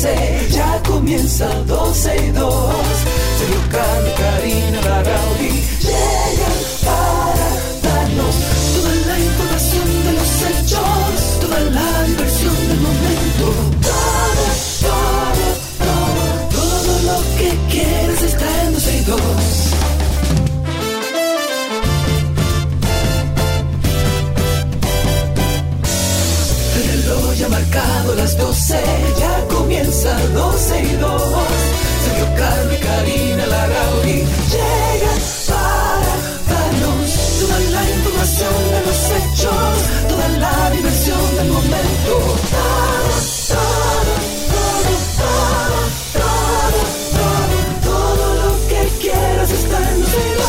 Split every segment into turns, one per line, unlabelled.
12, ya comienza 12 y 2. Sergio Carlos, Karina Larrauri llegan para darnos toda la información de los hechos, toda la diversión del momento. Todo lo que quieres está en 12 y 2. Ya marcado las 12, ya comienza 12 y 2. Sergio Carlos y Karina Larrauri llegan para darnos toda la información de los hechos, toda la diversión del momento. Todo lo que quieras está en 12 y 2.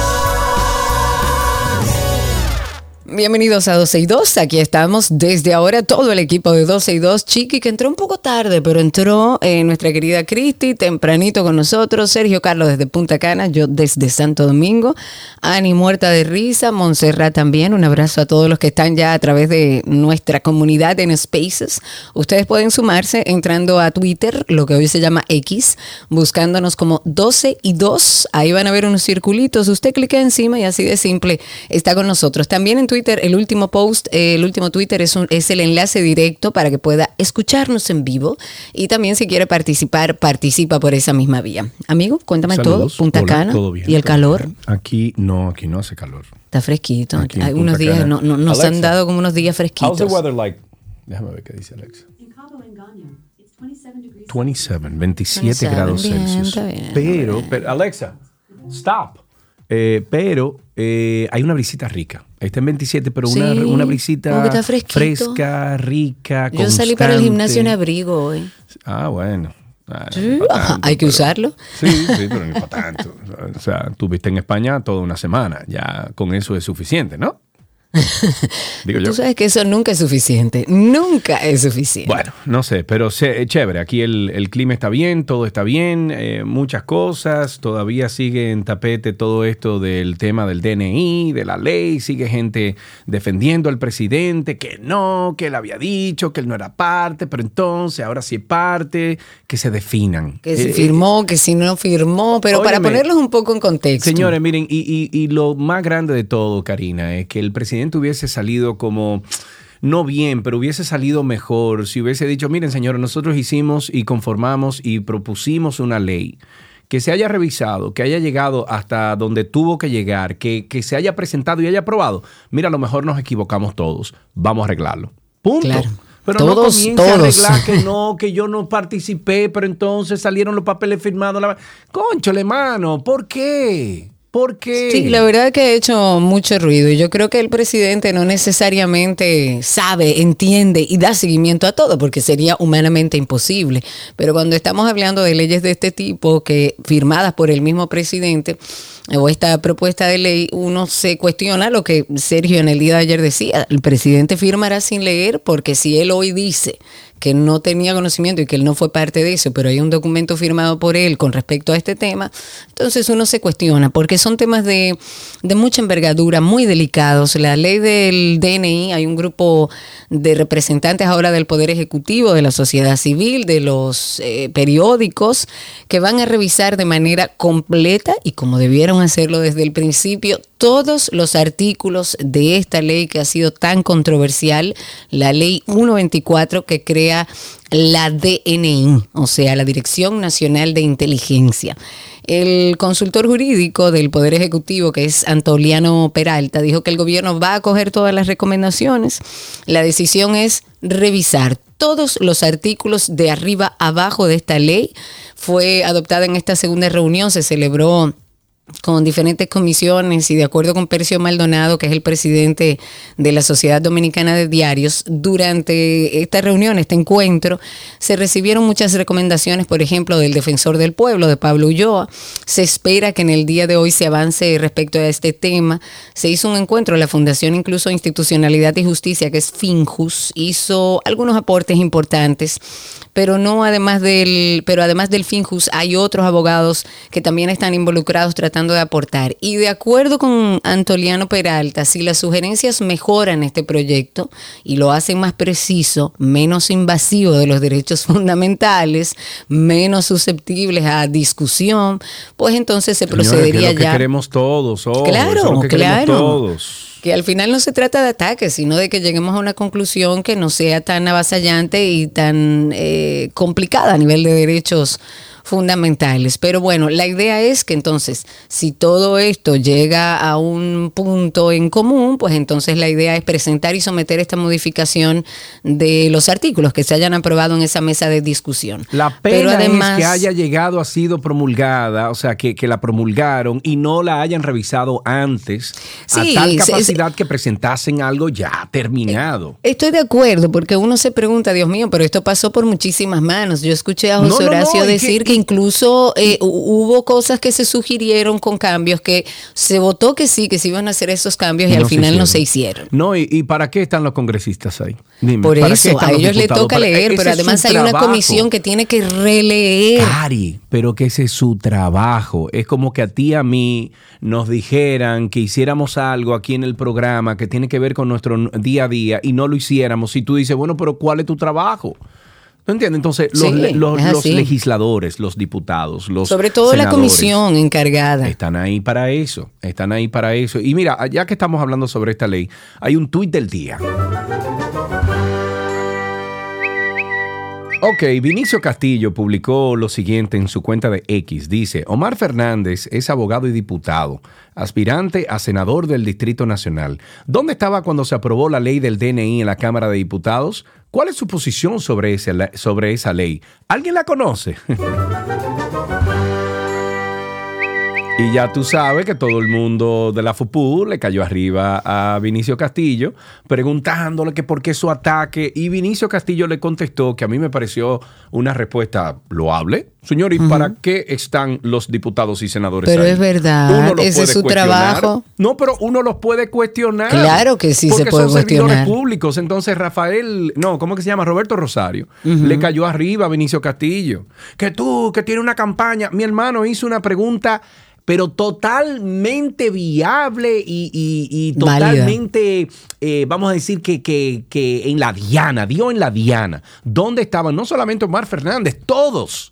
Bienvenidos a 12 y 2, aquí estamos desde ahora todo el equipo de 12 y 2, Chiqui que entró un poco tarde, pero entró nuestra querida Cristi tempranito con nosotros, Sergio Carlos desde Punta Cana, yo desde Santo Domingo, Ani muerta de risa, Montserrat también, un abrazo a todos los que están ya a través de nuestra comunidad en Spaces. Ustedes pueden sumarse entrando a Twitter, lo que hoy se llama X, buscándonos como 12 y 2, ahí van a ver unos circulitos, usted clica encima y así de simple está con nosotros. También en Twitter, el último post, el último Twitter es el enlace directo para que pueda escucharnos en vivo y también si quiere participar, participa por esa misma vía. Amigo, cuéntame.
Saludos.
Todo, Punta Cana.
Todo bien,
y el calor.
Bien. Aquí no hace calor.
Está fresquito.
Aquí
Hay unos días, nos
Alexa,
han dado como unos días fresquitos.
How's the weather like? Déjame ver qué dice Alexa. 27 grados
bien,
Celsius.
está bien.
Pero, Alexa, stop. Pero hay una brisita rica. Está en 27, pero
Sí,
una brisita
como que está fresquito.
fresca, rica,
Yo salí para el gimnasio en abrigo hoy.
Ah, bueno.
Sí,
No para tanto,
hay que
pero-
usarlo.
Sí, pero no para tanto. O sea, tú viste en España toda una semana. Ya con eso es suficiente, ¿no? Digo yo.
Tú sabes que eso nunca es suficiente. Nunca es suficiente.
Bueno, no sé, pero chévere. Aquí el clima está bien, todo está bien, muchas cosas. Todavía sigue en tapete todo esto del tema del DNI, de la ley. Sigue gente defendiendo al presidente, que no, que él había dicho, que él no era parte, pero entonces ahora sí es parte, que se definan.
Que si firmó, que si no firmó, pero para
óyeme,
ponerlos un poco en contexto.
Señores, miren, y lo más grande de todo, Karina, es que el presidente hubiese salido como, no bien, pero hubiese salido mejor si hubiese dicho, miren, señores, nosotros hicimos y conformamos y propusimos una ley que se haya revisado, que haya llegado hasta donde tuvo que llegar, que se haya presentado y haya aprobado. Mira, a lo mejor nos equivocamos todos, vamos a arreglarlo. Punto.
Claro.
Pero
Todos,
no comience a
todos.
arreglar que yo no participé, pero entonces salieron los papeles firmados. Cónchale, mano, ¿por qué? ¿Por qué?
Sí, la verdad que ha hecho mucho ruido y yo creo que el presidente no necesariamente sabe, entiende y da seguimiento a todo porque sería humanamente imposible. Pero cuando estamos hablando de leyes de este tipo que firmadas por el mismo presidente o esta propuesta de ley, uno se cuestiona lo que Sergio en el día de ayer decía. El presidente firmará sin leer porque si él hoy dice que no tenía conocimiento y que él no fue parte de eso, pero hay un documento firmado por él con respecto a este tema, entonces uno se cuestiona, porque son temas de mucha envergadura, muy delicados. La ley del DNI, hay un grupo de representantes ahora del Poder Ejecutivo, de la sociedad civil, de los periódicos, que van a revisar de manera completa y como debieron hacerlo desde el principio, todos los artículos de esta ley que ha sido tan controversial, la ley 124 que crea la DNI, o sea, la Dirección Nacional de Inteligencia. El consultor jurídico del Poder Ejecutivo, que es Antoliano Peralta, dijo que el gobierno va a acoger todas las recomendaciones. La decisión es revisar todos los artículos de arriba a abajo de esta ley. Fue adoptada en esta segunda reunión, se celebró con diferentes comisiones y de acuerdo con Percio Maldonado, que es el presidente de la Sociedad Dominicana de Diarios, durante esta reunión, este encuentro, se recibieron muchas recomendaciones, por ejemplo, del Defensor del Pueblo, de Pablo Ulloa. Se espera que en el día de hoy se avance respecto a este tema. Se hizo un encuentro, la Fundación incluso Institucionalidad y Justicia, que es FINJUS, hizo algunos aportes importantes, pero además del FINJUS hay otros abogados que también están involucrados tratando tratando de aportar. Y de acuerdo con Antoliano Peralta, si las sugerencias mejoran este proyecto y lo hacen más preciso, menos invasivo de los derechos fundamentales, menos susceptibles a discusión, pues entonces se procedería
que es lo
ya.
Que queremos todos,
Claro,
queremos todos.
Que al final no se trata de ataques, sino de que lleguemos a una conclusión que no sea tan avasallante y tan complicada a nivel de derechos fundamentales. Pero bueno, la idea es que entonces, si todo esto llega a un punto en común, pues entonces la idea es presentar y someter esta modificación de los artículos que se hayan aprobado en esa mesa de discusión.
La pena Pero además, es que haya llegado, ha sido promulgada, o sea, que la promulgaron y no la hayan revisado antes, sí, a tal capacidad que presentasen algo ya terminado.
Estoy de acuerdo, porque uno se pregunta, Dios mío, pero esto pasó por muchísimas manos. Yo escuché a José Horacio decir que incluso hubo cosas que se sugirieron con cambios que se votó que sí, que se iban a hacer esos cambios y al final no se hicieron.
No, ¿y para qué están los congresistas ahí?
Dime, por eso, a ellos les toca leer, pero además hay una comisión que tiene que releer.
Cari, pero que ese es su trabajo. Es como que a ti y a mí nos dijeran que hiciéramos algo aquí en el programa que tiene que ver con nuestro día a día y no lo hiciéramos. Y tú dices, bueno, pero ¿cuál es tu trabajo? ¿No entiendes? Entonces, los legisladores, los diputados, los
sobre todo la comisión encargada.
Están ahí para eso, Y mira, ya que estamos hablando sobre esta ley, hay un tuit del día. Ok, Vinicio Castillo publicó lo siguiente en su cuenta de X. Dice, Omar Fernández es abogado y diputado, aspirante a senador del Distrito Nacional. ¿Dónde estaba cuando se aprobó la ley del DNI en la Cámara de Diputados? ¿Cuál es su posición sobre esa ley? ¿Alguien la conoce? Y ya tú sabes que todo el mundo de la FUPU le cayó arriba a Vinicio Castillo preguntándole que por qué su ataque. Y Vinicio Castillo le contestó que a mí me pareció una respuesta loable. Señor, ¿y para qué están los diputados y senadores
Pero
ahí?
Es verdad, ese es su trabajo.
No, pero uno los puede cuestionar.
Claro que sí se puede cuestionar. Porque son
servidores públicos. Entonces ¿cómo que se llama? Roberto Rosario. Le cayó arriba a Vinicio Castillo. Que tiene una campaña. Mi hermano hizo una pregunta pero totalmente viable y totalmente, vamos a decir que en la diana, dio en la diana. ¿Dónde estaban? No solamente Omar Fernández, todos.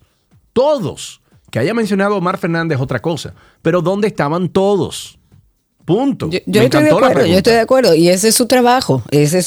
Que haya mencionado Omar Fernández otra cosa, pero ¿dónde estaban todos? Punto.
Yo estoy de acuerdo. Y ese es su trabajo.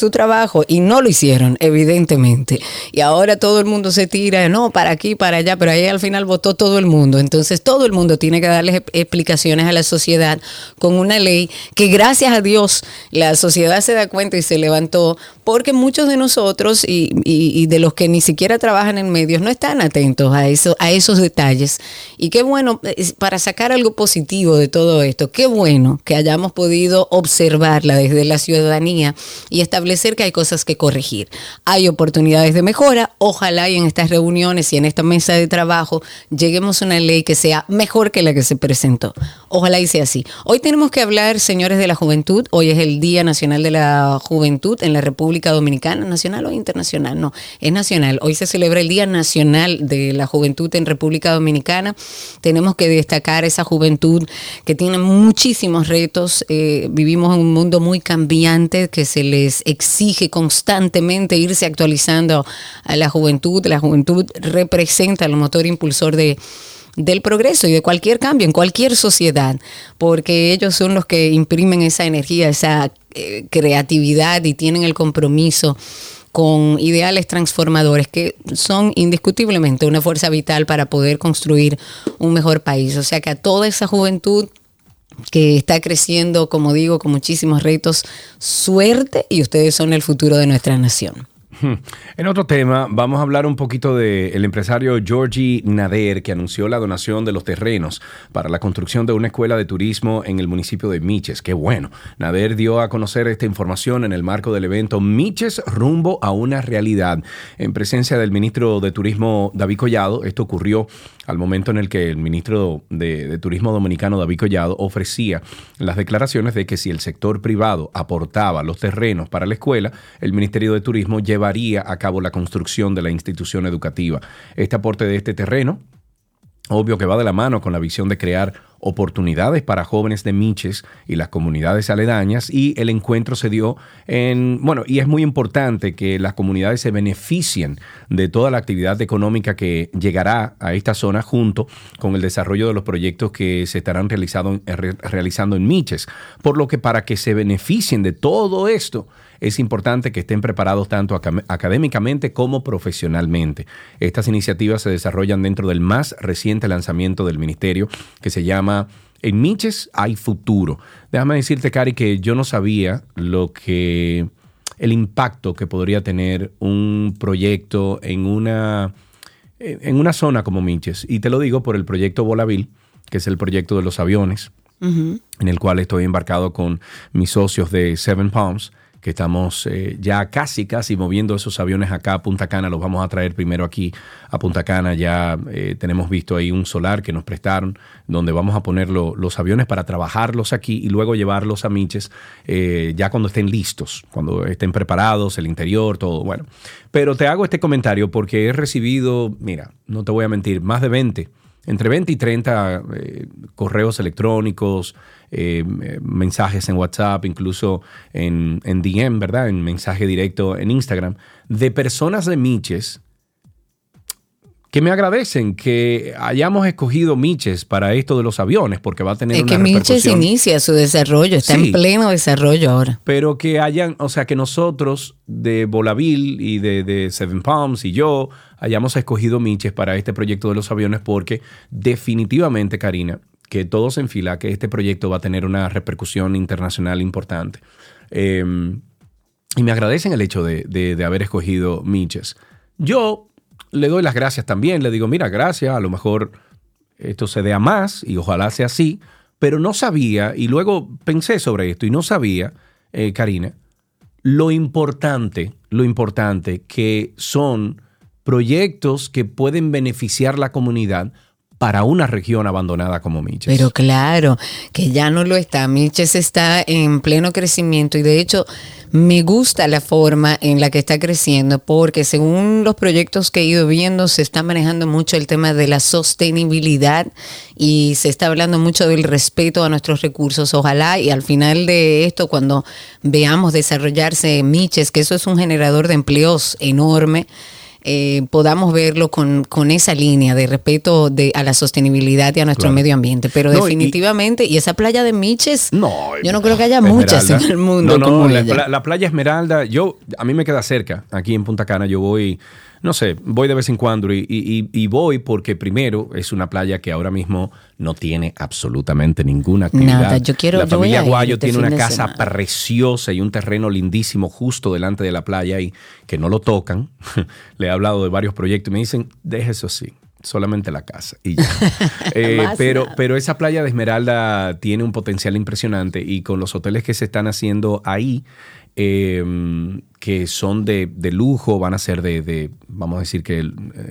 Y no lo hicieron, evidentemente. Y ahora todo el mundo se tira, no, para aquí, para allá, pero ahí al final votó todo el mundo. Entonces todo el mundo tiene que darles explicaciones a la sociedad con una ley que, gracias a Dios, la sociedad se da cuenta y se levantó, porque muchos de nosotros y de los que ni siquiera trabajan en medios no están atentos a esos detalles. Y qué bueno, para sacar algo positivo de todo esto, qué bueno que hayamos podido observarla desde la ciudadanía y establecer que hay cosas que corregir. Hay oportunidades de mejora. Ojalá y en estas reuniones y en esta mesa de trabajo lleguemos a una ley que sea mejor que la que se presentó. Ojalá y sea así. Hoy tenemos que hablar, señores de la juventud. Hoy es el Día Nacional de la Juventud en la República Dominicana. ¿Nacional o internacional? No, es nacional. Hoy se celebra el Día Nacional de la Juventud en República Dominicana. Tenemos que destacar esa juventud que tiene muchísimos retos. Vivimos en un mundo muy cambiante que se les exige constantemente irse actualizando a la juventud. La juventud representa el motor impulsor del progreso y de cualquier cambio en cualquier sociedad, porque ellos son los que imprimen esa energía, esa creatividad y tienen el compromiso con ideales transformadores que son indiscutiblemente una fuerza vital para poder construir un mejor país. O sea que a toda esa juventud que está creciendo, como digo, con muchísimos retos, suerte, y ustedes son el futuro de nuestra nación.
En otro tema, vamos a hablar un poquito del empresario Georgie Nader, que anunció la donación de los terrenos para la construcción de una escuela de turismo en el municipio de Miches. ¡Qué bueno! Nader dio a conocer esta información en el marco del evento Miches rumbo a una realidad, en presencia del ministro de Turismo David Collado. Esto ocurrió al momento en el que el ministro de Turismo dominicano David Collado ofrecía las declaraciones de que si el sector privado aportaba los terrenos para la escuela, el Ministerio de Turismo llevaría a cabo la construcción de la institución educativa. Este aporte de este terreno, obvio que va de la mano con la visión de crear oportunidades para jóvenes de Miches y las comunidades aledañas, y el encuentro se dio y es muy importante que las comunidades se beneficien de toda la actividad económica que llegará a esta zona junto con el desarrollo de los proyectos que se estarán realizando en Miches. Por lo que para que se beneficien de todo esto, es importante que estén preparados tanto académicamente como profesionalmente. Estas iniciativas se desarrollan dentro del más reciente lanzamiento del ministerio, que se llama En Miches hay futuro. Déjame decirte, Cari, que yo no sabía el impacto que podría tener un proyecto en una zona como Miches. Y te lo digo por el proyecto Volaville, que es el proyecto de los aviones, en el cual estoy embarcado con mis socios de Seven Palms, que estamos ya casi moviendo esos aviones acá a Punta Cana. Los vamos a traer primero aquí a Punta Cana. Ya tenemos visto ahí un solar que nos prestaron, donde vamos a poner los aviones para trabajarlos aquí y luego llevarlos a Miches ya cuando estén listos, cuando estén preparados, el interior, todo. Bueno, pero te hago este comentario porque he recibido, mira, no te voy a mentir, más de entre 20 y 30 correos electrónicos, mensajes en WhatsApp, incluso en DM, ¿verdad? En mensaje directo en Instagram, de personas de Miches que me agradecen que hayamos escogido Miches para esto de los aviones, porque va a tener una repercusión. Es que
Miches inicia su desarrollo, está en pleno desarrollo ahora.
Pero que que nosotros de Volaville y de Seven Palms y yo hayamos escogido Miches para este proyecto de los aviones, porque definitivamente, Karina, que todos en fila, que este proyecto va a tener una repercusión internacional importante. Y me agradecen el hecho de haber escogido Miches. Yo le doy las gracias también, le digo, mira, gracias, a lo mejor esto se dé a más y ojalá sea así, pero no sabía, y luego pensé sobre esto y no sabía, Karina, lo importante que son proyectos que pueden beneficiar la comunidad para una región abandonada como Miches.
Pero claro, que ya no lo está. Miches está en pleno crecimiento y de hecho me gusta la forma en la que está creciendo porque según los proyectos que he ido viendo se está manejando mucho el tema de la sostenibilidad y se está hablando mucho del respeto a nuestros recursos. Ojalá y al final de esto, cuando veamos desarrollarse Miches, que eso es un generador de empleos enorme, podamos verlo con esa línea de respeto a la sostenibilidad y a nuestro medio ambiente. Pero definitivamente, y esa playa de Miches, yo no creo que haya muchas en el mundo.
La playa Esmeralda, a mí me queda cerca, aquí en Punta Cana. Yo voy de vez en cuando y voy porque primero es una playa que ahora mismo no tiene absolutamente ninguna actividad.
Nada,
la familia Aguayo tiene una casa preciosa y un terreno lindísimo justo delante de la playa y que no lo tocan. Le he hablado de varios proyectos y me dicen, deja eso así, solamente la casa y ya. Pero esa playa de Esmeralda tiene un potencial impresionante y con los hoteles que se están haciendo ahí, que son de lujo, van a ser vamos a decir que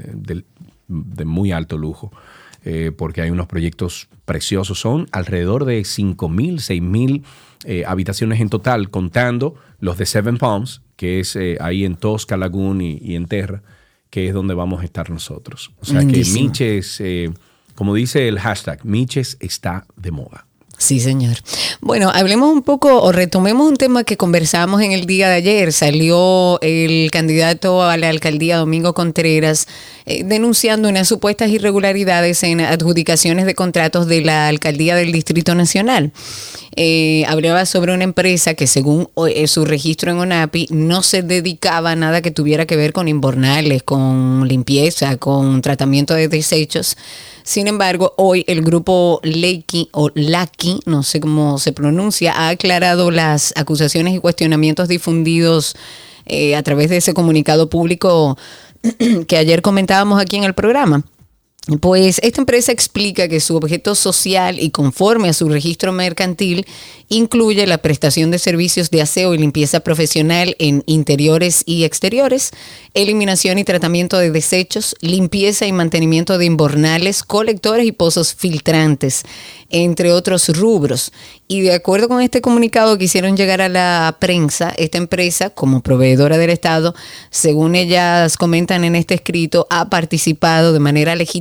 de muy alto lujo, porque hay unos proyectos preciosos. Son alrededor de 5,000, 6,000 habitaciones en total, contando los de Seven Palms, que es ahí en Tosca Lagoon y en Terra, que es donde vamos a estar nosotros. O sea que Miches, como dice el hashtag, Miches está de moda.
Sí, señor. Bueno, hablemos un poco o retomemos un tema que conversamos en el día de ayer. Salió el candidato a la alcaldía, Domingo Contreras, denunciando unas supuestas irregularidades en adjudicaciones de contratos de la alcaldía del Distrito Nacional. Hablaba sobre una empresa que según su registro en ONAPI no se dedicaba a nada que tuviera que ver con inbornales, con limpieza, con tratamiento de desechos. Sin embargo, hoy el grupo Laki, no sé cómo se pronuncia, ha aclarado las acusaciones y cuestionamientos difundidos a través de ese comunicado público que ayer comentábamos aquí en el programa. Pues esta empresa explica que su objeto social y conforme a su registro mercantil incluye la prestación de servicios de aseo y limpieza profesional en interiores y exteriores, eliminación y tratamiento de desechos, limpieza y mantenimiento de inbornales, colectores y pozos filtrantes, entre otros rubros. Y de acuerdo con este comunicado que hicieron llegar a la prensa, esta empresa, como proveedora del Estado, según ellas comentan en este escrito, ha participado de manera legítima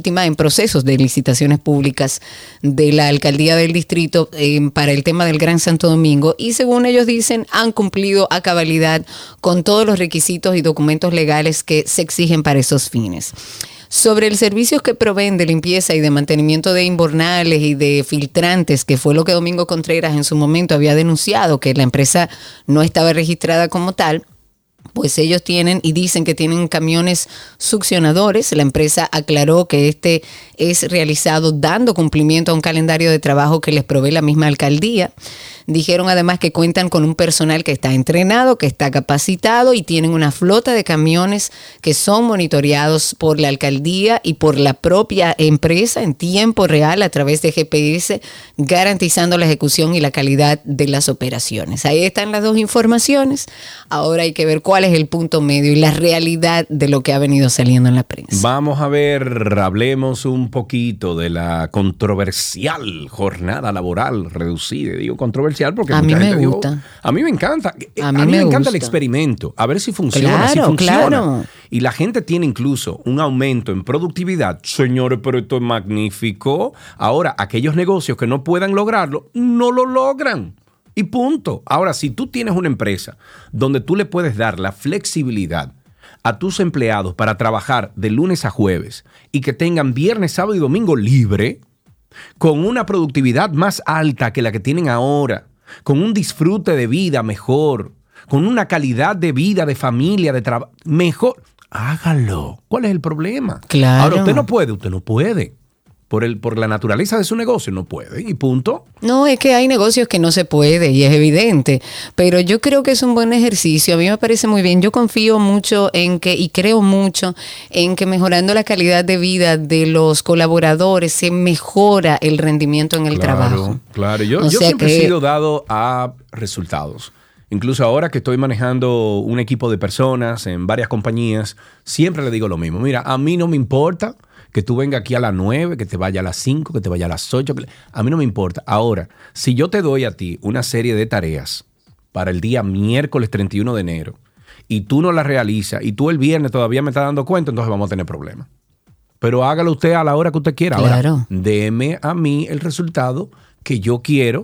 víctima en procesos de licitaciones públicas de la alcaldía del distrito para el tema del Gran Santo Domingo, y según ellos dicen, han cumplido a cabalidad con todos los requisitos y documentos legales que se exigen para esos fines. Sobre el servicio que proveen de limpieza y de mantenimiento de inbornales y de filtrantes, que fue lo que Domingo Contreras en su momento había denunciado, que la empresa no estaba registrada como tal, pues ellos tienen y dicen que tienen camiones succionadores. La empresa aclaró que este es realizado dando cumplimiento a un calendario de trabajo que les provee la misma alcaldía. Dijeron además que cuentan con un personal que está entrenado, que está capacitado y tienen una flota de camiones que son monitoreados por la alcaldía y por la propia empresa en tiempo real a través de GPS, garantizando la ejecución y la calidad de las operaciones. Ahí están las dos informaciones. Ahora hay que ver cuál es el punto medio y la realidad de lo que ha venido saliendo en la prensa.
Vamos a ver, hablemos un poquito de la controversial jornada laboral reducida. Digo controversial porque
a mí me gusta.
A mí me encanta.
A mí me
encanta
gusta
el experimento. A ver si funciona.
Claro,
si funciona.
claro.
Y la gente tiene incluso un aumento en productividad. Señores, pero esto es magnífico. Ahora, aquellos negocios que no puedan lograrlo, no lo logran. Y punto. Ahora, si tú tienes una empresa donde tú le puedes dar la flexibilidad a tus empleados para trabajar de lunes a jueves y que tengan viernes, sábado y domingo libre, con una productividad más alta que la que tienen ahora, con un disfrute de vida mejor, con una calidad de vida, de familia, de trabajo mejor, hágalo. ¿Cuál es el problema?
Claro.
Ahora, usted no puede. Por la naturaleza de su negocio no puede y punto.
No, es que hay negocios que no se puede y es evidente, pero yo creo que es un buen ejercicio. A mí me parece muy bien. Yo confío mucho en que y creo mucho en que mejorando la calidad de vida de los colaboradores se mejora el rendimiento en el trabajo.
Claro, yo siempre he sido dado a resultados. Incluso ahora que estoy manejando un equipo de personas en varias compañías, siempre le digo lo mismo. Mira, a mí no me importa que tú vengas aquí a las 9, que te vaya a las 5, que te vaya a las 8. A mí no me importa. Ahora, si yo te doy a ti una serie de tareas para el día miércoles 31 de enero y tú no las realizas y tú el viernes todavía me estás dando cuenta, entonces vamos a tener problemas. Pero hágalo usted a la hora que usted quiera.
Claro.
Ahora, deme a mí el resultado que yo quiero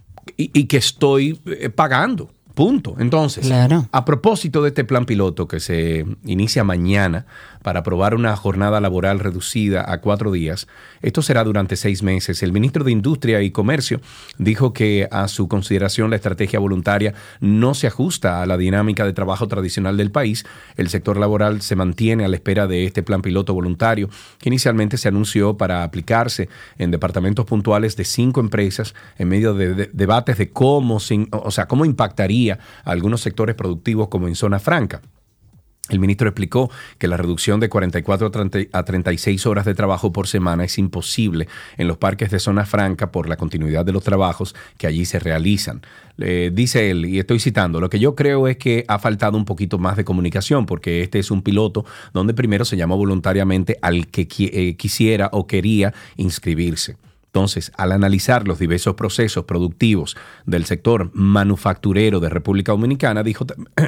y que estoy pagando. Punto. Entonces,
claro.
A propósito de este plan piloto que se inicia mañana para aprobar una jornada laboral reducida a 4 días, esto será durante 6 meses. El ministro de Industria y Comercio dijo que a su consideración la estrategia voluntaria no se ajusta a la dinámica de trabajo tradicional del país. El sector laboral se mantiene a la espera de este plan piloto voluntario que inicialmente se anunció para aplicarse en departamentos puntuales de 5 empresas en medio de debates de cómo impactaría a algunos sectores productivos como en zona franca. El ministro explicó que la reducción de 44 a 36 horas de trabajo por semana es imposible en los parques de zona franca por la continuidad de los trabajos que allí se realizan. Dice él, y estoy citando, lo que yo creo es que ha faltado un poquito más de comunicación porque este es un piloto donde primero se llamó voluntariamente al que quisiera o quería inscribirse. Entonces, al analizar los diversos procesos productivos del sector manufacturero de República Dominicana, dijo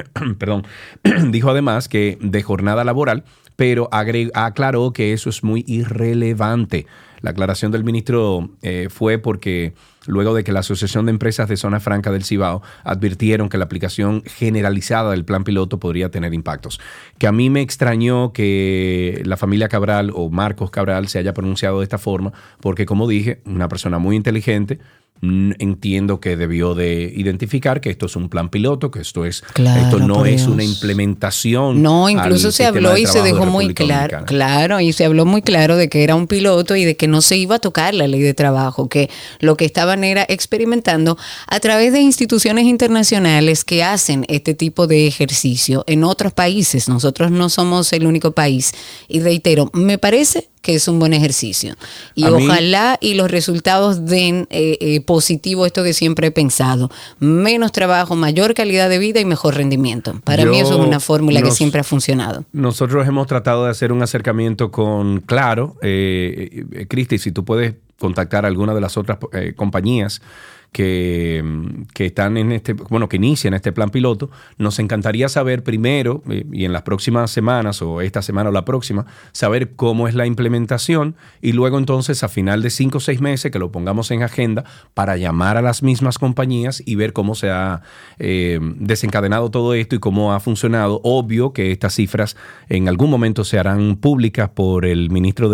además que de jornada laboral, pero aclaró que eso es muy irrelevante. La aclaración del ministro fue porque luego de que la Asociación de Empresas de Zona Franca del Cibao advirtieron que la aplicación generalizada del plan piloto podría tener impactos. Que a mí me extrañó que la familia Cabral o Marcos Cabral se haya pronunciado de esta forma, porque como dije, una persona muy inteligente, entiendo que debió de identificar que esto es un plan piloto, que esto no es una implementación.
No, incluso se habló y se dejó muy claro, y se habló muy claro de que era un piloto y de que no se iba a tocar la ley de trabajo, que lo que estaban era experimentando a través de instituciones internacionales que hacen este tipo de ejercicio en otros países. Nosotros no somos el único país. Y reitero, me parece que es un buen ejercicio. Y ojalá y los resultados den positivo esto que siempre he pensado. Menos trabajo, mayor calidad de vida y mejor rendimiento. Para mí eso es una fórmula que siempre ha funcionado.
Nosotros hemos tratado de hacer un acercamiento con Claro. Cristi, si tú puedes contactar a alguna de las otras compañías que están en que inician este plan piloto. Nos encantaría saber primero, y en las próximas semanas, o esta semana o la próxima, saber cómo es la implementación, y luego entonces a final de 5 o 6 meses que lo pongamos en agenda para llamar a las mismas compañías y ver cómo se ha desencadenado todo esto y cómo ha funcionado. Obvio que estas cifras en algún momento se harán públicas por el Ministerio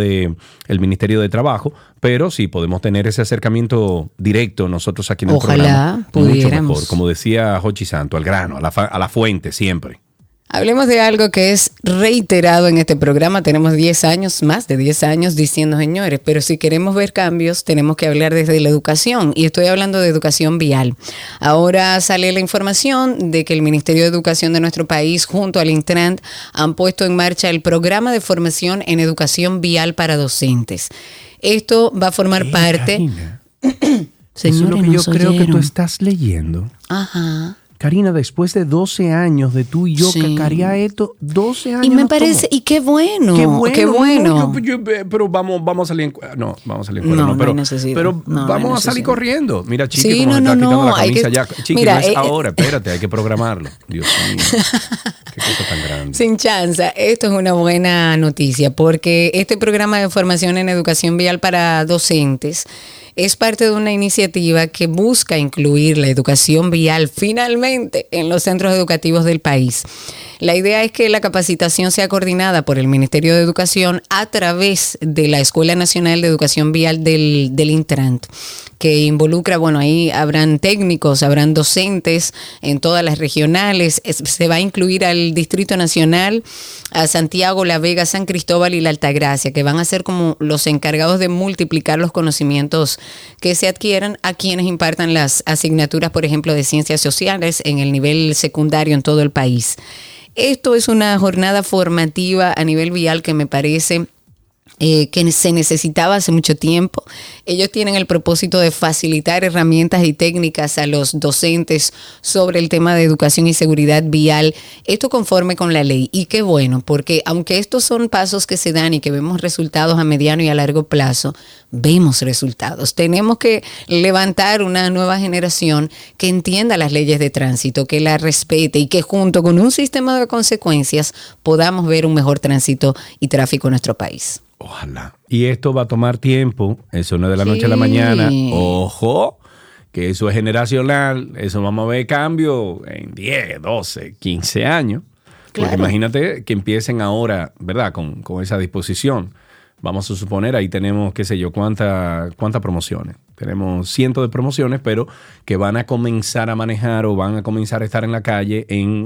de Trabajo, pero sí podemos tener ese acercamiento directo nosotros aquí en el programa.
Ojalá pudiéramos.
Mucho mejor, como decía Jochi Santo, al grano, a la fuente siempre.
Hablemos de algo que es reiterado en este programa. Tenemos 10 años, más de 10 años diciendo, señores, pero si queremos ver cambios, tenemos que hablar desde la educación. Y estoy hablando de educación vial. Ahora sale la información de que el Ministerio de Educación de nuestro país, junto al Intran, han puesto en marcha el programa de formación en educación vial para docentes. Esto va a formar parte...
Señores, eso es lo que yo creo que tú estás leyendo.
Ajá.
Karina, después de 12 años de tú y yo cacarear esto, 12 años.
Y me parece, y qué bueno. Qué bueno.
Pero vamos a salir vamos a salir en pero vamos a salir corriendo. Mira, Chiqui,
sí,
como me está quitando la camisa ya. Chiqui,
mira,
no es ahora, espérate, hay que programarlo. Dios mío, qué cosa tan grande.
Sin chanza, esto es una buena noticia, porque este programa de formación en educación vial para docentes es parte de una iniciativa que busca incluir la educación vial finalmente en los centros educativos del país. La idea es que la capacitación sea coordinada por el Ministerio de Educación a través de la Escuela Nacional de Educación Vial del Intran, que involucra, ahí habrán técnicos, habrán docentes en todas las regionales. Se va a incluir al Distrito Nacional, a Santiago, La Vega, San Cristóbal y La Altagracia, que van a ser como los encargados de multiplicar los conocimientos que se adquieran a quienes impartan las asignaturas, por ejemplo, de ciencias sociales en el nivel secundario en todo el país. Esto es una jornada formativa a nivel vial que me parece que se necesitaba hace mucho tiempo. Ellos tienen el propósito de facilitar herramientas y técnicas a los docentes sobre el tema de educación y seguridad vial, esto conforme con la ley. Y qué bueno, porque aunque estos son pasos que se dan y que vemos resultados a mediano y a largo plazo, vemos resultados. Tenemos que levantar una nueva generación que entienda las leyes de tránsito, que las respete y que junto con un sistema de consecuencias podamos ver un mejor tránsito y tráfico en nuestro país.
Ojalá. Y esto va a tomar tiempo, eso no es de la noche a la mañana. Ojo, que eso es generacional, eso vamos a ver cambio en 10, 12, 15 años. Claro. Porque imagínate que empiecen ahora, ¿verdad? Con esa disposición. Vamos a suponer, ahí tenemos, qué sé yo, cuántas promociones. Tenemos cientos de promociones, pero que van a comenzar a manejar o van a comenzar a estar en la calle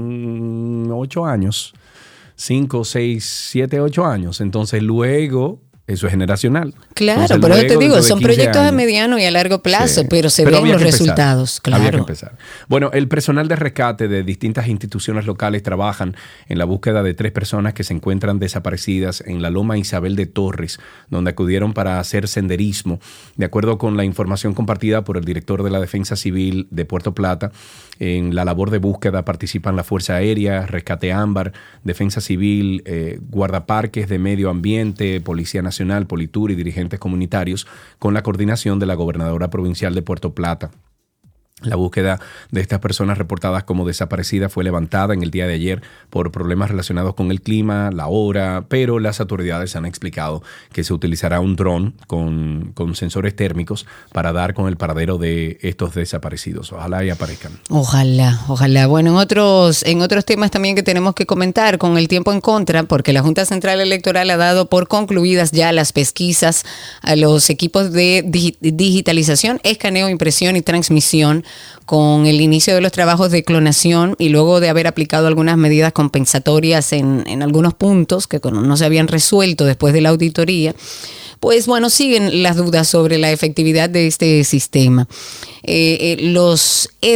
en 8 años. 5, 6, 7, 8 años. Entonces luego, eso es generacional.
Claro,
entonces,
pero te digo, son proyectos
años.
A mediano y a largo plazo, pero se ven los resultados. Claro.
Había que empezar. Bueno, el personal de rescate de distintas instituciones locales trabajan en la búsqueda de 3 personas que se encuentran desaparecidas en la Loma Isabel de Torres, donde acudieron para hacer senderismo. De acuerdo con la información compartida por el director de la Defensa Civil de Puerto Plata, en la labor de búsqueda participan la Fuerza Aérea, Rescate Ámbar, Defensa Civil, guardaparques de medio ambiente, Policía Nacional, Politur y dirigentes comunitarios, con la coordinación de la gobernadora provincial de Puerto Plata. La búsqueda de estas personas reportadas como desaparecidas fue levantada en el día de ayer por problemas relacionados con el clima, la hora, pero las autoridades han explicado que se utilizará un dron con sensores térmicos para dar con el paradero de estos desaparecidos. Ojalá y aparezcan.
Ojalá. Bueno, en otros temas también que tenemos que comentar, con el tiempo en contra, porque la Junta Central Electoral ha dado por concluidas ya las pesquisas a los equipos de digitalización, escaneo, impresión y transmisión, con el inicio de los trabajos de clonación y luego de haber aplicado algunas medidas compensatorias en algunos puntos que no se habían resuelto después de la auditoría. Pues bueno, siguen las dudas sobre la efectividad de este sistema. Los EDET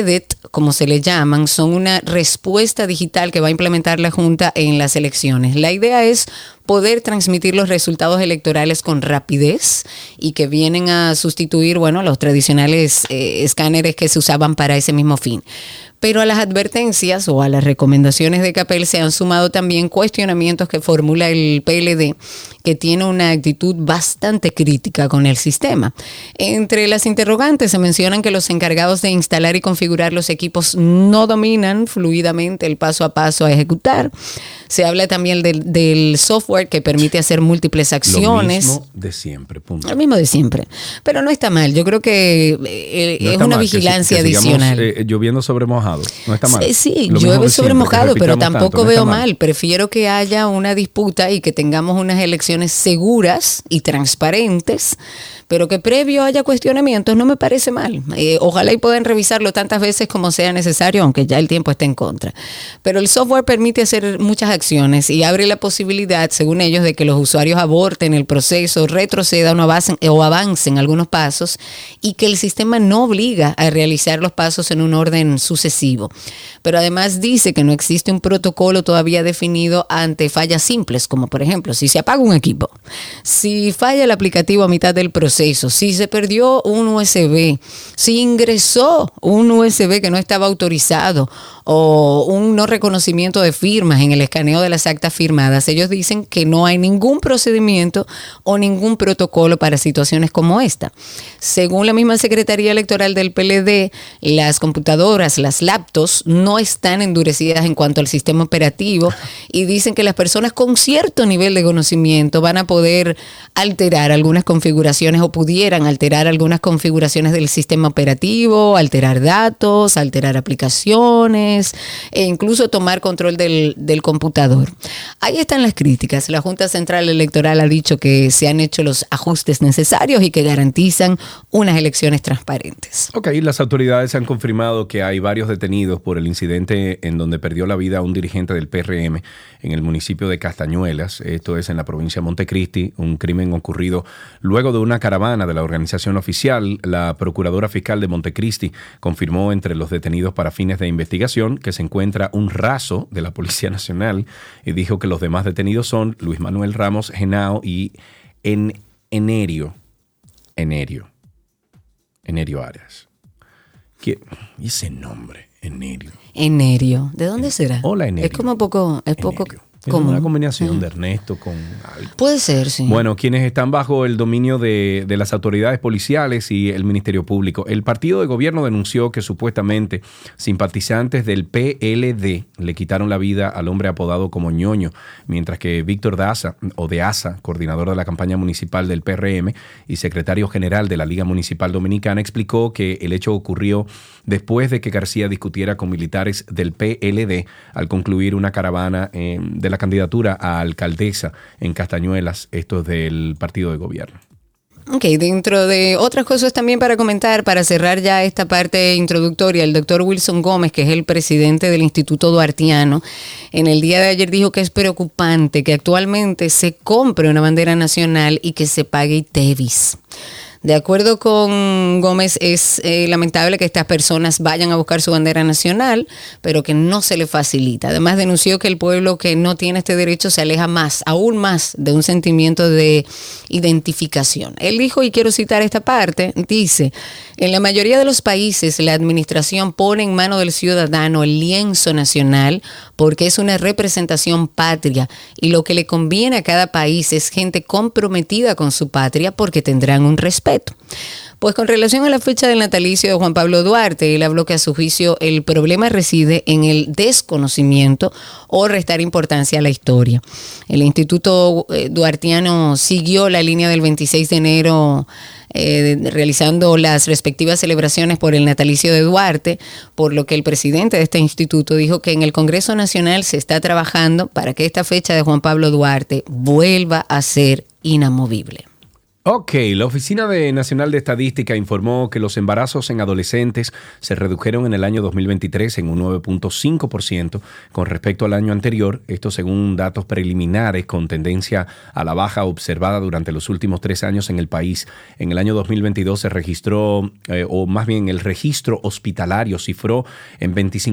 como se le llaman, son una respuesta digital que va a implementar la Junta en las elecciones. La idea es poder transmitir los resultados electorales con rapidez y que vienen a sustituir, bueno, los tradicionales escáneres que se usaban para ese mismo fin. Pero a las advertencias o a las recomendaciones de CAPEL se han sumado también cuestionamientos que formula el PLD, que tiene una actitud bastante crítica con el sistema. Entre las interrogantes se mencionan que los encargados de instalar y configurar los equipos no dominan fluidamente el paso a paso a ejecutar. Se habla también del software que permite hacer múltiples acciones.
Lo mismo de siempre, punto.
Lo mismo de siempre. Pero no está mal. Yo creo que
no
es una
mal,
vigilancia
que
adicional.
Lloviendo sobre mojado. No está mal.
Sí,
Lo
llueve sobre
siempre,
mojado, pero tampoco
tanto,
veo mal. Prefiero que haya una disputa y que tengamos unas elecciones seguras y transparentes, pero que previo haya cuestionamientos no me parece mal. Ojalá y puedan revisarlo tantas veces como sea necesario, aunque ya el tiempo esté en contra. Pero el software permite hacer muchas acciones y abre la posibilidad, según ellos, de que los usuarios aborten el proceso, retrocedan o avancen algunos pasos y que el sistema no obliga a realizar los pasos en un orden sucesivo. Pero además dice que no existe un protocolo todavía definido ante fallas simples, como por ejemplo, si se apaga un equipo, si falla el aplicativo a mitad del proceso, si se perdió un USB, si ingresó un USB que no estaba autorizado o un no reconocimiento de firmas en el escaneo de las actas firmadas. Ellos dicen que no hay ningún procedimiento o ningún protocolo para situaciones como esta. Según la misma Secretaría Electoral del PLD, las computadoras, las laptops, no están endurecidas en cuanto al sistema operativo y dicen que las personas con cierto nivel de conocimiento van a poder alterar algunas configuraciones o pudieran alterar algunas configuraciones del sistema operativo, alterar datos, alterar aplicaciones e incluso tomar control del computador. Ahí están las críticas. La Junta Central Electoral ha dicho que se han hecho los ajustes necesarios y que garantizan unas elecciones transparentes.
Ok, las autoridades han confirmado que hay varios detenidos por el incidente en donde perdió la vida un dirigente del PRM en el municipio de Castañuelas, esto es en la provincia de Montecristi, un crimen ocurrido luego de una caravana de la organización oficial. La procuradora fiscal de Montecristi confirmó entre los detenidos para fines de investigación que se encuentra un raso de la Policía Nacional y dijo que los demás detenidos son Luis Manuel Ramos Genao y Enerio Arias. ¿Y ese nombre?
Enerio. ¿De dónde será?
Hola, Enerio.
Es como poco común.
Una combinación de Ernesto con algo.
Puede ser, sí.
Bueno, quienes están bajo el dominio de las autoridades policiales y el Ministerio Público. El partido de gobierno denunció que supuestamente simpatizantes del PLD le quitaron la vida al hombre apodado como Ñoño, mientras que Víctor de Asa, coordinador de la campaña municipal del PRM y secretario general de la Liga Municipal Dominicana, explicó que el hecho ocurrió después de que García discutiera con militares del PLD al concluir una caravana de la candidatura a alcaldesa en Castañuelas, esto es del partido de gobierno.
Ok, dentro de otras cosas también para comentar, para cerrar ya esta parte introductoria, el doctor Wilson Gómez, que es el presidente del Instituto Duartiano, en el día de ayer dijo que es preocupante que actualmente se compre una bandera nacional y que se pague ITEVIS. De acuerdo con Gómez, es lamentable que estas personas vayan a buscar su bandera nacional, pero que no se le facilita. Además, denunció que el pueblo que no tiene este derecho se aleja aún más de un sentimiento de identificación. Él dijo, y quiero citar esta parte, dice: en la mayoría de los países la administración pone en mano del ciudadano el lienzo nacional porque es una representación patria y lo que le conviene a cada país es gente comprometida con su patria porque tendrán un respeto. Pues con relación a la fecha del natalicio de Juan Pablo Duarte, él habló que a su juicio el problema reside en el desconocimiento o restar importancia a la historia. El Instituto Duartiano siguió la línea del 26 de enero realizando las respectivas celebraciones por el natalicio de Duarte, por lo que el presidente de este instituto dijo que en el Congreso Nacional se está trabajando para que esta fecha de Juan Pablo Duarte vuelva a ser inamovible.
Ok, la Oficina Nacional de Estadística informó que los embarazos en adolescentes se redujeron en el año 2023 en un 9.5% con respecto al año anterior, esto según datos preliminares con tendencia a la baja observada durante los últimos 3 años en el país. En el año 2022 se registró, o más bien el registro hospitalario cifró en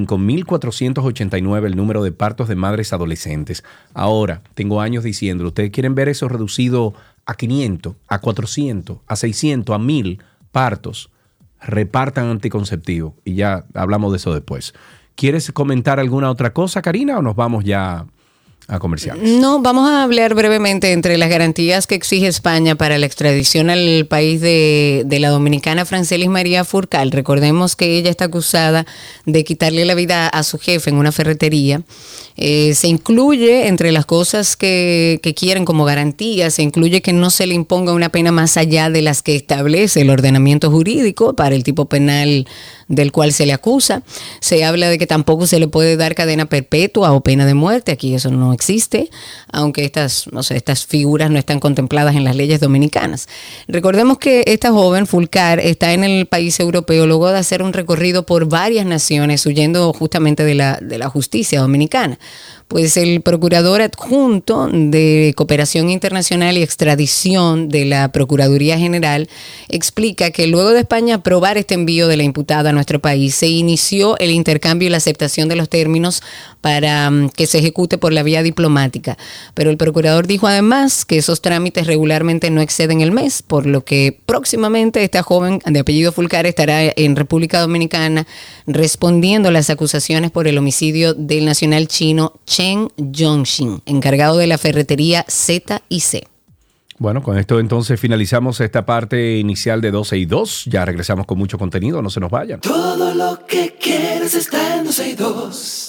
25.489 el número de partos de madres adolescentes. Ahora, tengo años diciendo, ¿ustedes quieren ver eso reducido a 500, a 400, a 600, a 1,000 partos? Repartan anticonceptivo y ya hablamos de eso después. ¿Quieres comentar alguna otra cosa, Karina, o nos vamos ya a comerciales?
No, vamos a hablar brevemente entre las garantías que exige España para la extradición al país de la dominicana Francelis María Furcal. Recordemos que ella está acusada de quitarle la vida a su jefe en una ferretería. Se incluye entre las cosas que quieren como garantía, se incluye que no se le imponga una pena más allá de las que establece el ordenamiento jurídico para el tipo penal del cual se le acusa. Se habla de que tampoco se le puede dar cadena perpetua o pena de muerte. Aquí eso no existe, aunque estas figuras no están contempladas en las leyes dominicanas. Recordemos que esta joven, Fulcar, está en el país europeo luego de hacer un recorrido por varias naciones huyendo justamente de la justicia dominicana. Pues el procurador adjunto de Cooperación Internacional y Extradición de la Procuraduría General explica que luego de España aprobar este envío de la imputada a nuestro país, se inició el intercambio y la aceptación de los términos para que se ejecute por la vía diplomática. Pero el procurador dijo además que esos trámites regularmente no exceden el mes, por lo que próximamente esta joven de apellido Fulcar estará en República Dominicana respondiendo a las acusaciones por el homicidio del nacional chino Chen Yongxin, encargado de la ferretería Z&C.
Bueno, con esto entonces finalizamos esta parte inicial de 12 y 2. Ya regresamos con mucho contenido, no se nos vayan.
Todo lo que quieres está en 12 y 2.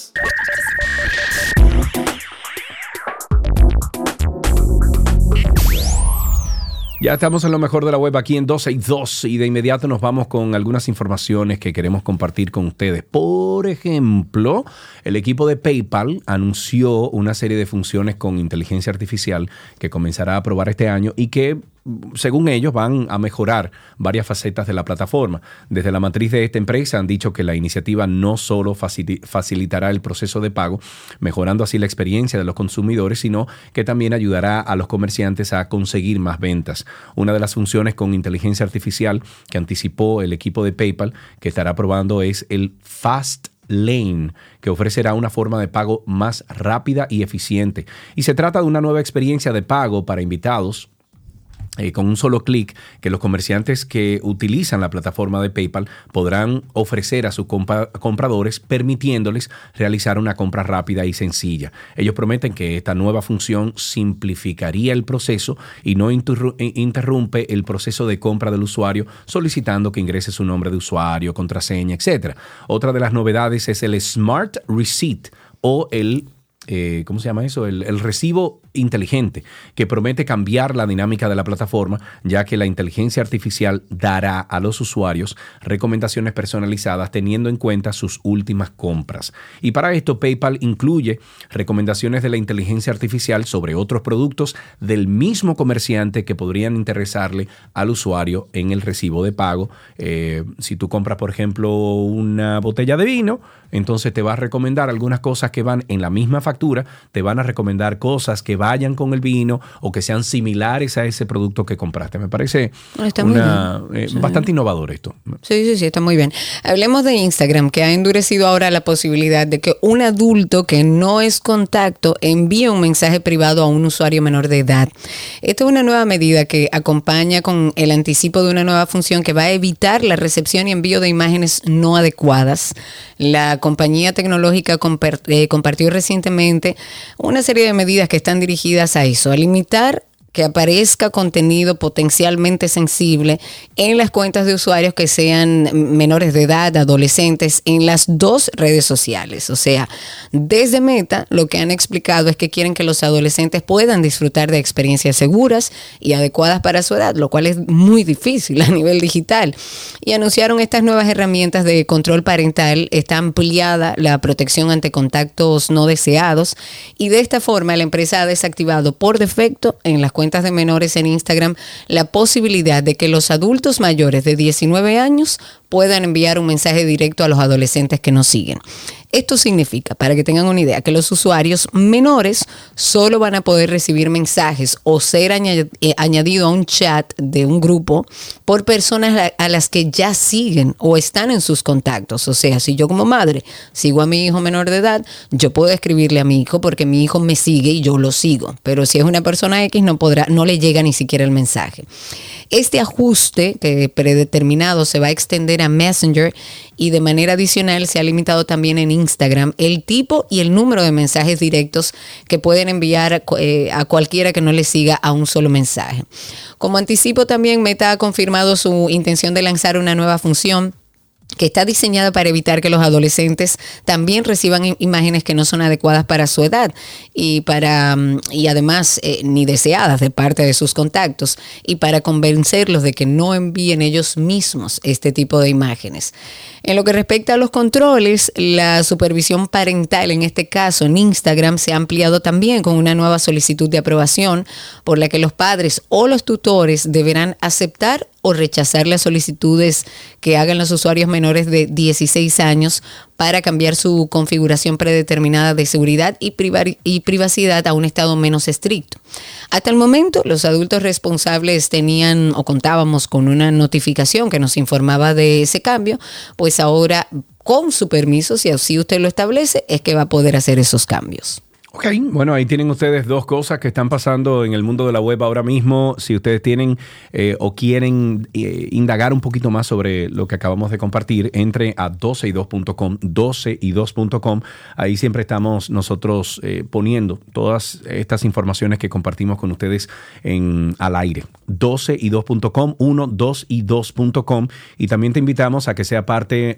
Ya estamos en lo mejor de la web aquí en 12 y 2 y de inmediato nos vamos con algunas informaciones que queremos compartir con ustedes. Por ejemplo, el equipo de PayPal anunció una serie de funciones con inteligencia artificial que comenzará a probar este año y que, según ellos, van a mejorar varias facetas de la plataforma. Desde la matriz de esta empresa han dicho que la iniciativa no solo facilitará el proceso de pago, mejorando así la experiencia de los consumidores, sino que también ayudará a los comerciantes a conseguir más ventas. Una de las funciones con inteligencia artificial que anticipó el equipo de PayPal que estará probando es el Fast Lane, que ofrecerá una forma de pago más rápida y eficiente. Y se trata de una nueva experiencia de pago para invitados con un solo clic que los comerciantes que utilizan la plataforma de PayPal podrán ofrecer a sus compradores, permitiéndoles realizar una compra rápida y sencilla. Ellos prometen que esta nueva función simplificaría el proceso y no interrumpe el proceso de compra del usuario, solicitando que ingrese su nombre de usuario, contraseña, etc. Otra de las novedades es el Smart Receipt o el ¿cómo se llama eso? El recibo inteligente, que promete cambiar la dinámica de la plataforma, ya que la inteligencia artificial dará a los usuarios recomendaciones personalizadas teniendo en cuenta sus últimas compras. Y para esto, PayPal incluye recomendaciones de la inteligencia artificial sobre otros productos del mismo comerciante que podrían interesarle al usuario en el recibo de pago. Si tú compras, por ejemplo, una botella de vino, entonces te va a recomendar algunas cosas que van en la misma factura, te van a recomendar cosas que vayan con el vino o que sean similares a ese producto que compraste. Me parece bastante innovador esto.
Sí, está muy bien. Hablemos de Instagram, que ha endurecido ahora la posibilidad de que un adulto que no es contacto envíe un mensaje privado a un usuario menor de edad. Esta es una nueva medida que acompaña con el anticipo de una nueva función que va a evitar la recepción y envío de imágenes no adecuadas. La compañía tecnológica compartió recientemente una serie de medidas que están dirigidas a eso, a limitar que aparezca contenido potencialmente sensible en las cuentas de usuarios que sean menores de edad, adolescentes, en las dos redes sociales. O sea, desde Meta lo que han explicado es que quieren que los adolescentes puedan disfrutar de experiencias seguras y adecuadas para su edad, lo cual es muy difícil a nivel digital. Y anunciaron estas nuevas herramientas de control parental. Está ampliada la protección ante contactos no deseados y de esta forma la empresa ha desactivado por defecto en las cuentas cuentas de menores en Instagram la posibilidad de que los adultos mayores de 19 años puedan enviar un mensaje directo a los adolescentes que nos siguen. Esto significa, para que tengan una idea, que los usuarios menores solo van a poder recibir mensajes o ser añadido a un chat de un grupo por personas a las que ya siguen o están en sus contactos. O sea, si yo como madre sigo a mi hijo menor de edad, yo puedo escribirle a mi hijo porque mi hijo me sigue y yo lo sigo. Pero si es una persona X, no le llega ni siquiera el mensaje. Este ajuste predeterminado se va a extender a Messenger y de manera adicional se ha limitado también en Instagram el tipo y el número de mensajes directos que pueden enviar a cualquiera que no le siga a un solo mensaje. Como anticipo también, Meta ha confirmado su intención de lanzar una nueva función que está diseñada para evitar que los adolescentes también reciban imágenes que no son adecuadas para su edad y además ni deseadas de parte de sus contactos, y para convencerlos de que no envíen ellos mismos este tipo de imágenes. En lo que respecta a los controles, la supervisión parental, en este caso en Instagram, se ha ampliado también con una nueva solicitud de aprobación por la que los padres o los tutores deberán aceptar o rechazar las solicitudes que hagan los usuarios menores de 16 años para cambiar su configuración predeterminada de seguridad y privacidad a un estado menos estricto. Hasta el momento, los adultos responsables tenían o contábamos con una notificación que nos informaba de ese cambio, pues ahora, con su permiso, si así usted lo establece, es que va a poder hacer esos cambios.
Ok, bueno, ahí tienen ustedes dos cosas que están pasando en el mundo de la web ahora mismo. Si ustedes tienen o quieren indagar un poquito más sobre lo que acabamos de compartir, entre a 12y2.com, 12y2.com. Ahí siempre estamos nosotros poniendo todas estas informaciones que compartimos con ustedes al aire. 12y2.com, 12y2.com. Y también te invitamos a que seas parte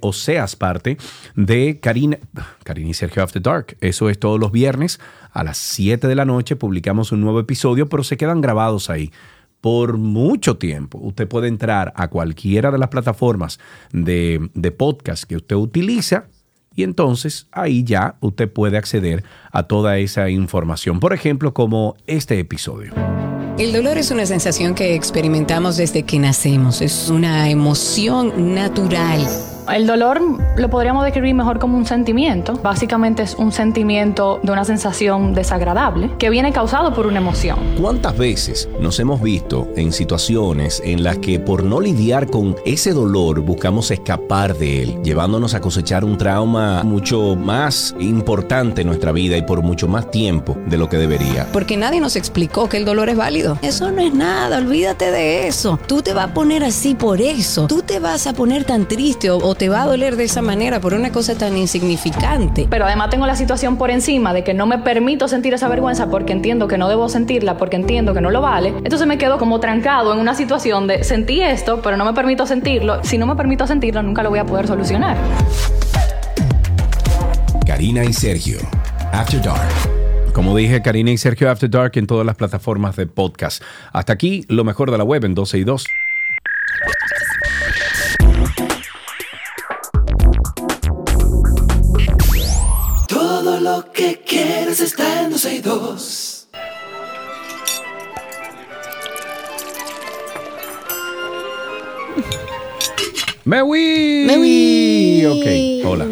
de Karina y Sergio After Dark. Eso es todos los viernes. A las 7 de la noche publicamos un nuevo episodio, pero se quedan grabados ahí por mucho tiempo. Usted puede entrar a cualquiera de las plataformas de podcast que usted utiliza y entonces ahí ya usted puede acceder a toda esa información. Por ejemplo, como este episodio.
El dolor es una sensación que experimentamos desde que nacemos. Es una emoción natural.
El dolor lo podríamos describir mejor como un sentimiento. Básicamente es un sentimiento de una sensación desagradable que viene causado por una emoción.
¿Cuántas veces nos hemos visto en situaciones en las que por no lidiar con ese dolor buscamos escapar de él, llevándonos a cosechar un trauma mucho más importante en nuestra vida y por mucho más tiempo de lo que debería?
Porque nadie nos explicó que el dolor es válido. Eso no es nada, olvídate de eso. Tú te vas a poner así por eso. Tú te vas a poner tan triste o te va a doler de esa manera por una cosa tan insignificante.
Pero además tengo la situación por encima de que no me permito sentir esa vergüenza porque entiendo que no debo sentirla, porque entiendo que no lo vale. Entonces me quedo como trancado en una situación de sentí esto, pero no me permito sentirlo. Si no me permito sentirlo, nunca lo voy a poder solucionar.
Karina y Sergio, After Dark.
Como dije, Karina y Sergio After Dark en todas las plataformas de podcast. Hasta aquí, lo mejor de la web en 12y2.
Todo lo que quieres está en 12y2.
¡Mewi! Ok, hola.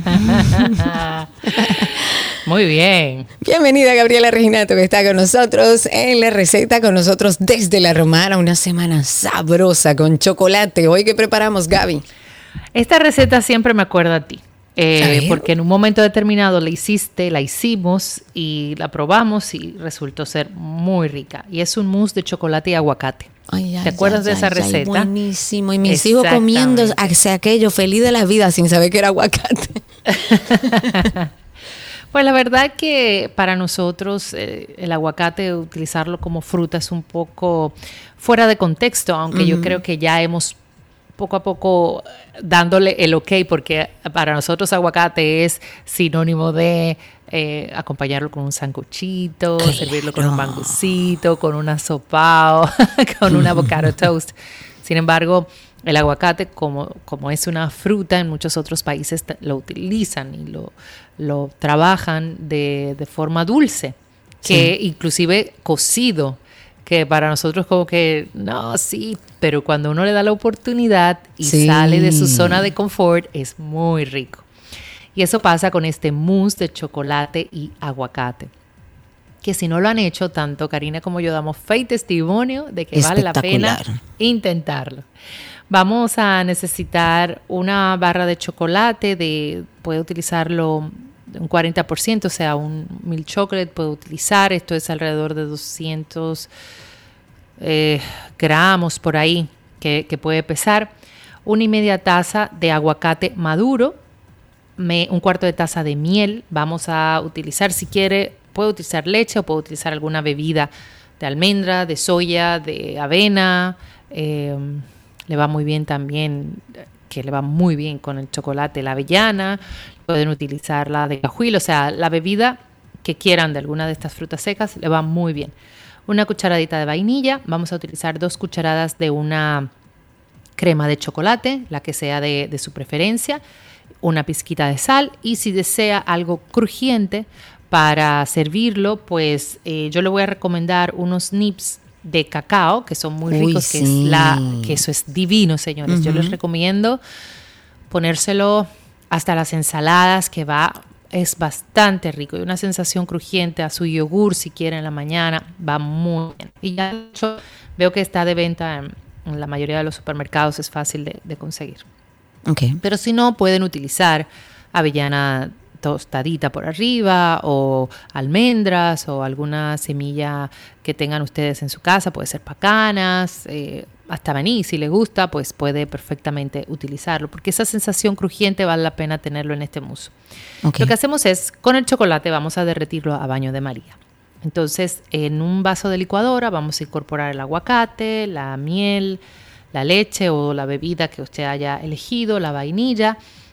Muy bien.
Bienvenida Gabriela Reginato, que está con nosotros en la receta, con nosotros desde La Romana. Una semana sabrosa con chocolate. Hoy, ¿qué preparamos, Gaby?
Esta receta siempre me acuerda a ti. Porque en un momento determinado la hicimos y la probamos y resultó ser muy rica. Y es un mousse de chocolate y aguacate. ¿Te acuerdas de esa receta?
Buenísimo. Y mis hijos comiendo aquello feliz de la vida sin saber que era aguacate.
Pues la verdad que para nosotros el aguacate, utilizarlo como fruta es un poco fuera de contexto, aunque yo creo que ya hemos poco a poco dándole el ok, porque para nosotros aguacate es sinónimo de acompañarlo con un sancochito, servirlo con un mangucito, con un asopao, con un avocado toast. Sin embargo, el aguacate, como es una fruta, en muchos otros países lo utilizan y lo trabajan de forma dulce, que inclusive cocido, que para nosotros como que, no, sí, pero cuando uno le da la oportunidad y
Sí.
sale de su zona de confort, es muy rico. Y eso pasa con este mousse de chocolate y aguacate, que si no lo han hecho, tanto Karina como yo damos fe y testimonio de que vale la pena
Espectacular.
intentarlo. Vamos a necesitar una barra de chocolate, puede utilizarlo un 40%, o sea, un milk chocolate puede utilizar. Esto es alrededor de 200 gramos por ahí que puede pesar. 1,5 taza de aguacate maduro, un cuarto de taza de miel. Vamos a utilizar, si quiere, puede utilizar leche o puede utilizar alguna bebida de almendra, de soya, de avena. Le va muy bien también, que le va muy bien con el chocolate, la avellana. Pueden utilizar la de cajuil, o sea, la bebida que quieran de alguna de estas frutas secas le va muy bien. Una cucharadita de vainilla. Vamos a utilizar 2 cucharadas de una crema de chocolate, la que sea de su preferencia. Una pizquita de sal, y si desea algo crujiente para servirlo, pues yo le voy a recomendar unos nips de cacao, que son muy ricos,
sí.
que eso es divino, señores. Yo les recomiendo ponérselo hasta las ensaladas, es bastante rico, y una sensación crujiente a su yogur, si quieren, en la mañana, va muy bien. Y ya de hecho, veo que está de venta en la mayoría de los supermercados, es fácil de conseguir.
Okay.
Pero si no, pueden utilizar avellana tostadita por arriba, o almendras, o alguna semilla que tengan ustedes en su casa. Puede ser pacanas, hasta maní, si les gusta, pues puede perfectamente utilizarlo, porque esa sensación crujiente vale la pena tenerlo en este mousse.
Okay.
Lo que hacemos es, con el chocolate vamos a derretirlo a baño de María. Entonces, en un vaso de licuadora vamos a incorporar el aguacate, la miel, la leche o la bebida que usted haya elegido, la vainilla,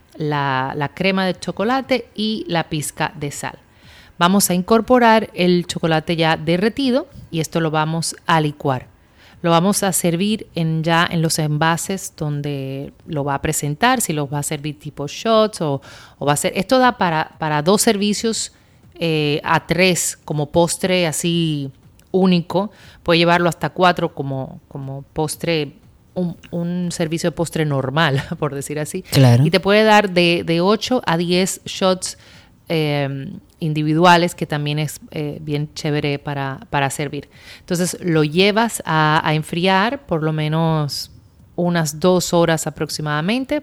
la crema de chocolate y la pizca de sal. Vamos a incorporar el chocolate ya derretido, y esto lo vamos a licuar. Lo vamos a servir ya en los envases donde lo va a presentar, si los va a servir tipo shots o va a ser... Esto da para 2 servicios a 3 como postre así único. Puede llevarlo hasta 4 como postre, un servicio de postre normal, por decir así.
Claro.
Y te puede dar de 8 a 10 shots individuales, que también es bien chévere para servir. Entonces lo llevas a enfriar por lo menos unas 2 horas aproximadamente.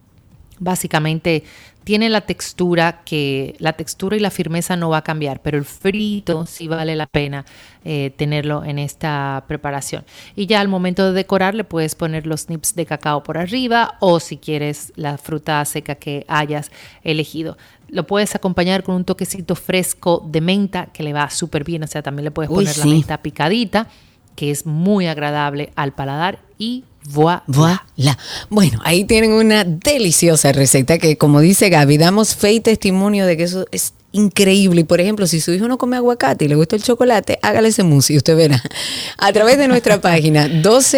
Básicamente tiene la textura y la firmeza no va a cambiar, pero el frito sí vale la pena tenerlo en esta preparación. Y ya al momento de decorar le puedes poner los nips de cacao por arriba, o si quieres la fruta seca que hayas elegido. Lo puedes acompañar con un toquecito fresco de menta, que le va súper bien. O sea, también le puedes poner la menta picadita, que es muy agradable al paladar, y voilà.
Bueno, ahí tienen una deliciosa receta que, como dice Gaby, damos fe y testimonio de que eso es increíble. Y por ejemplo, si su hijo no come aguacate y le gusta el chocolate, hágale ese mousse y usted verá. A través de nuestra página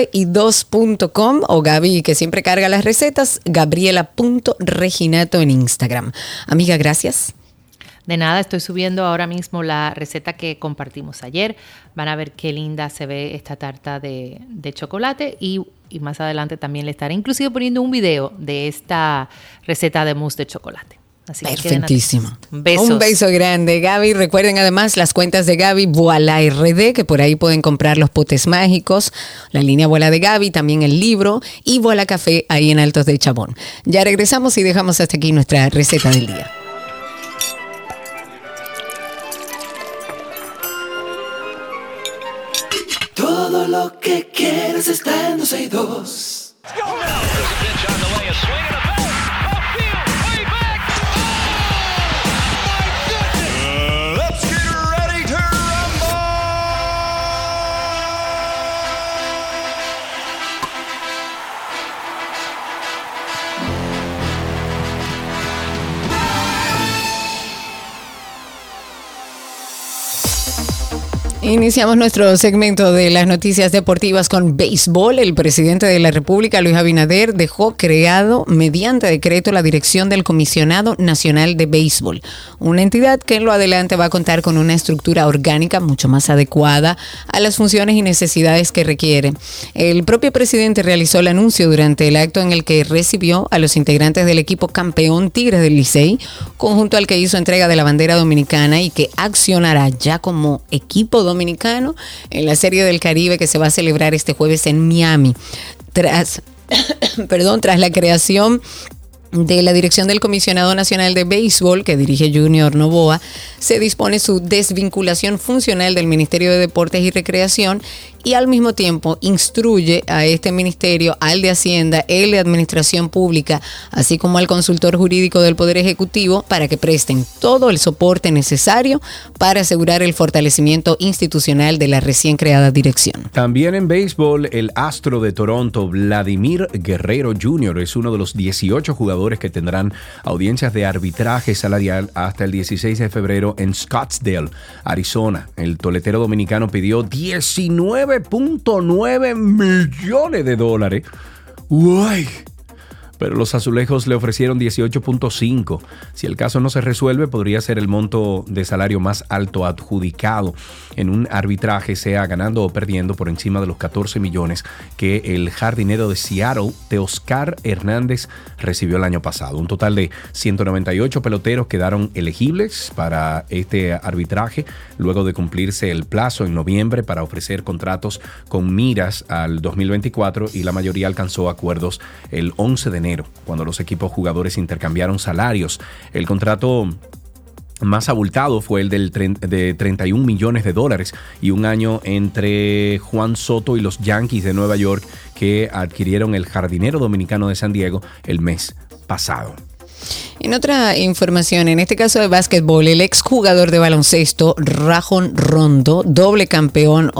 12y2.com, o Gaby, que siempre carga las recetas, gabriela.reginato en Instagram. Amiga, gracias.
De nada, estoy subiendo ahora mismo la receta que compartimos ayer. Van a ver qué linda se ve esta tarta de chocolate, y más adelante también le estaré inclusive poniendo un video de esta receta de mousse de chocolate. Así que
perfectísimo.
Besos.
Un beso grande, Gaby. Recuerden además las cuentas de Gaby, Voilà RD, que por ahí pueden comprar los potes mágicos, la línea Voilà de Gaby, también el libro, y Voilà Café ahí en Altos de Chabón. Ya regresamos y dejamos hasta aquí nuestra receta del día.
Todo lo que quieres está en 12y2.
Iniciamos nuestro segmento de las noticias deportivas con béisbol. El presidente de la República, Luis Abinader, dejó creado mediante decreto la dirección del Comisionado Nacional de Béisbol, una entidad que en lo adelante va a contar con una estructura orgánica mucho más adecuada a las funciones y necesidades que requiere. El propio presidente realizó el anuncio durante el acto en el que recibió a los integrantes del equipo campeón Tigres del Licey, conjunto al que hizo entrega de la bandera dominicana y que accionará ya como equipo dominicano en la Serie del Caribe que se va a celebrar este jueves en Miami. Tras la creación de la dirección del Comisionado Nacional de Béisbol, que dirige Junior Novoa, se dispone su desvinculación funcional del Ministerio de Deportes y Recreación y al mismo tiempo instruye a este ministerio, al de Hacienda, el de Administración Pública, así como al consultor jurídico del Poder Ejecutivo para que presten todo el soporte necesario para asegurar el fortalecimiento institucional de la recién creada dirección.
También en béisbol, el astro de Toronto, Vladimir Guerrero Jr., es uno de los 18 jugadores que tendrán audiencias de arbitraje salarial hasta el 16 de febrero en Scottsdale, Arizona. El toletero dominicano pidió $19.9 millones. ¡Uy! Pero los azulejos le ofrecieron 18.5. Si el caso no se resuelve, podría ser el monto de salario más alto adjudicado en un arbitraje, sea ganando o perdiendo, por encima de los 14 millones que el jardinero de Seattle, Teoscar Hernández, recibió el año pasado. Un total de 198 peloteros quedaron elegibles para este arbitraje, luego de cumplirse el plazo en noviembre para ofrecer contratos con miras al 2024, y la mayoría alcanzó acuerdos el 11 de enero, cuando los equipos jugadores intercambiaron salarios. El contrato más abultado fue el de 31 millones de dólares y un año entre Juan Soto y los Yankees de Nueva York, que adquirieron el jardinero dominicano de San Diego el mes pasado.
En otra información, en este caso de básquetbol, el exjugador de baloncesto Rajon Rondo, doble campeón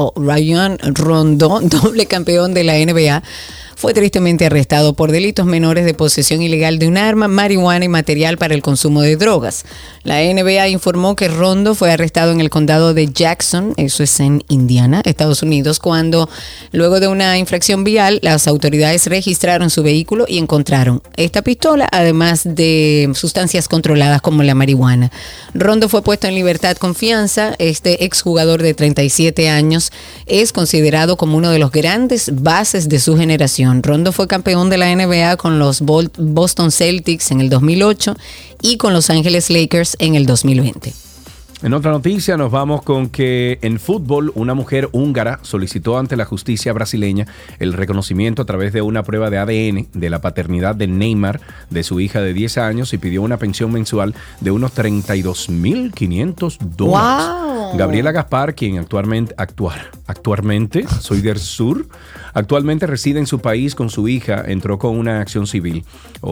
de la NBA, fue tristemente arrestado por delitos menores de posesión ilegal de un arma, marihuana y material para el consumo de drogas. La NBA informó que Rondo fue arrestado en el condado de Jackson, eso es en Indiana, Estados Unidos, cuando luego de una infracción vial las autoridades registraron su vehículo y encontraron esta pistola, además de sustancias controladas como la marihuana. Rondo fue puesto en libertad con fianza. Este exjugador de 37 años es considerado como uno de los grandes bases de su generación. Rondo fue campeón de la NBA con los Boston Celtics en el 2008 y con Los Ángeles Lakers en el 2020.
En otra noticia nos vamos con que en fútbol una mujer húngara solicitó ante la justicia brasileña el reconocimiento a través de una prueba de ADN de la paternidad de Neymar, de su hija de 10 años, y pidió una pensión mensual de unos $32,500.
¡Wow!
Gabriela Gaspar, quien actualmente soy del sur, actualmente reside en su país con su hija, presentó una acción civil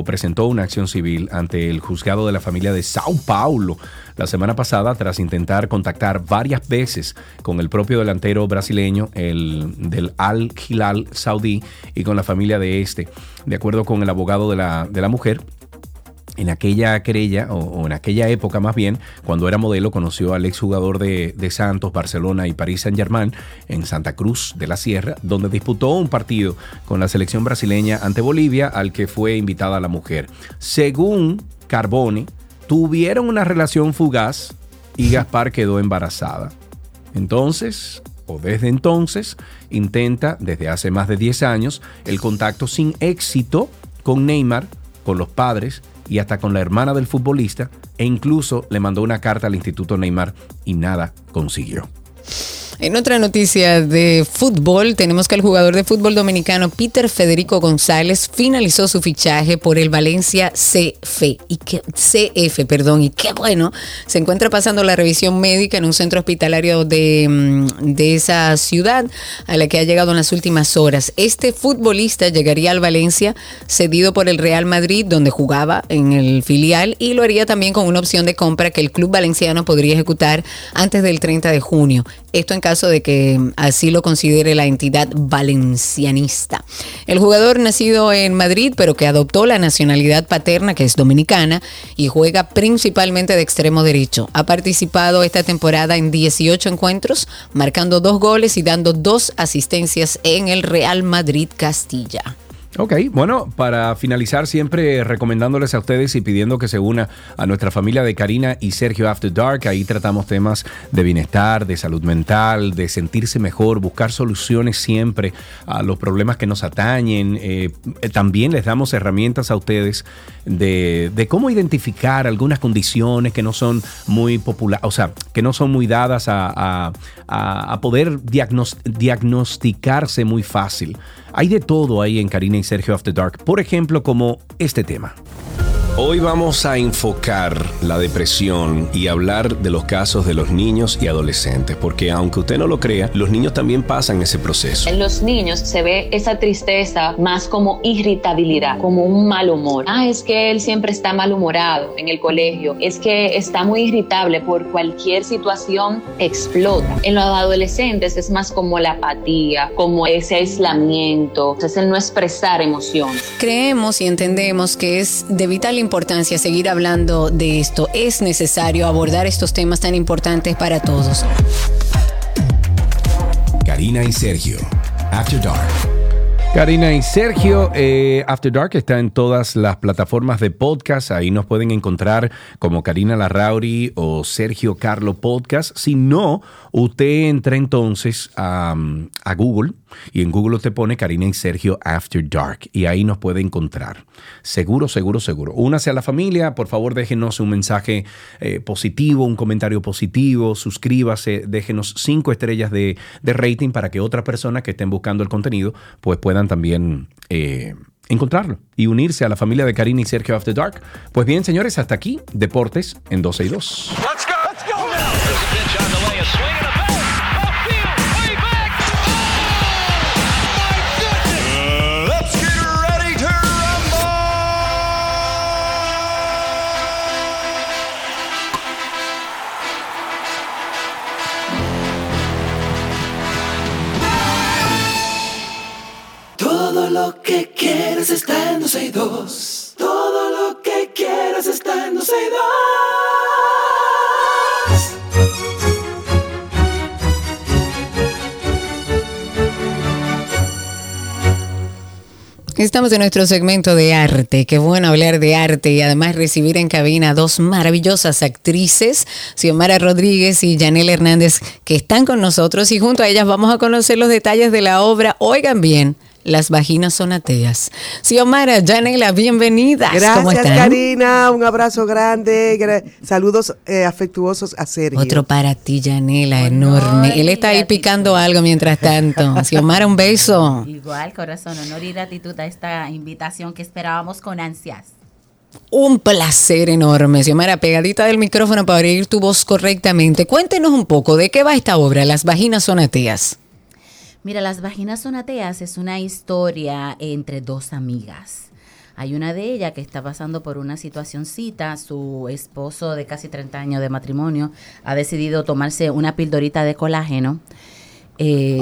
ante el juzgado de la familia de Sao Paulo la semana pasada, tras intentar contactar varias veces con el propio delantero brasileño, del Al Hilal Saudí, y con la familia de este. De acuerdo con el abogado de la mujer, en aquella querella, o en aquella época más bien, cuando era modelo, conoció al exjugador de Santos, Barcelona y París Saint-Germain en Santa Cruz de la Sierra, donde disputó un partido con la selección brasileña ante Bolivia, al que fue invitada la mujer. Según Carbone, tuvieron una relación fugaz y Gaspar quedó embarazada. Desde entonces, intenta desde hace más de 10 años el contacto sin éxito con Neymar, con los padres y hasta con la hermana del futbolista, e incluso le mandó una carta al Instituto Neymar y nada consiguió.
En otra noticia de fútbol, tenemos que el jugador de fútbol dominicano Peter Federico González finalizó su fichaje por el Valencia CF. Y qué bueno, se encuentra pasando la revisión médica en un centro hospitalario de esa ciudad, a la que ha llegado en las últimas horas. Este futbolista llegaría al Valencia cedido por el Real Madrid, donde jugaba en el filial, y lo haría también con una opción de compra que el club valenciano podría ejecutar antes del 30 de junio. Esto en caso de que así lo considere la entidad valencianista. El jugador nacido en Madrid, pero que adoptó la nacionalidad paterna, que es dominicana, y juega principalmente de extremo derecho. Ha participado esta temporada en 18 encuentros, marcando 2 goles y dando 2 asistencias en el Real Madrid Castilla.
Ok, bueno, para finalizar siempre recomendándoles a ustedes y pidiendo que se una a nuestra familia de Karina y Sergio After Dark. Ahí tratamos temas de bienestar, de salud mental, de sentirse mejor, buscar soluciones siempre a los problemas que nos atañen. También les damos herramientas a ustedes de cómo identificar algunas condiciones que no son muy populares, o sea, que no son muy dadas a poder diagnosticarse muy fácil. Hay de todo ahí en Karina y Sergio After Dark. Por ejemplo, como este tema.
Hoy vamos a enfocar la depresión y hablar de los casos de los niños y adolescentes, porque aunque usted no lo crea, los niños también pasan ese proceso.
En los niños se ve esa tristeza más como irritabilidad, como un mal humor. Es que él siempre está malhumorado en el colegio, es que está muy irritable por cualquier situación, explota. En los adolescentes es más como la apatía, como ese aislamiento, es el no expresar emociones.
Creemos y entendemos que es de vital importancia seguir hablando de esto. Es necesario abordar estos temas tan importantes para todos.
Karina y Sergio, After Dark.
Karina y Sergio, After Dark está en todas las plataformas de podcast. Ahí nos pueden encontrar como Karina Larrauri o Sergio Carlo Podcast. Si no, usted entra entonces a Google y en Google usted pone Karina y Sergio After Dark y ahí nos puede encontrar. Seguro, seguro, seguro. Únase a la familia. Por favor, déjenos un mensaje positivo, un comentario positivo. Suscríbase, déjenos 5 estrellas de rating para que otras personas que estén buscando el contenido pues puedan también encontrarlo y unirse a la familia de Karina y Sergio After Dark. Pues bien, señores, hasta aquí Deportes en 12 y 2.
Let's go! Let's go! There's a pitch on the way, a swing and a bounce. Upfield, way back. Oh, my goodness! Let's get ready to rumble!
Todo lo que quieres está en 12 y 2. Todo lo que quieres está en 12 y 2.
Estamos en nuestro segmento de arte. Qué bueno hablar de arte y además recibir en cabina a 2 maravillosas actrices, Xiomara Rodríguez y Yanela Hernández, que están con nosotros y junto a ellas vamos a conocer los detalles de la obra. Oigan bien, Las vaginas son ateas. Xiomara, Yanela, bienvenidas. ¿Cómo
Gracias,
están?
Karina. Un abrazo grande. Saludos afectuosos a Sergio.
Otro para ti, Yanela, enorme. Él está ahí picando algo mientras tanto. Xiomara, un beso.
Igual, corazón, honor y gratitud a esta invitación que esperábamos con ansias.
Un placer enorme. Xiomara, pegadita del micrófono para oír tu voz correctamente. Cuéntenos un poco de qué va esta obra, Las vaginas son ateas.
Mira, Las vaginas son ateas es una historia entre 2 amigas. Hay una de ellas que está pasando por una situacioncita. Su esposo de casi 30 años de matrimonio ha decidido tomarse una pildorita de colágeno. Sí,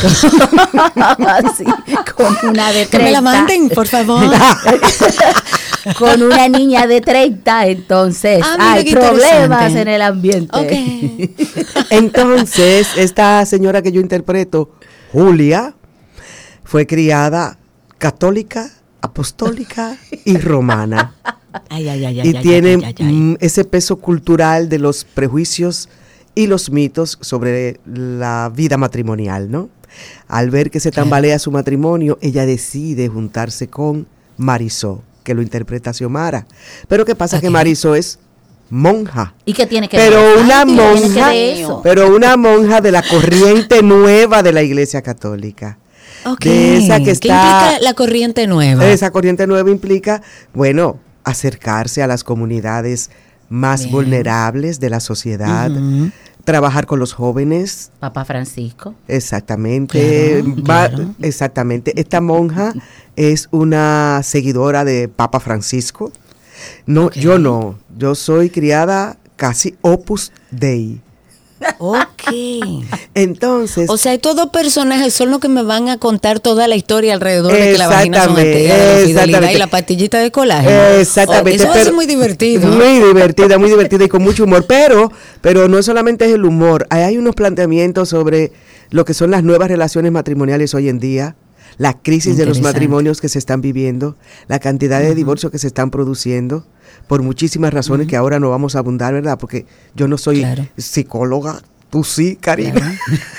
con una de 30.
Que me la manden, por favor.
Con una niña de 30, entonces hay problemas en el ambiente.
Okay.
Entonces, esta señora que yo interpreto, Julia, fue criada católica, apostólica y romana. Y tiene ese peso cultural de los prejuicios y los mitos sobre la vida matrimonial, ¿no? Al ver que se tambalea su matrimonio, ella decide juntarse con Marisol, que lo interpreta Xiomara. Pero ¿qué pasa? Que Marisol es monja.
¿Y qué tiene que
pero
ver?
una monja,
eso?
pero una monja de la corriente nueva de la Iglesia Católica.
Okay.
De esa que
¿Qué
está,
implica la corriente nueva?
esa corriente nueva implica, bueno, acercarse a las comunidades más vulnerables de la sociedad, trabajar con los jóvenes.
Papa Francisco.
Exactamente.
Claro.
Exactamente. Esta monja es una seguidora de Papa Francisco. No, yo no. Yo soy criada casi Opus Dei.
Ok.
Entonces,
O sea, estos dos personajes son los que me van a contar toda la historia alrededor de que la vagina son
Exactamente,
arterias, de la fidelidad
exactamente.
y la pastillita de colágeno.
exactamente.
Eso va a ser muy divertido.
Muy divertida y con mucho humor. Pero no solamente es el humor. Hay unos planteamientos sobre lo que son las nuevas relaciones matrimoniales hoy en día, la crisis de los
Interesante.
matrimonios que se están viviendo, la cantidad de divorcios que se están produciendo, por muchísimas razones que ahora no vamos a abundar, ¿verdad? Porque yo no soy
Claro.
psicóloga. Tú sí, Karina.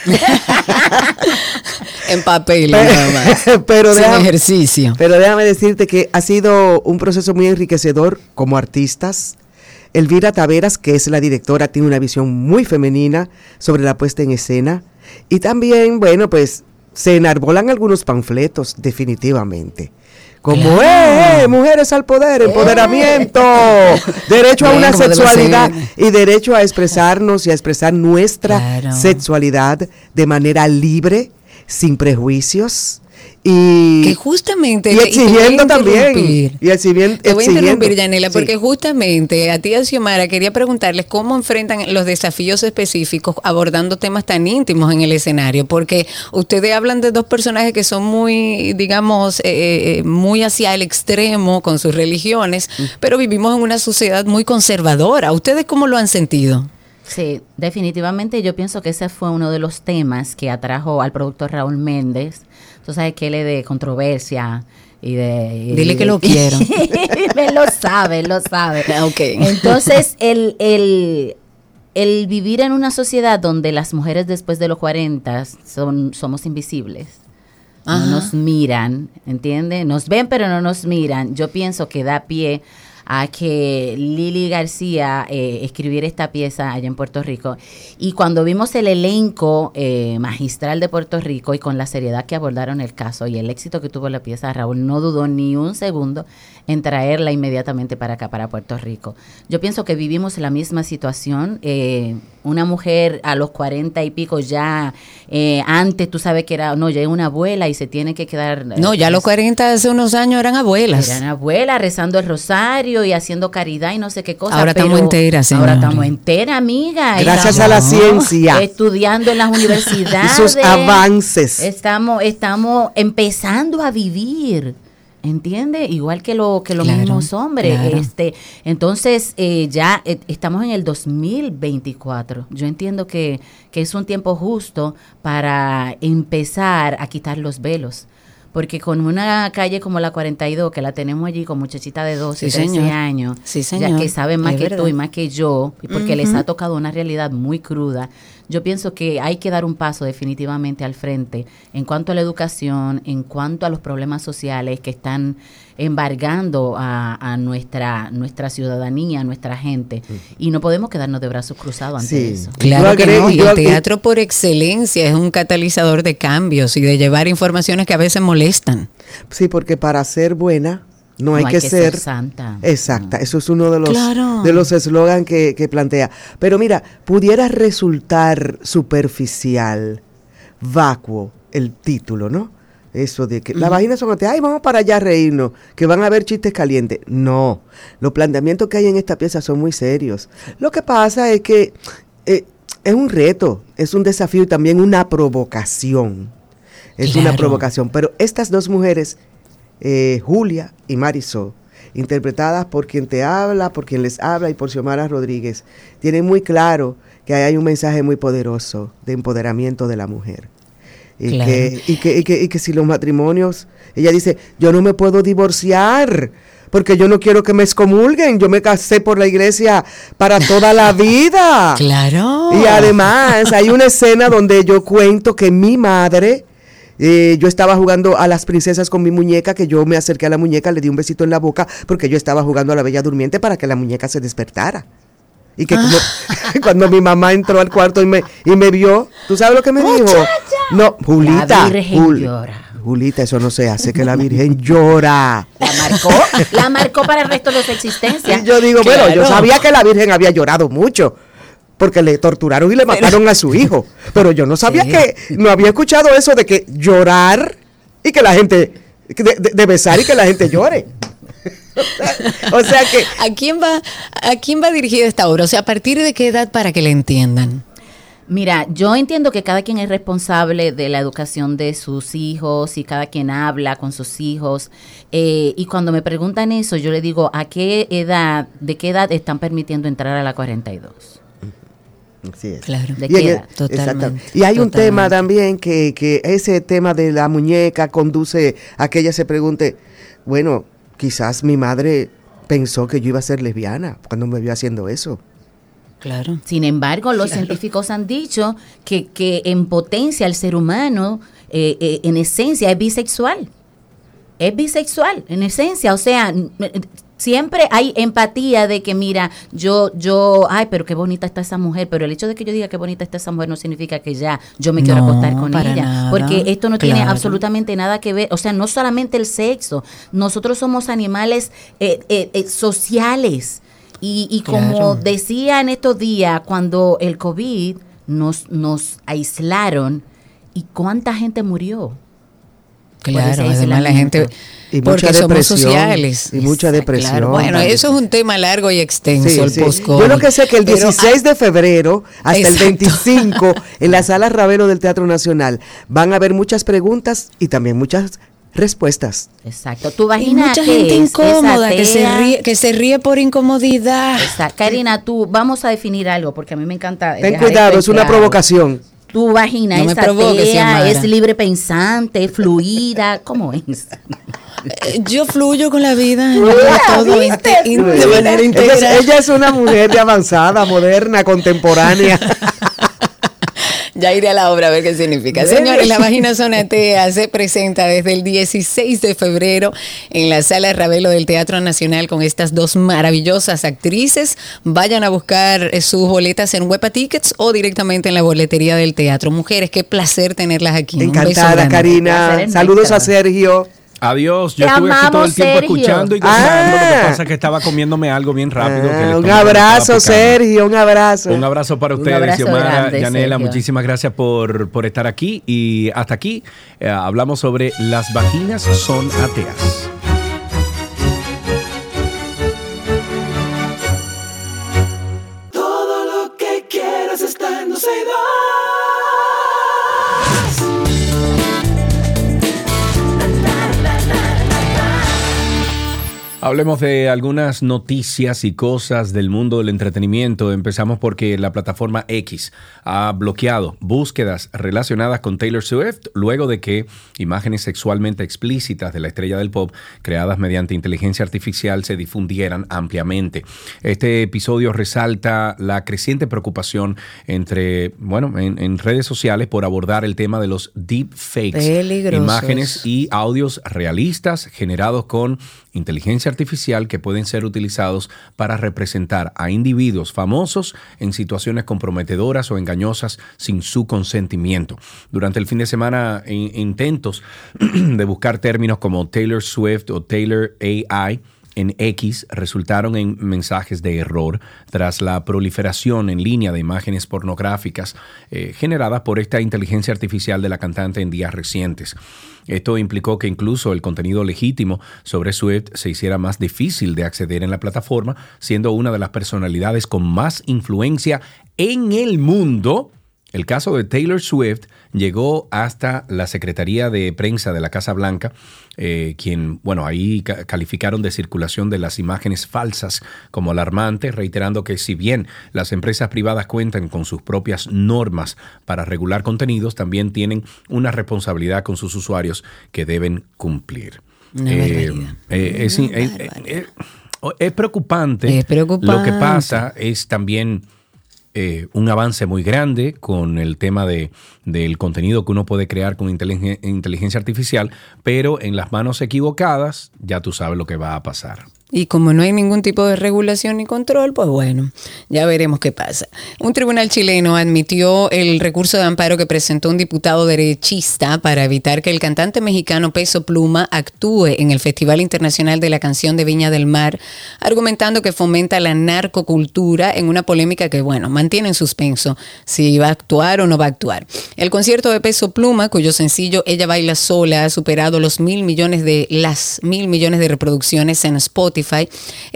En papel, nada más.
Pero
Sin
déjame-
ejercicio.
Pero déjame decirte que ha sido un proceso muy enriquecedor como artistas. Elvira Taveras, que es la directora, tiene una visión muy femenina sobre la puesta en escena. Y también, bueno, pues se enarbolan algunos panfletos, definitivamente. Como, mujeres al poder, empoderamiento, derecho a
Bien,
una
como debe
sexualidad
ser.
y derecho a expresarnos y a expresar nuestra
Claro.
sexualidad de manera libre, sin prejuicios. Y,
Que justamente
y
te voy a
exigiendo también.
interrumpir.
Y exigiendo.
Te voy a interrumpir, Yanela,
Sí.
porque justamente a ti, a Xiomara, quería preguntarles cómo enfrentan los desafíos específicos abordando temas tan íntimos en el escenario, porque ustedes hablan de dos personajes que son muy, digamos, muy hacia el extremo con sus religiones, pero vivimos en una sociedad muy conservadora. ¿Ustedes cómo lo han sentido?
Sí, definitivamente yo pienso que ese fue uno de los temas que atrajo al productor Raúl Méndez. Tú sabes que él es de controversia y de...
Dile que lo quiero.
Él lo sabe, él lo sabe.
Ok.
Entonces, el vivir en una sociedad donde las mujeres después de los 40 somos invisibles.
Ajá.
No nos miran, ¿entiendes? Nos ven pero no nos miran. Yo pienso que da pie a que Lili García escribiera esta pieza allá en Puerto Rico. Y cuando vimos el elenco magistral de Puerto Rico y con la seriedad que abordaron el caso y el éxito que tuvo la pieza, Raúl no dudó ni un segundo en traerla inmediatamente para acá, para Puerto Rico. Yo pienso que vivimos la misma situación. Una mujer a los 40 y pico ya, antes tú sabes que era, no, ya es una abuela y se tiene que quedar...
No, ya a los 40 hace unos años eran abuelas.
Eran abuelas rezando el rosario y haciendo caridad y no sé qué cosa.
Ahora estamos enteras,
Ahora
señora.
estamos enteras, amiga.
Gracias
Estamos
a la ciencia.
estudiando en las universidades.
Y sus avances.
Estamos empezando a vivir. ¿Entiende? Igual que los
Claro,
mismos hombres.
claro.
Entonces, ya estamos en el 2024. Yo entiendo que es un tiempo justo para empezar a quitar los velos. Porque con una calle como la 42, que la tenemos allí con muchachitas de 12,
Sí,
13
señor.
años,
Sí,
ya
señor.
que saben más
Es
que
verdad.
tú y más que yo, y porque les ha tocado una realidad muy cruda, yo pienso que hay que dar un paso definitivamente al frente en cuanto a la educación, en cuanto a los problemas sociales que están embargando a nuestra ciudadanía, a nuestra gente, y no podemos quedarnos de brazos cruzados ante
Sí.
eso.
Claro
Yo
que
agrego-
no, y
yo
el
agrego-
teatro por excelencia es un catalizador de cambios y de llevar informaciones que a veces molestan.
Sí, porque para ser buena no hay que ser
santa.
exacta. Eso es uno de los
Claro.
de los eslogan que plantea. Pero mira, pudiera resultar superficial, vacuo el título, ¿no? Eso de que la vagina son ay, vamos para allá a reírnos, que van a haber chistes calientes. No, los planteamientos que hay en esta pieza son muy serios. Lo que pasa es que es un reto, es un desafío y también una provocación. Es una
Claro.
provocación. Pero estas dos mujeres, Julia y Marisol, interpretadas por quien te habla, por quien les habla y por Xiomara Rodríguez, tienen muy claro que ahí hay un mensaje muy poderoso de empoderamiento de la mujer. Y,
Claro.
que si los matrimonios, ella dice, yo no me puedo divorciar porque yo no quiero que me excomulguen, yo me casé por la iglesia para toda la vida.
Claro.
Y además hay una escena donde yo cuento que mi madre, yo estaba jugando a las princesas con mi muñeca, que yo me acerqué a la muñeca, le di un besito en la boca porque yo estaba jugando a la Bella Durmiente para que la muñeca se despertara. Y que como, cuando mi mamá entró al cuarto y me vio, ¿tú sabes lo que me dijo? No, Julita.
La Virgen llora.
Julita, eso no se hace, que la Virgen llora.
La marcó para el resto de su existencia.
Y yo digo, bueno, yo
Claro.
sabía que la Virgen había llorado mucho, porque le torturaron y le mataron a su hio, pero yo no sabía
Sí.
que, no había escuchado eso de que llorar y que la gente, de besar y que la gente llore. O sea que,
¿A quién va dirigida esta obra? O sea, ¿a partir de qué edad para que la entiendan?
Mira, yo entiendo que cada quien es responsable de la educación de sus hijos y cada quien habla con sus hijos. Y cuando me preguntan eso, yo le digo, ¿de qué edad están permitiendo entrar a la 42?
Así es.
Claro.
¿De qué edad?
Totalmente.
Y hay un tema también que ese tema de la muñeca conduce a que ella se pregunte, bueno, quizás mi madre pensó que yo iba a ser lesbiana cuando me vio haciendo eso.
Claro.
Sin embargo, los científicos han dicho que en potencia el ser humano, en esencia, es bisexual. Es bisexual, en esencia. O sea, siempre hay empatía de que, mira, ay, pero qué bonita está esa mujer. Pero el hecho de que yo diga qué bonita está esa mujer no significa que ya yo me quiero acostar con
para
ella.
nada.
Porque esto no tiene
Claro.
absolutamente nada que ver. O sea, no solamente el sexo. Nosotros somos animales sociales. Y como
Claro.
decía en estos días, cuando el COVID nos aislaron, ¿y cuánta gente murió?
Claro,
ese
además la
aislamiento.
gente,
Y
porque
mucha
somos
depresión,
sociales.
y mucha depresión.
Claro, bueno,
también.
eso es un tema largo y extenso,
Sí,
el
sí.
post-COVID.
Yo lo que sé es que el
Pero,
16 de febrero hasta
Exacto.
el 25 en la Sala Ravelo del Teatro Nacional van a haber muchas preguntas y también muchas respuestas.
Exacto. Tu
y
vagina,
mucha
¿qué
gente
es?
incómoda
¿Es
que se ríe por incomodidad.
Karina, tú, vamos a definir algo, porque a mí me encanta.
Ten
dejar
cuidado,
esto
es una
claro.
provocación.
Tu vagina
No me
es
provoques,
atea,
Xiomara.
es libre pensante, es fluida, ¿cómo es?
Yo fluyo con la vida.
Mira,
todo
¿viste?
de manera integral.
Ella es una mujer de avanzada, moderna, contemporánea.
Ya iré a la obra a ver qué significa. Señores, La Vagina Sonatea se presenta desde el 16 de febrero en la Sala Ravelo del Teatro Nacional con estas dos maravillosas actrices. Vayan a buscar sus boletas en Huepa Tickets o directamente en la boletería del teatro. Mujeres, qué placer tenerlas aquí. Un beso
Encantada,
grande.
Karina.
Placer es
Saludos
mío.
a Sergio.
Adiós, yo
Te
estuve aquí todo el
amamos,
tiempo
Sergio.
escuchando y gozando. Lo que
Ah.
pasa es que estaba comiéndome algo bien rápido. que el
Un
estómago me estaba
abrazo,
picando.
Sergio, un abrazo.
Un abrazo para
Un
ustedes,
abrazo
Xiomara,
grande,
Yanela,
Sergio.
muchísimas gracias por estar aquí. Y hasta aquí hablamos sobre las vaginas son ateas.
Todo lo que quieras está en 12 y 2.
Hablemos de algunas noticias y cosas del mundo del entretenimiento. Empezamos porque la plataforma X ha bloqueado búsquedas relacionadas con Taylor Swift luego de que imágenes sexualmente explícitas de la estrella del pop creadas mediante inteligencia artificial se difundieran ampliamente. Este episodio resalta la creciente preocupación en redes sociales por abordar el tema de los deepfakes,
Peligrosos.
imágenes y audios realistas generados con inteligencia artificial que pueden ser utilizados para representar a individuos famosos en situaciones comprometedoras o engañosas sin su consentimiento. Durante el fin de semana, intentos de buscar términos como Taylor Swift o Taylor AI en X resultaron en mensajes de error tras la proliferación en línea de imágenes pornográficas generadas por esta inteligencia artificial de la cantante en días recientes. Esto implicó que incluso el contenido legítimo sobre Swift se hiciera más difícil de acceder en la plataforma, siendo una de las personalidades con más influencia en el mundo. El caso de Taylor Swift llegó hasta la Secretaría de Prensa de la Casa Blanca, ahí calificaron de circulación de las imágenes falsas como alarmante, reiterando que si bien las empresas privadas cuentan con sus propias normas para regular contenidos, también tienen una responsabilidad con sus usuarios que deben cumplir. Es preocupante.
Es preocupante.
Lo que pasa es también un avance muy grande con el tema del contenido que uno puede crear con inteligencia artificial, pero en las manos equivocadas ya tú sabes lo que va a pasar.
Y como no hay ningún tipo de regulación ni control, pues bueno, ya veremos qué pasa. Un tribunal chileno admitió el recurso de amparo que presentó un diputado derechista para evitar que el cantante mexicano Peso Pluma actúe en el Festival Internacional de la Canción de Viña del Mar, argumentando que fomenta la narcocultura en una polémica que, mantiene en suspenso si va a actuar o no va a actuar. El concierto de Peso Pluma, cuyo sencillo Ella Baila Sola ha superado las 1.000 millones de reproducciones en Spotify, Spotify,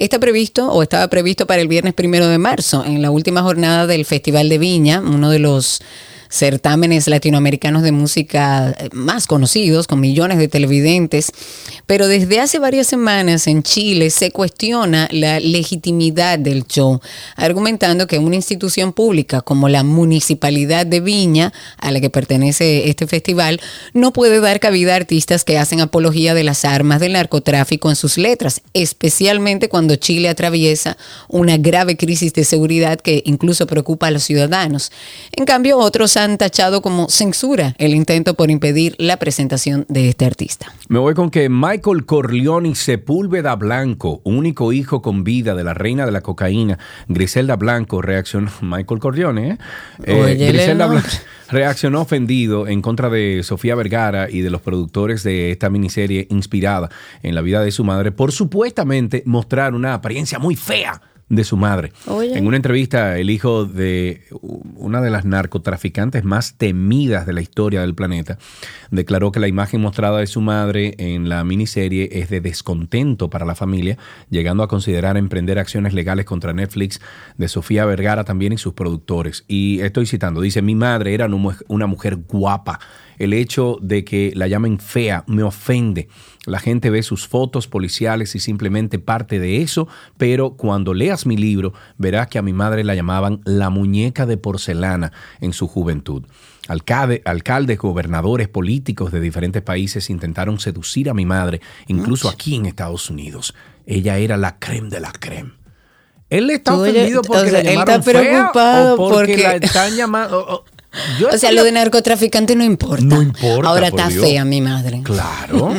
estaba previsto para el viernes 1 de marzo, en la última jornada del Festival de Viña, uno de los certámenes latinoamericanos de música más conocidos, con millones de televidentes. Pero desde hace varias semanas en Chile se cuestiona la legitimidad del show, argumentando que una institución pública como la Municipalidad de Viña, a la que pertenece este festival, no puede dar cabida a artistas que hacen apología de las armas del narcotráfico en sus letras, especialmente cuando Chile atraviesa una grave crisis de seguridad que incluso preocupa a los ciudadanos. En cambio, otros han tachado como censura el intento por impedir la presentación de este artista.
Me voy con que Michael Corleone Sepúlveda Blanco, único hijo con vida de la reina de la cocaína, Griselda Blanco, reaccionó. Michael Corleone, Griselda Blanco reaccionó ofendido en contra de Sofía Vergara y de los productores de esta miniserie inspirada en la vida de su madre por supuestamente mostrar una apariencia muy fea de su madre. Oye. En una entrevista, el hijo de una de las narcotraficantes más temidas de la historia del planeta declaró que la imagen mostrada de su madre en la miniserie es de descontento para la familia, llegando a considerar emprender acciones legales contra Netflix de Sofía Vergara también y sus productores. Y estoy citando, dice: mi madre era una mujer guapa. El hecho de que la llamen fea me ofende. La gente ve sus fotos policiales y simplemente parte de eso, pero cuando leas mi libro verás que a mi madre la llamaban la muñeca de porcelana en su juventud. Alcaldes, gobernadores, políticos de diferentes países intentaron seducir a mi madre, incluso aquí en Estados Unidos. Ella era la crème de la crème. Él está ofendido porque la llamaron fea, él está preocupado porque la están llamando...
lo de narcotraficante no importa.
No importa.
Ahora está fea mi madre.
Claro.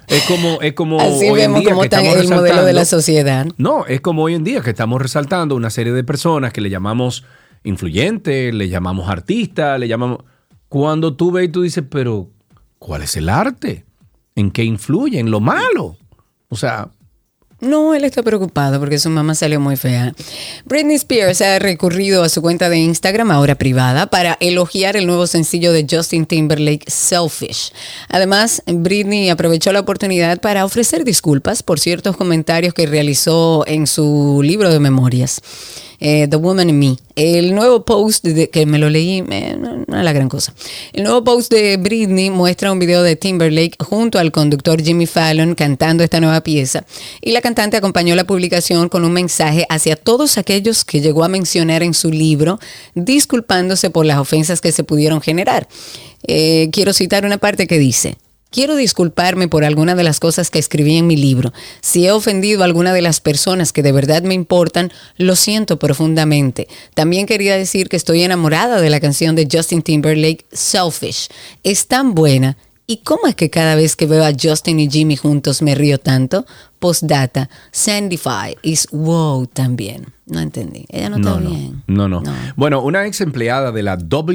Es como
así
hoy
vemos
en día
cómo
que
está
estamos
el modelo de la sociedad.
No, es como hoy en día que estamos resaltando una serie de personas que le llamamos influyentes, le llamamos artistas, le llamamos... Cuando tú ves y tú dices, pero ¿cuál es el arte? ¿En qué influye? ¿En lo malo? O sea...
No, él está preocupado porque su mamá salió muy fea. Britney Spears ha recurrido a su cuenta de Instagram, ahora privada, para elogiar el nuevo sencillo de Justin Timberlake, Selfish. Además, Britney aprovechó la oportunidad para ofrecer disculpas por ciertos comentarios que realizó en su libro de memorias. The Woman in Me. El nuevo post, que me lo leí, no es la gran cosa. El nuevo post de Britney muestra un video de Timberlake junto al conductor Jimmy Fallon cantando esta nueva pieza. Y la cantante acompañó la publicación con un mensaje hacia todos aquellos que llegó a mencionar en su libro, disculpándose por las ofensas que se pudieron generar. Quiero citar una parte que dice: quiero disculparme por alguna de las cosas que escribí en mi libro. Si he ofendido a alguna de las personas que de verdad me importan, lo siento profundamente. También quería decir que estoy enamorada de la canción de Justin Timberlake, Selfish. Es tan buena. ¿Y cómo es que cada vez que veo a Justin y Jimmy juntos me río tanto? Postdata, Sandyfy is wow también. No entendí. Ella no está bien.
No. Bueno, una ex empleada de la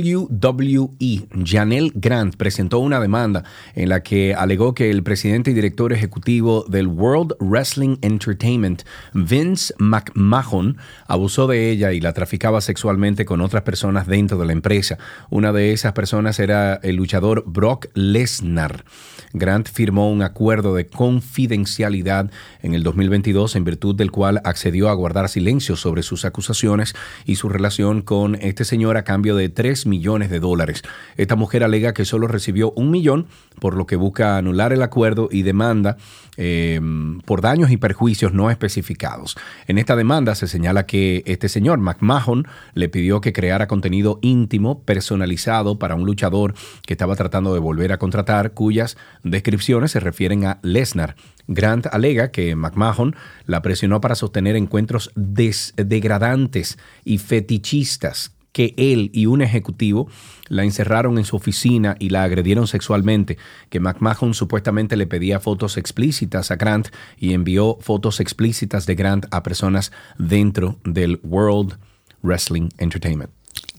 WWE, Janelle Grant, presentó una demanda en la que alegó que el presidente y director ejecutivo del World Wrestling Entertainment, Vince McMahon, abusó de ella y la traficaba sexualmente con otras personas dentro de la empresa. Una de esas personas era el luchador Brock Lesnar. Grant firmó un acuerdo de confidencialidad en el 2022 en virtud del cual accedió a guardar silencio sobre sus acusaciones y su relación con este señor a cambio de $3 millones. Esta mujer alega que solo recibió $1 millón, por lo que busca anular el acuerdo y demanda por daños y perjuicios no especificados. En esta demanda se señala que este señor McMahon le pidió que creara contenido íntimo personalizado para un luchador que estaba tratando de volver a contratar, cuyas descripciones se refieren a Lesnar. Grant alega que McMahon la presionó para sostener encuentros degradantes y fetichistas, que él y un ejecutivo la encerraron en su oficina y la agredieron sexualmente, que McMahon supuestamente le pedía fotos explícitas a Grant y envió fotos explícitas de Grant a personas dentro del World Wrestling Entertainment.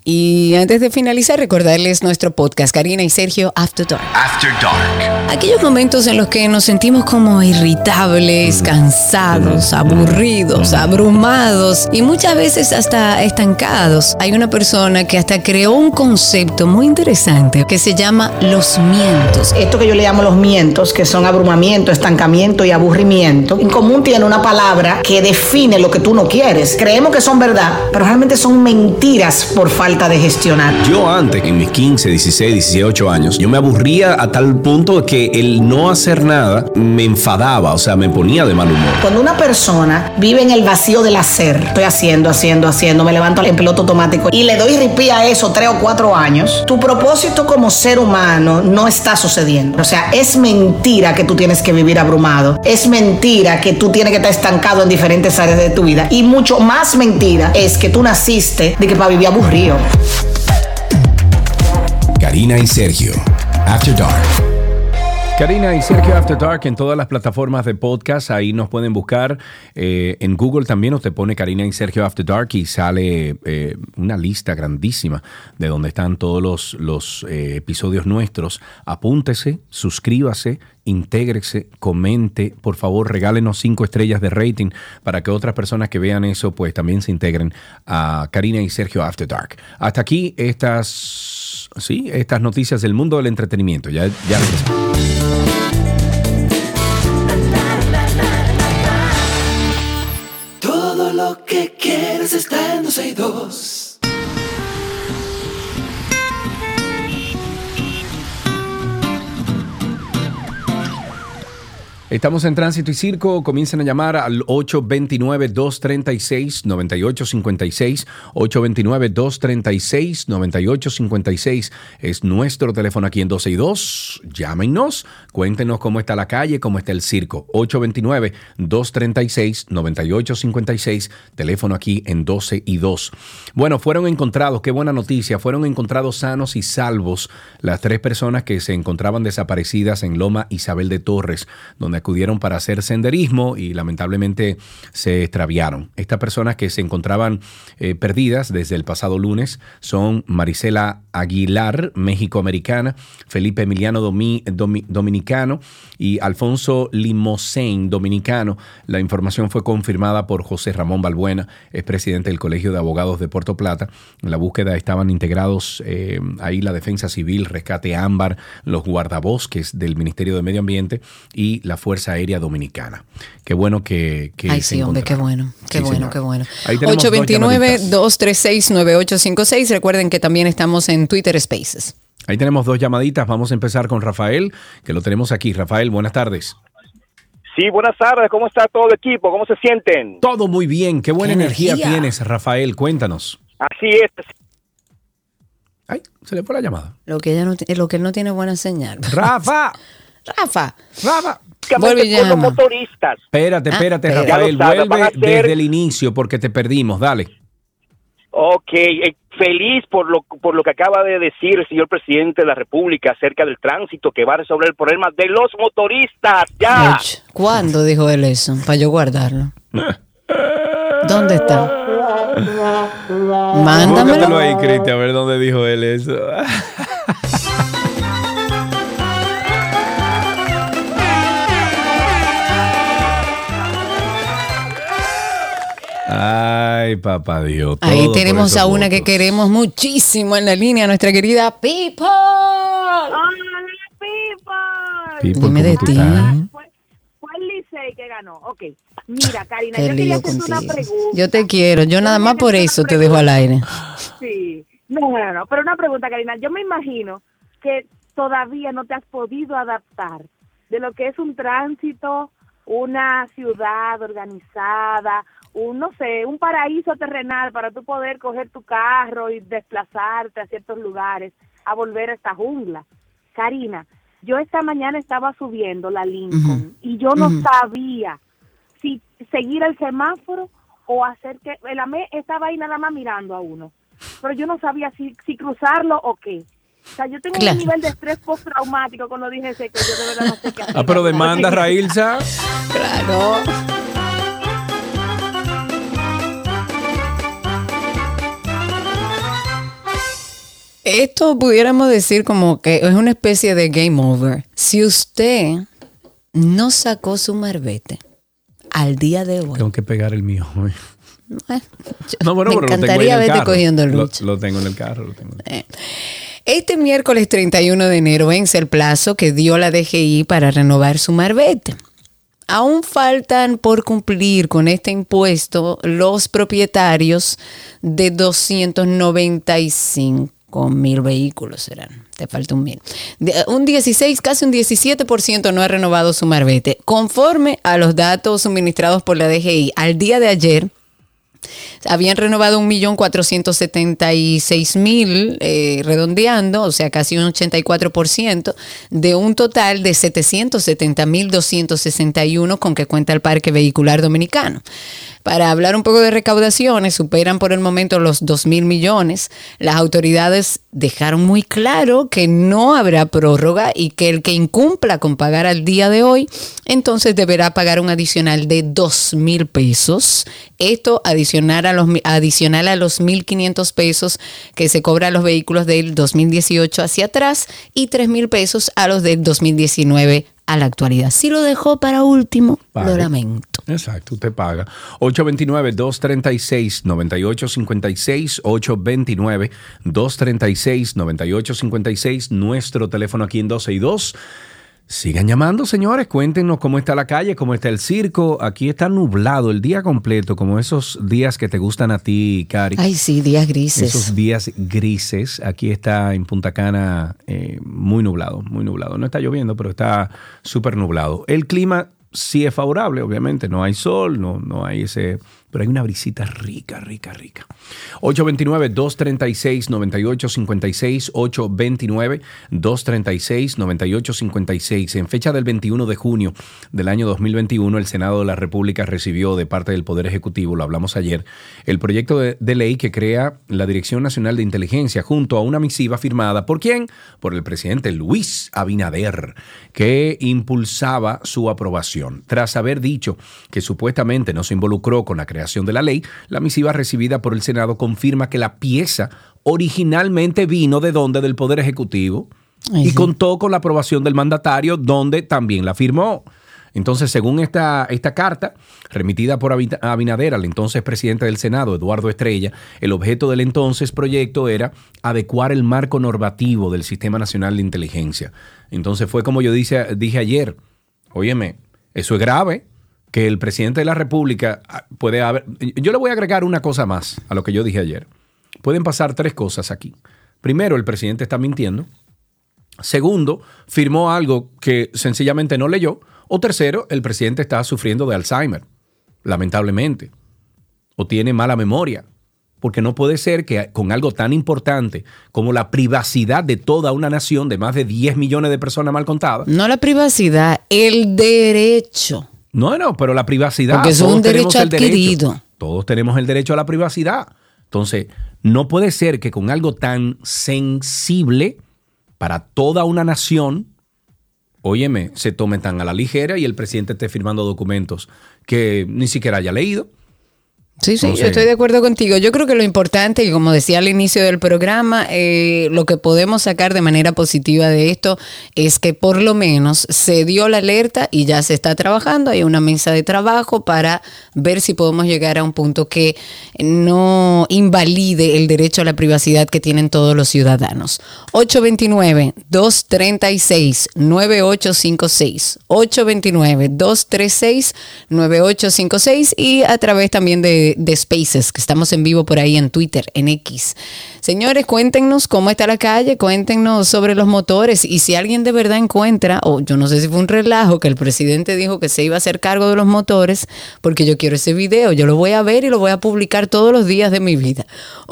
Y antes de finalizar, recordarles nuestro podcast, Karina y Sergio After Dark.
After Dark.
Aquellos momentos en los que nos sentimos como irritables, cansados, aburridos, abrumados y muchas veces hasta estancados. Hay una persona que hasta creó un concepto muy interesante que se llama los mientos.
Esto que yo le llamo los mientos, que son abrumamiento, estancamiento y aburrimiento, en común tiene una palabra que define lo que tú no quieres. Creemos que son verdad, pero realmente son mentiras por falta de gestionar.
Yo antes, en mis 15, 16, 18 años, yo me aburría a tal punto que el no hacer nada me enfadaba, o sea, me ponía de mal humor.
Cuando una persona vive en el vacío del hacer, estoy haciendo, me levanto en piloto automático y le doy ripí a eso 3 o 4 años, tu propósito como ser humano no está sucediendo. O sea, es mentira que tú tienes que vivir abrumado, es mentira que tú tienes que estar estancado en diferentes áreas de tu vida, y mucho más mentira es que tú naciste de que para vivir aburrido.
Karina y Sergio, After Dark.
Karina y Sergio After Dark en todas las plataformas de podcast. Ahí nos pueden buscar. En Google también usted pone Karina y Sergio After Dark y sale una lista grandísima de donde están todos los episodios nuestros. Apúntese, suscríbase, intégrese, comente. Por favor, regálenos 5 estrellas de rating para que otras personas que vean eso pues también se integren a Karina y Sergio After Dark. Hasta aquí estas noticias del mundo del entretenimiento. Ya regresamos.
Todo lo que quieres está en 12y2.
Estamos en Tránsito y Circo. Comiencen a llamar al 829-236-9856. 829-236-9856 es nuestro teléfono aquí en 12y2. Llámenos, cuéntenos cómo está la calle, cómo está el circo. 829-236-9856, teléfono aquí en 12y2. Bueno, fueron encontrados, qué buena noticia, fueron encontrados sanos y salvos las 3 personas que se encontraban desaparecidas en Loma Isabel de Torres, donde acudieron para hacer senderismo y lamentablemente se extraviaron. Estas personas que se encontraban perdidas desde el pasado lunes son Marisela Aguilar, México-americana, Felipe Emiliano dominicano y Alfonso Limosén, dominicano. La información fue confirmada por José Ramón Balbuena, es presidente del Colegio de Abogados de Puerto Plata. En la búsqueda estaban integrados ahí la Defensa Civil, Rescate Ámbar, los guardabosques del Ministerio de Medio Ambiente y la Fuerza Aérea Dominicana. Qué bueno que
ay,
se
sí, hombre,
encontraron.
qué bueno.
829-236-9856.
Recuerden que también estamos en Twitter Spaces.
Ahí tenemos 2 llamaditas. Vamos a empezar con Rafael, que lo tenemos aquí. Rafael, buenas tardes.
Sí, buenas tardes. ¿Cómo está todo el equipo? ¿Cómo se sienten?
Todo muy bien. Qué buena energía tienes, Rafael. Cuéntanos.
Así es.
Ay, se le fue la llamada.
Lo que él no tiene buena señal.
Rafa.
Vuelve ya. Los motoristas.
Espérate, Rafael. Vuelve desde el inicio porque te perdimos. Dale.
Ok, feliz por lo que acaba de decir el señor presidente de la República acerca del tránsito, que va a resolver el problema de los motoristas. ¡Ya!
¿Cuándo dijo él eso? Para yo guardarlo. ¿Dónde está? Mándamelo.
Búscatelo ahí, Cristi, a ver dónde dijo él eso. Ay, papá Dios.
Ahí tenemos a una que queremos muchísimo en la línea, nuestra querida People.
Hola, People.
Dime de ti.
Fue el Licey que ganó. Ok. Mira, Karina, yo quería hacerte una pregunta.
Yo te quiero. Yo nada más por eso te dejo al aire.
Sí. No. Pero una pregunta, Karina. Yo me imagino que todavía no te has podido adaptar de lo que es un tránsito, una ciudad organizada, un paraíso terrenal para tú poder coger tu carro y desplazarte a ciertos lugares, a volver a esta jungla. Karina, yo esta mañana estaba subiendo la Lincoln y yo no sabía si seguir el semáforo o hacer que... El AME estaba ahí nada más mirando a uno, pero yo no sabía si cruzarlo o qué. O sea, yo tengo un nivel de estrés postraumático cuando dije ese que yo de verdad no sé qué hacer.
Pero demanda, Railsa.
Claro. Esto pudiéramos decir como que es una especie de game over. Si usted no sacó su marbete al día de hoy.
Tengo que pegar el mío hoy.
Me encantaría verte cogiendo lucha.
Lo tengo en el carro.
Este miércoles 31 de enero vence el plazo que dio la DGI para renovar su marbete. Aún faltan por cumplir con este impuesto los propietarios de 295,000 vehículos serán. Te falta 1,000. Un 16, casi un 17% no ha renovado su marbete. Conforme a los datos suministrados por la DGI, al día de ayer habían renovado 1.476.000, redondeando, o sea, casi un 84%, de un total de 770.261 con que cuenta el Parque Vehicular Dominicano. Para hablar un poco de recaudaciones, superan por el momento los 2.000 millones. Las autoridades dejaron muy claro que no habrá prórroga y que el que incumpla con pagar al día de hoy, entonces deberá pagar un adicional de 2.000 pesos. Esto adicional a los 1.500 pesos que se cobra a los vehículos del 2018 hacia atrás y 3.000 pesos a los del 2019 a la actualidad. Si lo dejó para último, lo lamento.
Exacto, usted paga. 829-236-9856, 829-236-9856, nuestro teléfono aquí en 12 y 2. Sigan llamando, señores, cuéntenos cómo está la calle, cómo está el circo. Aquí está nublado el día completo, como esos días que te gustan a ti, Cari.
Ay, sí, días grises.
Esos días grises. Aquí está en Punta Cana muy nublado, muy nublado. No está lloviendo, pero está súper nublado. El clima sí es favorable, obviamente. No hay sol, no hay ese... Pero hay una brisita rica, rica, rica. 829-236-9856, 829-236-9856. En fecha del 21 de junio del año 2021, el Senado de la República recibió de parte del Poder Ejecutivo, lo hablamos ayer, el proyecto de ley que crea la Dirección Nacional de Inteligencia junto a una misiva firmada, ¿por quién? Por el presidente Luis Abinader, que impulsaba su aprobación. Tras haber dicho que supuestamente no se involucró con la creación de la ley, la misiva recibida por el Senado confirma que la pieza originalmente vino ¿de dónde? Del Poder Ejecutivo. Ay, y sí. Contó con la aprobación del mandatario, donde también la firmó. Entonces, según esta carta remitida por Abinader al entonces presidente del Senado, Eduardo Estrella, el objeto del entonces proyecto era adecuar el marco normativo del Sistema Nacional de Inteligencia. Entonces fue como yo dije ayer, óyeme, eso es grave, que el presidente de la República puede haber... Yo le voy a agregar una cosa más a lo que yo dije ayer. Pueden pasar 3 cosas aquí. Primero, el presidente está mintiendo. Segundo, firmó algo que sencillamente no leyó. O tercero, el presidente está sufriendo de Alzheimer, lamentablemente. O tiene mala memoria. Porque no puede ser que con algo tan importante como la privacidad de toda una nación de más de 10 millones de personas mal contadas.
No la privacidad, el derecho.
No, pero la privacidad.
Porque es un derecho adquirido.
Todos tenemos el derecho a la privacidad. Entonces, no puede ser que con algo tan sensible para toda una nación, óyeme, se tome tan a la ligera y el presidente esté firmando documentos que ni siquiera haya leído.
Sí, yo estoy de acuerdo contigo. Yo creo que lo importante, y como decía al inicio del programa, lo que podemos sacar de manera positiva de esto es que por lo menos se dio la alerta y ya se está trabajando. Hay una mesa de trabajo para ver si podemos llegar a un punto que no invalide el derecho a la privacidad que tienen todos los ciudadanos. 829-236-9856. 829-236-9856 y a través también de Spaces, que estamos en vivo por ahí en Twitter, en X. Señores, cuéntenos cómo está la calle, cuéntenos sobre los motores y si alguien de verdad encuentra, o yo no sé si fue un relajo que el presidente dijo que se iba a hacer cargo de los motores, porque yo quiero ese video, yo lo voy a ver y lo voy a publicar todos los días de mi vida.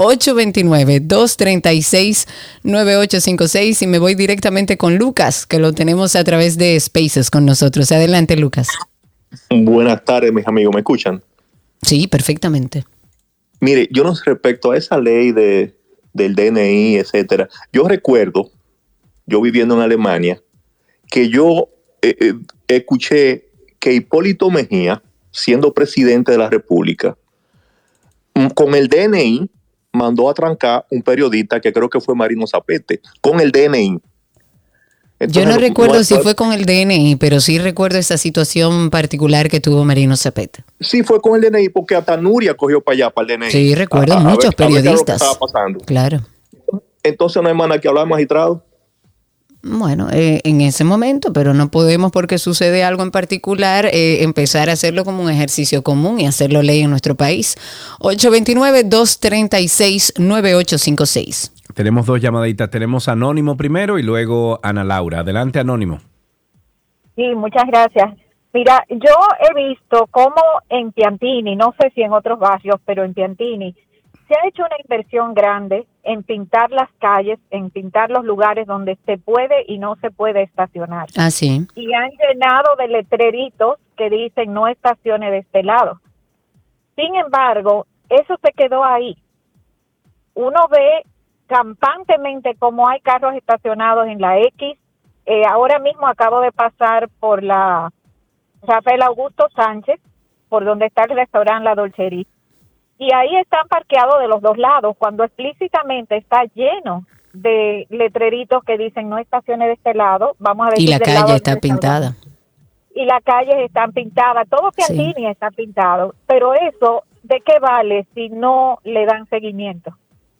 829-236-9856 y me voy directamente con Lucas, que lo tenemos a través de Spaces con nosotros. Adelante, Lucas.
Buenas tardes, mis amigos, ¿me escuchan?
Sí, perfectamente.
Mire, yo no sé respecto a esa ley del DNI, etcétera. Yo recuerdo, yo viviendo en Alemania, que yo escuché que Hipólito Mejía, siendo presidente de la República, con el DNI mandó a trancar un periodista que creo que fue Marino Zapete, con el DNI.
Entonces, yo no recuerdo si fue con el DNI, pero sí recuerdo esa situación particular que tuvo Marino Zapete.
Sí, fue con el DNI, porque hasta Nuria cogió para allá, para el DNI.
Sí, recuerdo muchos periodistas.
A ver qué estaba pasando.
Claro.
Entonces no hay más nada que hablar, magistrado.
Bueno, en ese momento, pero no podemos, porque sucede algo en particular, empezar a hacerlo como un ejercicio común y hacerlo ley en nuestro país. 829-236-9856.
Tenemos dos llamaditas. Tenemos Anónimo primero y luego Ana Laura. Adelante, Anónimo.
Sí, muchas gracias. Mira, yo he visto cómo en Piantini, no sé si en otros barrios, pero en Piantini, se ha hecho una inversión grande en pintar las calles, en pintar los lugares donde se puede y no se puede estacionar.
Ah, sí.
Y han llenado de letreritos que dicen no estacione de este lado. Sin embargo, eso se quedó ahí. Uno ve campantemente cómo hay carros estacionados en la X. Ahora mismo acabo de pasar por la Rafael Augusto Sánchez, por donde está el restaurante La Dolcería. Y ahí están parqueados de los dos lados, cuando explícitamente está lleno de letreritos que dicen no estacione de este lado, vamos a decir.
Y la calle está pintada.
Y las calles están pintadas, todo Piantini está pintado, pero eso, ¿de qué vale si no le dan seguimiento?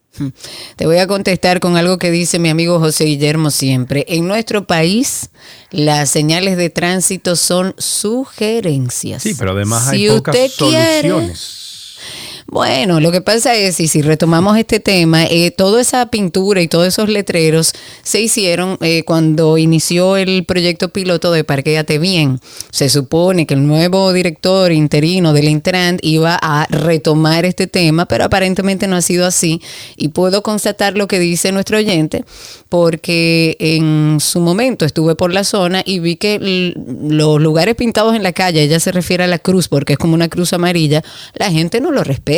Te voy a contestar con algo que dice mi amigo José Guillermo siempre. En nuestro país, las señales de tránsito son sugerencias.
Sí, pero además hay pocas soluciones.
Bueno, lo que pasa es, y si retomamos este tema, toda esa pintura y todos esos letreros se hicieron cuando inició el proyecto piloto de Parquéate Bien. Se supone que el nuevo director interino del Intran iba a retomar este tema, pero aparentemente no ha sido así. Y puedo constatar lo que dice nuestro oyente, porque en su momento estuve por la zona y vi que los lugares pintados en la calle, ella se refiere a la cruz porque es como una cruz amarilla, la gente no lo respeta.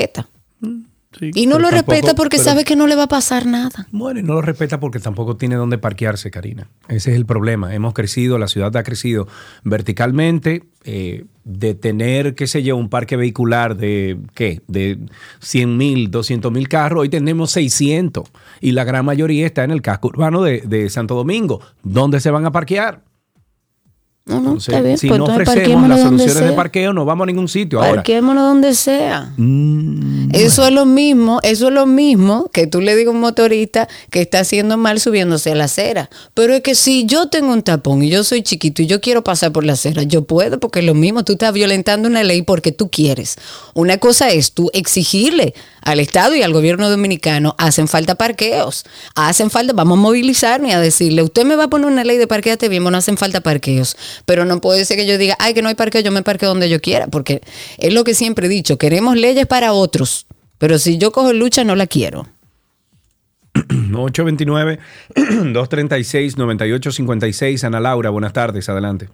Sí, y no lo respeta porque sabe que no le va a pasar nada.
Bueno, y no lo respeta porque tampoco tiene dónde parquearse, Karina. Ese es el problema. Hemos crecido, la ciudad ha crecido verticalmente, de tener, qué sé yo, un parque vehicular de 100,000, 200,000 carros. Hoy tenemos 600 y la gran mayoría está en el casco urbano de Santo Domingo. ¿Dónde se van a parquear?
No,
entonces,
está bien,
si
pues
no ofrecemos las soluciones de parqueo, no vamos a ningún sitio.
Parquémonos donde sea. Eso es lo mismo que tú le digas a un motorista que está haciendo mal subiéndose a la acera. Pero es que si yo tengo un tapón y yo soy chiquito y yo quiero pasar por la acera, yo puedo, porque es lo mismo. Tú estás violentando una ley porque tú quieres. Una cosa es tú exigirle al Estado y al gobierno dominicano, hacen falta parqueos, vamos a movilizarnos y a decirle, usted me va a poner una ley de parquéate bien, no hacen falta parqueos. Pero no puede ser que yo diga, ay, que no hay parqueo, yo me parqueo donde yo quiera, porque es lo que siempre he dicho, queremos leyes para otros, pero si yo cojo lucha no la quiero.
829-236-9856, Ana Laura, buenas tardes, adelante.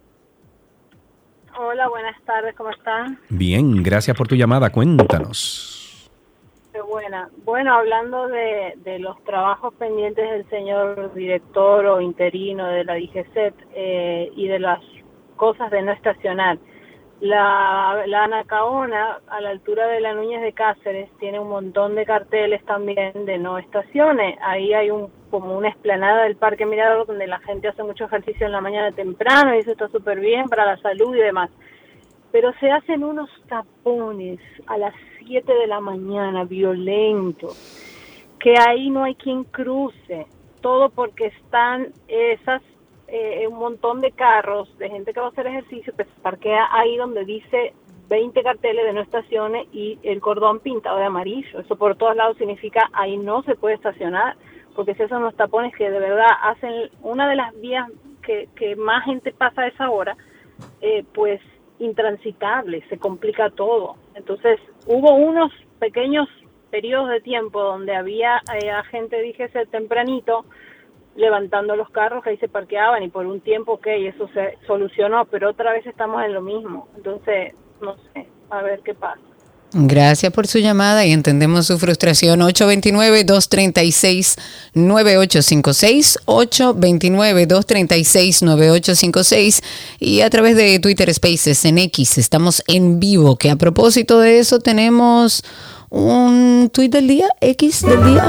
Hola, buenas tardes, ¿cómo están?
Bien, gracias por tu llamada, cuéntanos.
Qué buena. Bueno, hablando de los trabajos pendientes del señor director o interino de la DGCET y de las cosas de no estacionar, la Anacaona, a la altura de la Núñez de Cáceres, tiene un montón de carteles también de no estaciones. Ahí hay como una explanada del Parque Mirador donde la gente hace mucho ejercicio en la mañana temprano y eso está súper bien para la salud y demás. Pero se hacen unos tapones a las 7 de la mañana, violentos, que ahí no hay quien cruce, todo porque están un montón de carros, de gente que va a hacer ejercicio, que se parquea ahí donde dice 20 carteles de no estaciones y el cordón pintado de amarillo. Eso por todos lados significa ahí no se puede estacionar, porque esos son los tapones que de verdad hacen una de las vías que más gente pasa a esa hora, pues intransitable, se complica todo. Entonces hubo unos pequeños periodos de tiempo donde había gente, dígese, tempranito, levantando los carros que ahí se parqueaban y por un tiempo, eso se solucionó, pero otra vez estamos en lo mismo. Entonces, no sé, a ver qué pasa.
Gracias por su llamada y entendemos su frustración. 829-236-9856, 829-236-9856 y a través de Twitter Spaces en X estamos en vivo, que a propósito de eso tenemos un tuit del día, X del día.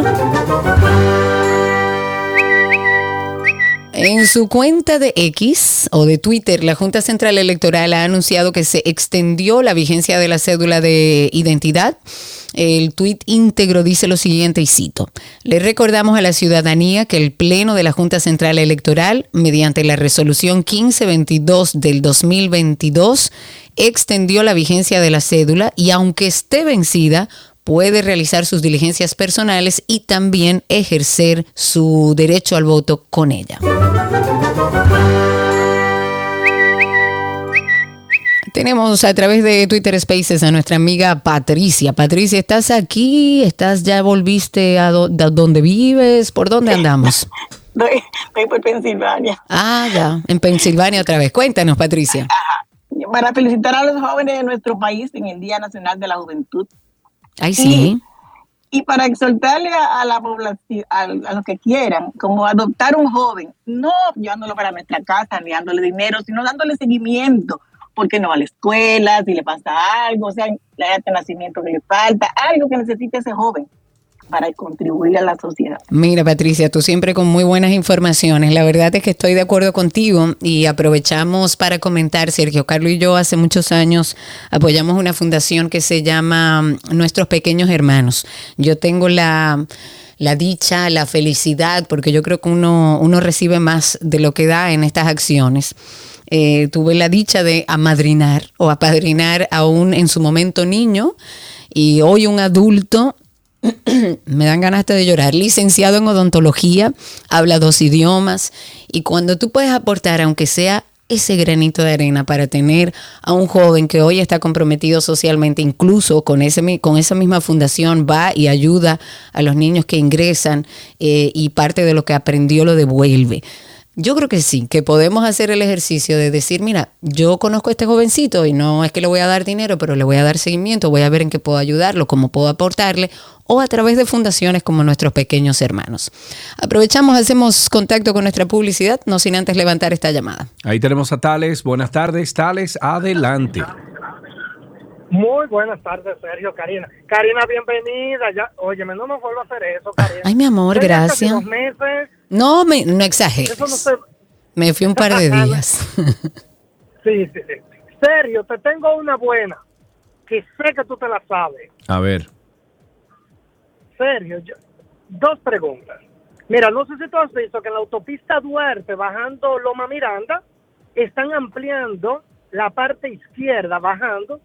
En su cuenta de X o de Twitter, la Junta Central Electoral ha anunciado que se extendió la vigencia de la cédula de identidad. El tuit íntegro dice lo siguiente, y cito: le recordamos a la ciudadanía que el Pleno de la Junta Central Electoral, mediante la resolución 1522 del 2022, extendió la vigencia de la cédula y aunque esté vencida, puede realizar sus diligencias personales y también ejercer su derecho al voto con ella. Tenemos a través de Twitter Spaces a nuestra amiga Patricia. Patricia, ¿estás aquí? ¿Ya volviste a donde vives? ¿Por dónde andamos?
Estoy por Pensilvania.
Ah, ya, en Pensilvania otra vez. Cuéntanos, Patricia.
Para felicitar a los jóvenes de nuestro país en el Día Nacional de la Juventud.
Ay, sí.
Y para exhortarle a la población, a los que quieran, como adoptar un joven, no llevándolo para nuestra casa, ni dándole dinero, sino dándole seguimiento, porque no va a la escuela, si le pasa algo, o sea, la edad de nacimiento que le falta, algo que necesite ese joven para contribuir a la sociedad.
Mira, Patricia, tú siempre con muy buenas informaciones. La verdad es que estoy de acuerdo contigo y aprovechamos para comentar, Sergio Carlos y yo hace muchos años apoyamos una fundación que se llama Nuestros Pequeños Hermanos. Yo tengo la dicha, la felicidad, porque yo creo que uno recibe más de lo que da en estas acciones. Tuve la dicha de amadrinar o apadrinar a un en su momento niño y hoy un adulto. Me dan ganas de llorar. Licenciado en odontología, habla 2 idiomas y cuando tú puedes aportar, aunque sea ese granito de arena para tener a un joven que hoy está comprometido socialmente, incluso con esa misma fundación va y ayuda a los niños que ingresan y parte de lo que aprendió lo devuelve. Yo creo que sí, que podemos hacer el ejercicio de decir, mira, yo conozco a este jovencito y no es que le voy a dar dinero, pero le voy a dar seguimiento, voy a ver en qué puedo ayudarlo, cómo puedo aportarle, o a través de fundaciones como Nuestros Pequeños Hermanos. Aprovechamos, hacemos contacto con nuestra publicidad, no sin antes levantar esta llamada.
Ahí tenemos a Tales. Buenas tardes, Tales, adelante.
Muy buenas tardes, Sergio, Karina. Karina, bienvenida. Ya, óyeme, no nos vuelva a hacer eso, Karina.
Ay, mi amor, gracias.
Casi 2 meses.
No exageres.
Eso no se...
Me fui un par de días.
Sí. Sergio, te tengo una buena, que sé que tú te la sabes.
A ver.
Sergio, 2 preguntas. Mira, no sé si tú has visto que en la autopista Duarte, bajando Loma Miranda, están ampliando la parte izquierda, bajando,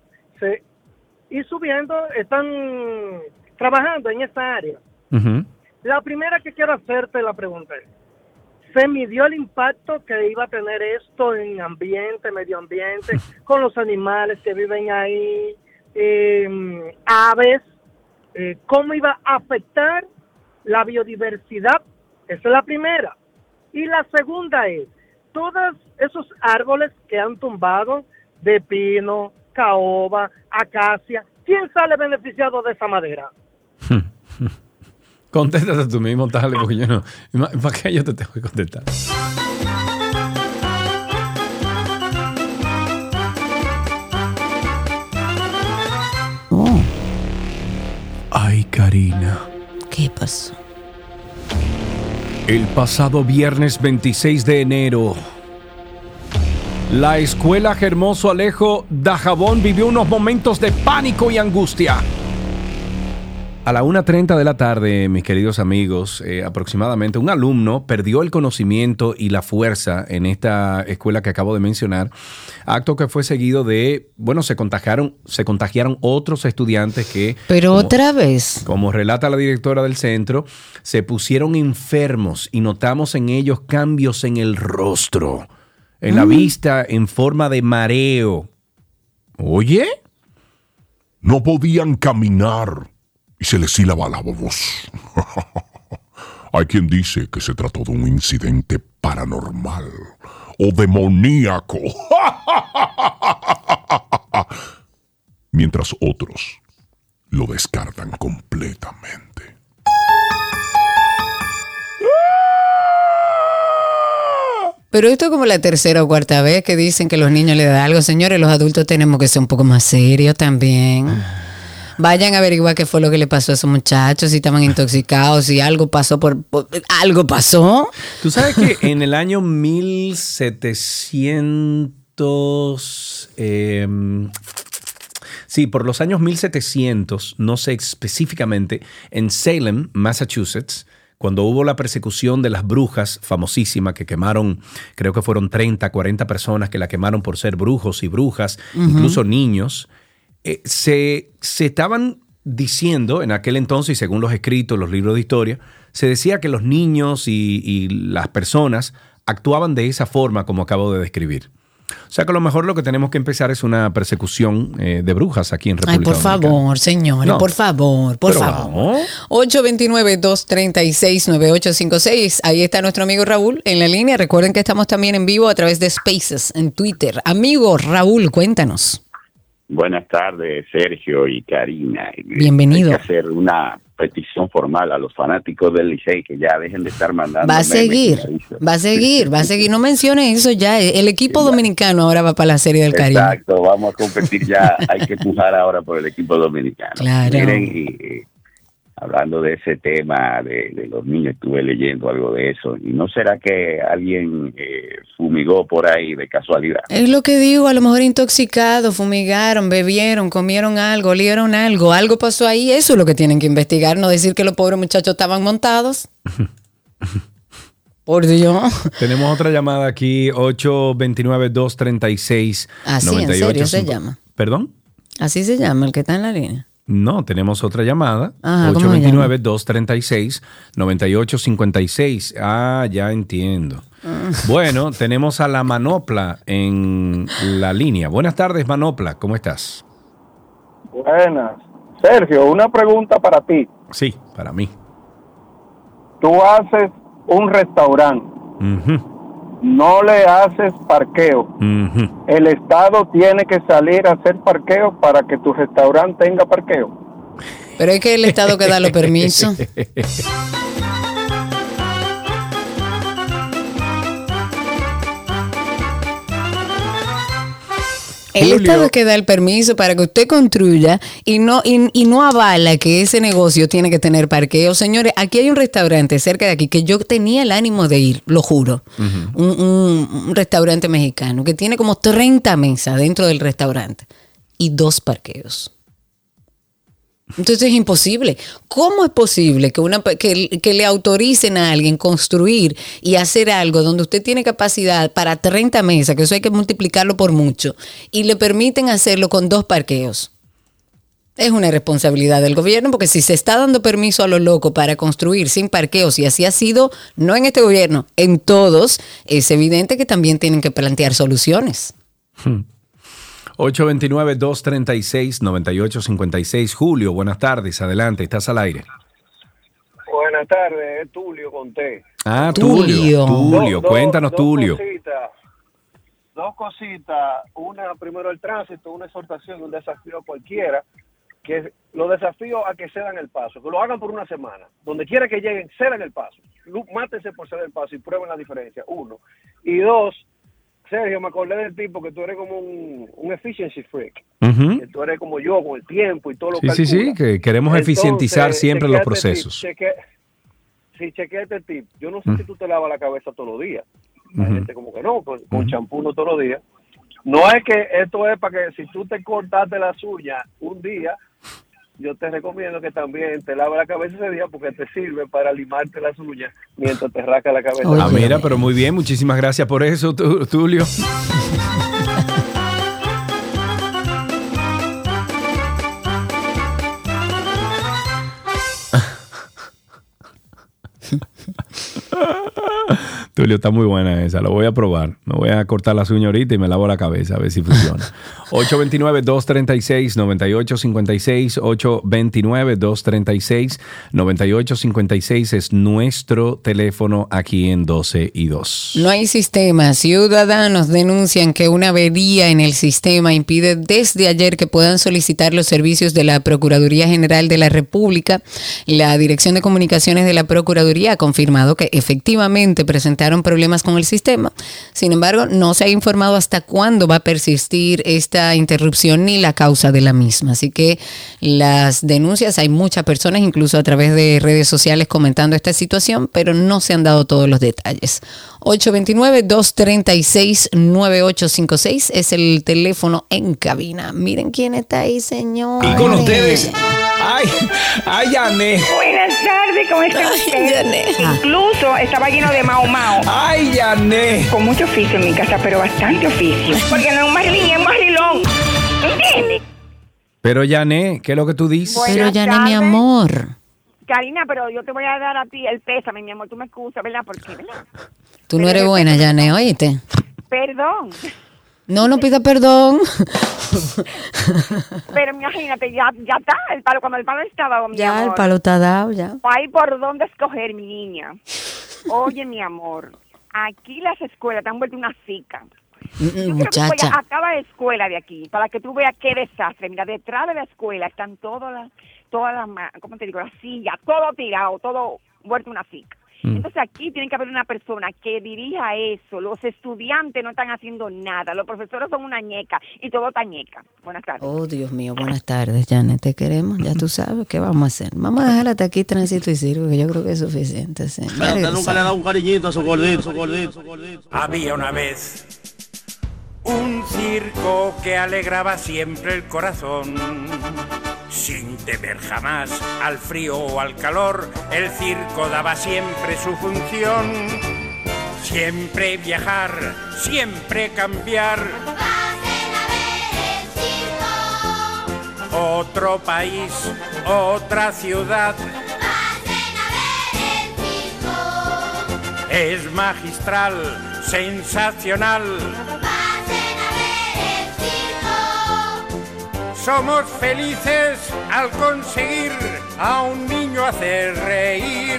y subiendo, están trabajando en esa área.
Uh-huh.
La primera que quiero hacerte la pregunta es, ¿se midió el impacto que iba a tener esto en ambiente, medio ambiente, con los animales que viven ahí, aves? ¿Cómo iba a afectar la biodiversidad? Esa es la primera. Y la segunda es, todos esos árboles que han tumbado, de pino, caoba, acacia, ¿quién sale beneficiado de esa madera?
Contéstate tú mismo, Tales, porque yo no. ¿Para qué yo te tengo que contestar?
Oh.
Ay, Karina.
¿Qué pasó?
El pasado viernes 26 de enero, la escuela Hermoso Alejo Dajabón vivió unos momentos de pánico y angustia. A la 1:30 de la tarde, mis queridos amigos, aproximadamente un alumno perdió el conocimiento y la fuerza en esta escuela que acabo de mencionar, acto que fue seguido de, se contagiaron otros estudiantes que...
Pero otra vez.
Como relata la directora del centro, se pusieron enfermos y notamos en ellos cambios en el rostro, en la vista, en forma de mareo. ¿Oye?
No podían caminar. Y se les hilaba la voz. Hay quien dice que se trató de un incidente paranormal o demoníaco. Mientras otros lo descartan completamente.
Pero esto es como la 3ª o 4ª vez que dicen que los niños les da algo. Señores, los adultos tenemos que ser un poco más serios también. Vayan a averiguar qué fue lo que le pasó a esos muchachos, si estaban intoxicados, si algo pasó algo pasó.
Tú sabes que en el año 1700, sí, por los años 1700, no sé específicamente, en Salem, Massachusetts, cuando hubo la persecución de las brujas famosísima que quemaron, creo que fueron 30, 40 personas que la quemaron por ser brujos y brujas, incluso niños, se estaban diciendo en aquel entonces, y según los escritos, los libros de historia, se decía que los niños y las personas actuaban de esa forma como acabo de describir. O sea que a lo mejor lo que tenemos que empezar es una persecución de brujas aquí en República Dominicana.
Por favor, señores,
No.
por favor.
Vamos.
829-236-9856. Ahí está nuestro amigo Raúl en la línea. Recuerden que estamos también en vivo a través de Spaces en Twitter. Amigo Raúl, cuéntanos.
Buenas tardes, Sergio y Karina.
Bienvenido.
Hay que hacer una petición formal a los fanáticos del Licey que ya dejen de estar mandando.
Va a seguir. No mencione eso ya. El equipo dominicano ahora va para la Serie del Caribe.
Exacto, vamos a competir ya. Hay que pujar ahora por el equipo dominicano.
Claro.
Miren, y hablando de ese tema de los niños, estuve leyendo algo de eso. ¿Y no será que alguien fumigó por ahí de casualidad?
Es lo que digo, a lo mejor intoxicados, fumigaron, bebieron, comieron algo, olieron algo pasó ahí. Eso es lo que tienen que investigar, no decir que los pobres muchachos estaban montados. Por Dios.
Tenemos otra llamada aquí, 829-236-9855.
Así, en serio se llama.
¿Perdón?
Así se llama el que está en la línea.
No, tenemos otra llamada.
Ajá, ¿cómo se llama?
829-236-9856. Ah, ya entiendo. Bueno, tenemos a la Manopla en la línea. Buenas tardes, Manopla. ¿Cómo estás?
Buenas. Sergio, una pregunta para ti.
Sí, para mí.
Tú haces un restaurante, no le haces parqueo. El Estado tiene que salir a hacer parqueo para que tu restaurante tenga parqueo.
Pero es que el Estado que da los permisos. El Estado que da el permiso para que usted construya y no avala que ese negocio tiene que tener parqueo. Señores, aquí hay un restaurante cerca de aquí que yo tenía el ánimo de ir, lo juro. Un restaurante mexicano que tiene como 30 mesas dentro del restaurante y 2 parqueos. Entonces es imposible. ¿Cómo es posible que le autoricen a alguien construir y hacer algo donde usted tiene capacidad para 30 mesas, que eso hay que multiplicarlo por mucho, y le permiten hacerlo con 2 parqueos? Es una responsabilidad del gobierno, porque si se está dando permiso a lo loco para construir sin parqueos, y así ha sido, no en este gobierno, en todos, es evidente que también tienen que plantear soluciones.
829-236-9856. Julio, buenas tardes. Adelante, estás al aire.
Buenas tardes, es Tulio Conté.
Ah, Tulio. Cuéntanos, Tulio.
Dos cositas. Una, primero el tránsito, una exhortación y un desafío a cualquiera. Que los desafíos a que cedan el paso, que lo hagan por una semana. Donde quiera que lleguen, cedan el paso. Mátense por ceder el paso y prueben la diferencia. 1. Y 2, Sergio, me acordé del tipo que tú eres como un efficiency freak. Que tú eres como yo, con el tiempo y todo lo que
Sí, que queremos eficientizar siempre los procesos.
Chequea este tip. Yo no sé si tú te lavas la cabeza todos los días. Hay gente como que no, pues, con champú no todos los días. No es que esto es para que si tú te cortaste las uñas un día, yo te recomiendo que también te laves la cabeza ese día porque te sirve para limarte las uñas mientras te rasca la cabeza.
Ah, mira, pero muy bien. Muchísimas gracias por eso, Tulio. Tulio, está muy buena esa, lo voy a probar. Me voy a cortar las uñas ahorita y me lavo la cabeza a ver si funciona. 829-236-9856, 829-236-9856 es nuestro teléfono aquí en 12 y 2.
No hay sistema. Ciudadanos denuncian que una avería en el sistema impide desde ayer que puedan solicitar los servicios de la Procuraduría General de la República. La Dirección de Comunicaciones de la Procuraduría ha confirmado que efectivamente presentaron presentaron problemas con el sistema. Sin embargo, no se ha informado hasta cuándo va a persistir esta interrupción ni la causa de la misma. Así que las denuncias, hay muchas personas, incluso a través de redes sociales, comentando esta situación, pero no se han dado todos los detalles. 829-236-9856 es el teléfono en cabina. Miren quién está ahí, señor.
Y con ustedes, ay, Yané.
Buenas tardes, ¿cómo están ustedes? Incluso estaba lleno de mao mao.
Ay, Yané.
Con mucho oficio en mi casa, pero bastante oficio. Porque no es un marlín, es marrilón. ¿Entiendes?
Pero Yané, ¿qué es lo que tú dices?
Pero Yané, mi amor.
Karina, pero yo te voy a dar a ti el pésame, mi amor. Tú me excusas, ¿verdad? ¿Por qué, verdad?
Tú no eres buena, Yané, oíste.
Perdón.
No pida perdón.
Pero imagínate, ya está el palo. Cuando el palo está dado, mi amor.
Ya, el palo está dado, ya.
No hay por dónde escoger, mi niña. Oye, mi amor, aquí las escuelas te han vuelto una cica.
Muchacha.
Acaba de escuela de aquí, para que tú veas qué desastre. Mira, detrás de la escuela están todas las, ¿cómo te digo? Las sillas, todo tirado, todo vuelto una cica. Entonces aquí tiene que haber una persona que dirija eso. Los estudiantes no están haciendo nada. Los profesores son una ñeca y todo está ñeca. Buenas tardes.
Oh, Dios mío, buenas tardes, Janet. Te queremos, ya tú sabes qué vamos a hacer. Vamos a dejar hasta aquí tránsito y circo, que yo creo que es suficiente. Sí.
Pero usted nunca le ha dado un cariñito a su gordito.
Había una vez un circo que alegraba siempre el corazón. Sin temer jamás al frío o al calor, el circo daba siempre su función. Siempre viajar, siempre cambiar.
Pasen a ver el circo.
Otro país, otra ciudad.
Pasen a ver el circo.
Es magistral, sensacional. Somos felices al conseguir a un niño hacer reír.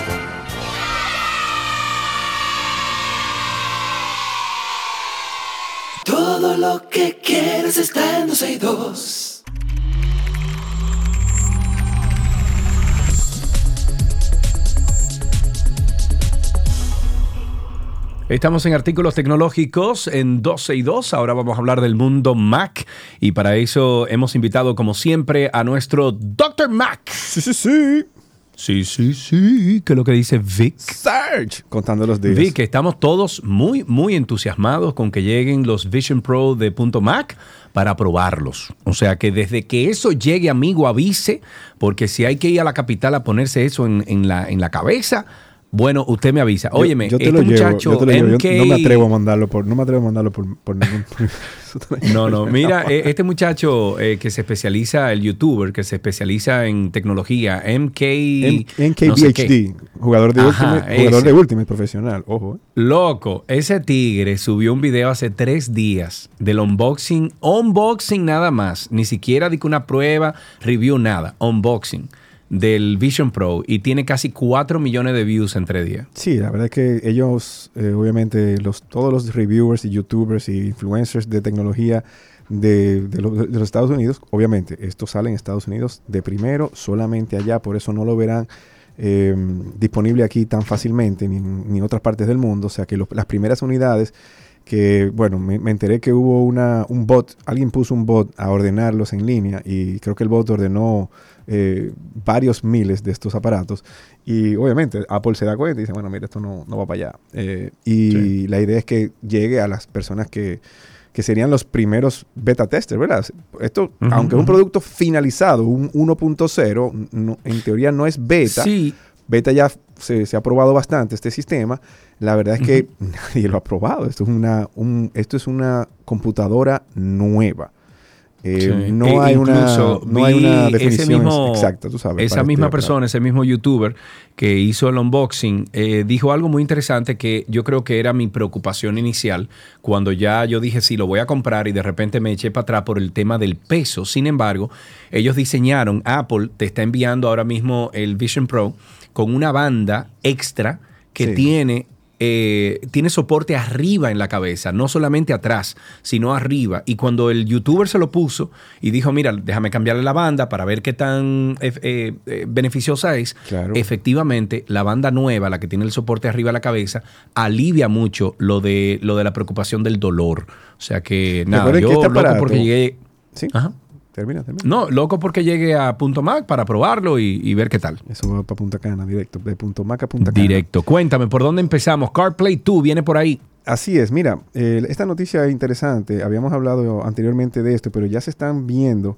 Todo lo que quieres está en 262.
Estamos en artículos tecnológicos en 12 y 2. Ahora vamos a hablar del mundo Mac. Y para eso hemos invitado, como siempre, a nuestro Dr. Mac. Sí. ¿Qué es lo que dice Vic?
Search. Contando los días.
Vic, estamos todos muy, muy entusiasmados con que lleguen los Vision Pro de .Mac para probarlos. O sea que desde que eso llegue, amigo, avise, porque si hay que ir a la capital a ponerse eso en la cabeza... Bueno, usted me avisa. Óyeme,
yo te
este
lo
muchacho
llevo, yo te lo llevo.
MK...
No me atrevo a mandarlo por ningún...
No, mira, este muchacho que se especializa, el youtuber que se especializa en tecnología,
MKBHD, jugador de Ultimate profesional, ojo.
Loco, ese tigre subió un video hace 3 días del unboxing nada más, ni siquiera de que una prueba, review, nada, unboxing del Vision Pro, y tiene casi 4 millones de views en 3 días.
Sí, la verdad es que ellos, obviamente, todos los reviewers y youtubers y influencers de tecnología de los Estados Unidos, obviamente, esto sale en Estados Unidos de primero, solamente allá, por eso no lo verán disponible aquí tan fácilmente, ni en otras partes del mundo. O sea que las primeras unidades que, bueno, me enteré que hubo un bot, alguien puso un bot a ordenarlos en línea, y creo que el bot ordenó varios miles de estos aparatos, y obviamente Apple se da cuenta y dice, bueno, mira, esto no va para allá, y la idea es que llegue a las personas que serían los primeros beta testers, ¿verdad? Esto, aunque es un producto finalizado, un 1.0, en teoría no es beta. Sí. Beta ya se ha probado bastante este sistema. La verdad es que nadie lo ha probado. Esto es una computadora nueva. No hay una definición exacta, tú sabes.
Esa misma persona, ese mismo youtuber que hizo el unboxing, dijo algo muy interesante que yo creo que era mi preocupación inicial cuando ya yo dije, sí, lo voy a comprar, y de repente me eché para atrás por el tema del peso. Sin embargo, ellos diseñaron, Apple te está enviando ahora mismo el Vision Pro con una banda extra que tiene tiene soporte arriba en la cabeza, no solamente atrás, sino arriba. Y cuando el youtuber se lo puso y dijo, mira, déjame cambiarle la banda para ver qué tan beneficiosa es, efectivamente la banda nueva, la que tiene el soporte arriba de la cabeza, alivia mucho lo de la preocupación del dolor. O sea que nada, yo
que
loco porque llegué...
¿Sí?
Ajá.
Termina.
No, loco porque llegue a Punto Mac para probarlo y ver qué tal.
Eso va para Punta Cana, directo. De Punto Mac a Punta Cana.
Directo. Cuéntame, ¿por dónde empezamos? CarPlay 2 viene por ahí.
Así es. Mira, esta noticia es interesante. Habíamos hablado anteriormente de esto, pero ya se están viendo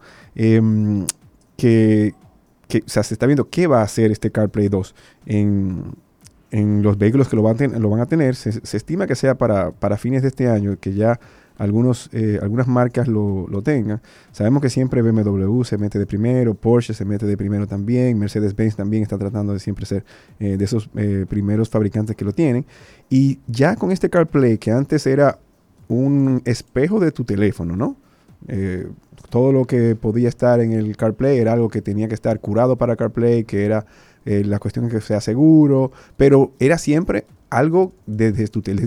que o sea, se está viendo qué va a hacer este CarPlay 2 en los vehículos que lo van a tener. Se estima que sea para fines de este año, que ya algunas marcas lo tengan. Sabemos que siempre BMW se mete de primero, Porsche se mete de primero también, Mercedes-Benz también está tratando de siempre ser de esos primeros fabricantes que lo tienen. Y ya con este CarPlay, que antes era un espejo de tu teléfono, ¿no? Todo lo que podía estar en el CarPlay era algo que tenía que estar curado para CarPlay, que era la cuestión de que sea seguro, pero era siempre algo desde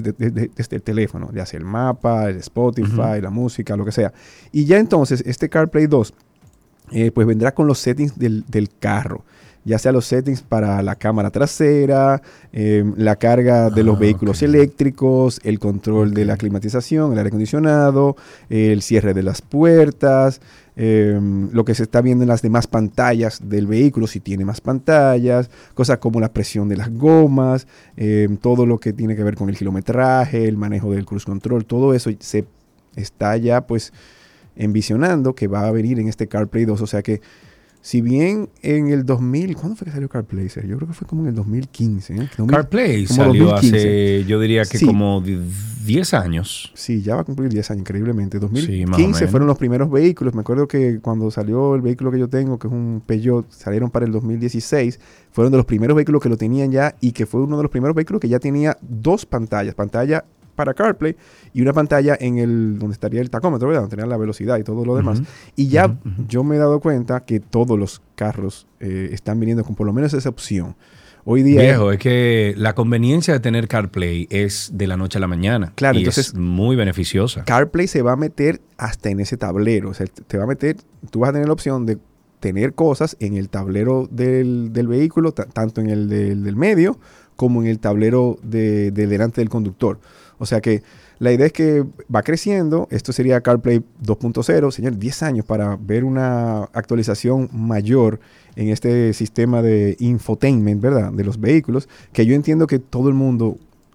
el teléfono, ya sea el mapa, el Spotify, la música, lo que sea. Y ya entonces este CarPlay 2 pues vendrá con los settings del carro, ya sea los settings para la cámara trasera, la carga de los vehículos eléctricos, el control de la climatización, el aire acondicionado, el cierre de las puertas, lo que se está viendo en las demás pantallas del vehículo, si tiene más pantallas, cosas como la presión de las gomas, todo lo que tiene que ver con el kilometraje, el manejo del cruise control, todo eso se está ya pues envisionando que va a venir en este CarPlay 2, o sea que si bien en el 2000, ¿cuándo fue que salió CarPlay? Yo creo que fue como en el 2015.
CarPlay salió hace, yo diría que como 10 años.
Sí, ya va a cumplir 10 años, increíblemente. 2015 fueron los primeros vehículos. Me acuerdo que cuando salió el vehículo que yo tengo, que es un Peugeot, salieron para el 2016. Fueron de los primeros vehículos que lo tenían ya y que fue uno de los primeros vehículos que ya tenía dos pantallas. Pantalla para CarPlay y una pantalla en donde estaría el tacómetro, ¿verdad? Donde tenía la velocidad y todo lo demás. Y ya yo me he dado cuenta que todos los carros están viniendo con por lo menos esa opción. Hoy día...
Viejo, es que la conveniencia de tener CarPlay es de la noche a la mañana.
Claro,
y
entonces...
es muy beneficiosa.
CarPlay se va a meter hasta en ese tablero. O sea, te va a meter... Tú vas a tener la opción de tener cosas en el tablero del vehículo, tanto en el del medio como en el tablero de delante del conductor. O sea que la idea es que va creciendo. Esto sería CarPlay 2.0. Señor, 10 años para ver una actualización mayor en este sistema de infotainment, ¿verdad? De los vehículos, que yo entiendo que todo el mundo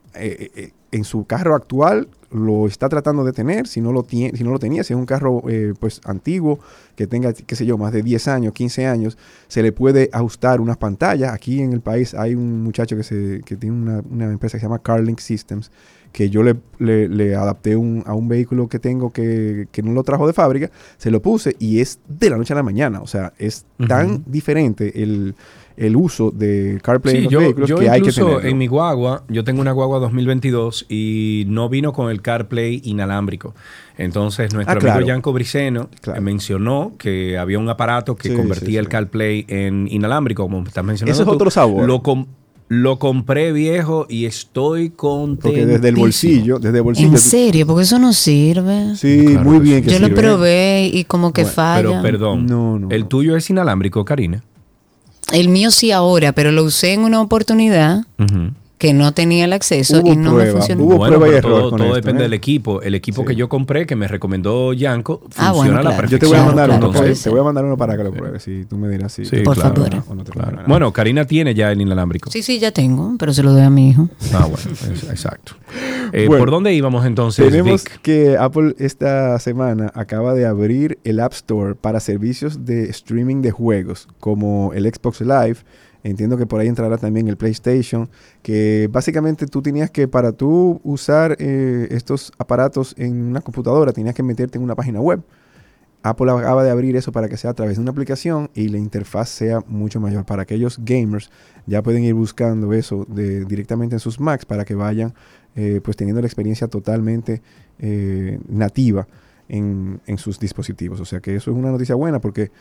en su carro actual lo está tratando de tener. Si no lo tenía, si es un carro pues antiguo, que tenga, qué sé yo, más de 10 años, 15 años, se le puede ajustar unas pantallas. Aquí en el país hay un muchacho que tiene una empresa que se llama CarLink Systems, que yo le adapté a un vehículo que tengo que no lo trajo de fábrica, se lo puse y es de la noche a la mañana. O sea, es tan diferente el uso de CarPlay en los vehículos que hay que tenerlo.
En mi guagua, yo tengo una guagua 2022 y no vino con el CarPlay inalámbrico. Entonces, nuestro amigo Yanko Briceno mencionó que había un aparato que convertía el CarPlay en inalámbrico, como estás mencionando.
Eso es otro sabor.
Lo compré, viejo, y estoy contento.
Porque desde el bolsillo.
¿En serio? Porque eso no sirve.
Sí, claro, muy bien que
yo
sirve.
Lo probé y como que falla.
Pero perdón,
no.
¿El tuyo es inalámbrico, Karina?
El mío sí ahora, pero lo usé en una oportunidad que no tenía el acceso y no me funcionó.
Hubo prueba y error
todo
esto,
depende del equipo. El equipo que yo compré, que me recomendó Yanko, funciona
bueno,
a la perfección.
Yo te voy a mandar uno. Te voy a mandar uno para que lo pruebes. Si tú me dirás si.
Sí,
por favor.
Claro. Bueno, Karina tiene ya el inalámbrico.
Sí, ya tengo, pero se lo doy a mi hijo.
Bueno, exacto. ¿Por dónde íbamos entonces,
Tenemos
Vic?
que Apple esta semana acaba de abrir el App Store para servicios de streaming de juegos, como el Xbox Live. Entiendo que por ahí entrará también el PlayStation, que básicamente tú tenías que, para tú usar estos aparatos en una computadora, tenías que meterte en una página web. Apple acaba de abrir eso para que sea a través de una aplicación y la interfaz sea mucho mayor. Para aquellos gamers ya pueden ir buscando eso directamente en sus Macs para que vayan pues teniendo la experiencia totalmente nativa en sus dispositivos. O sea que eso es una noticia buena porque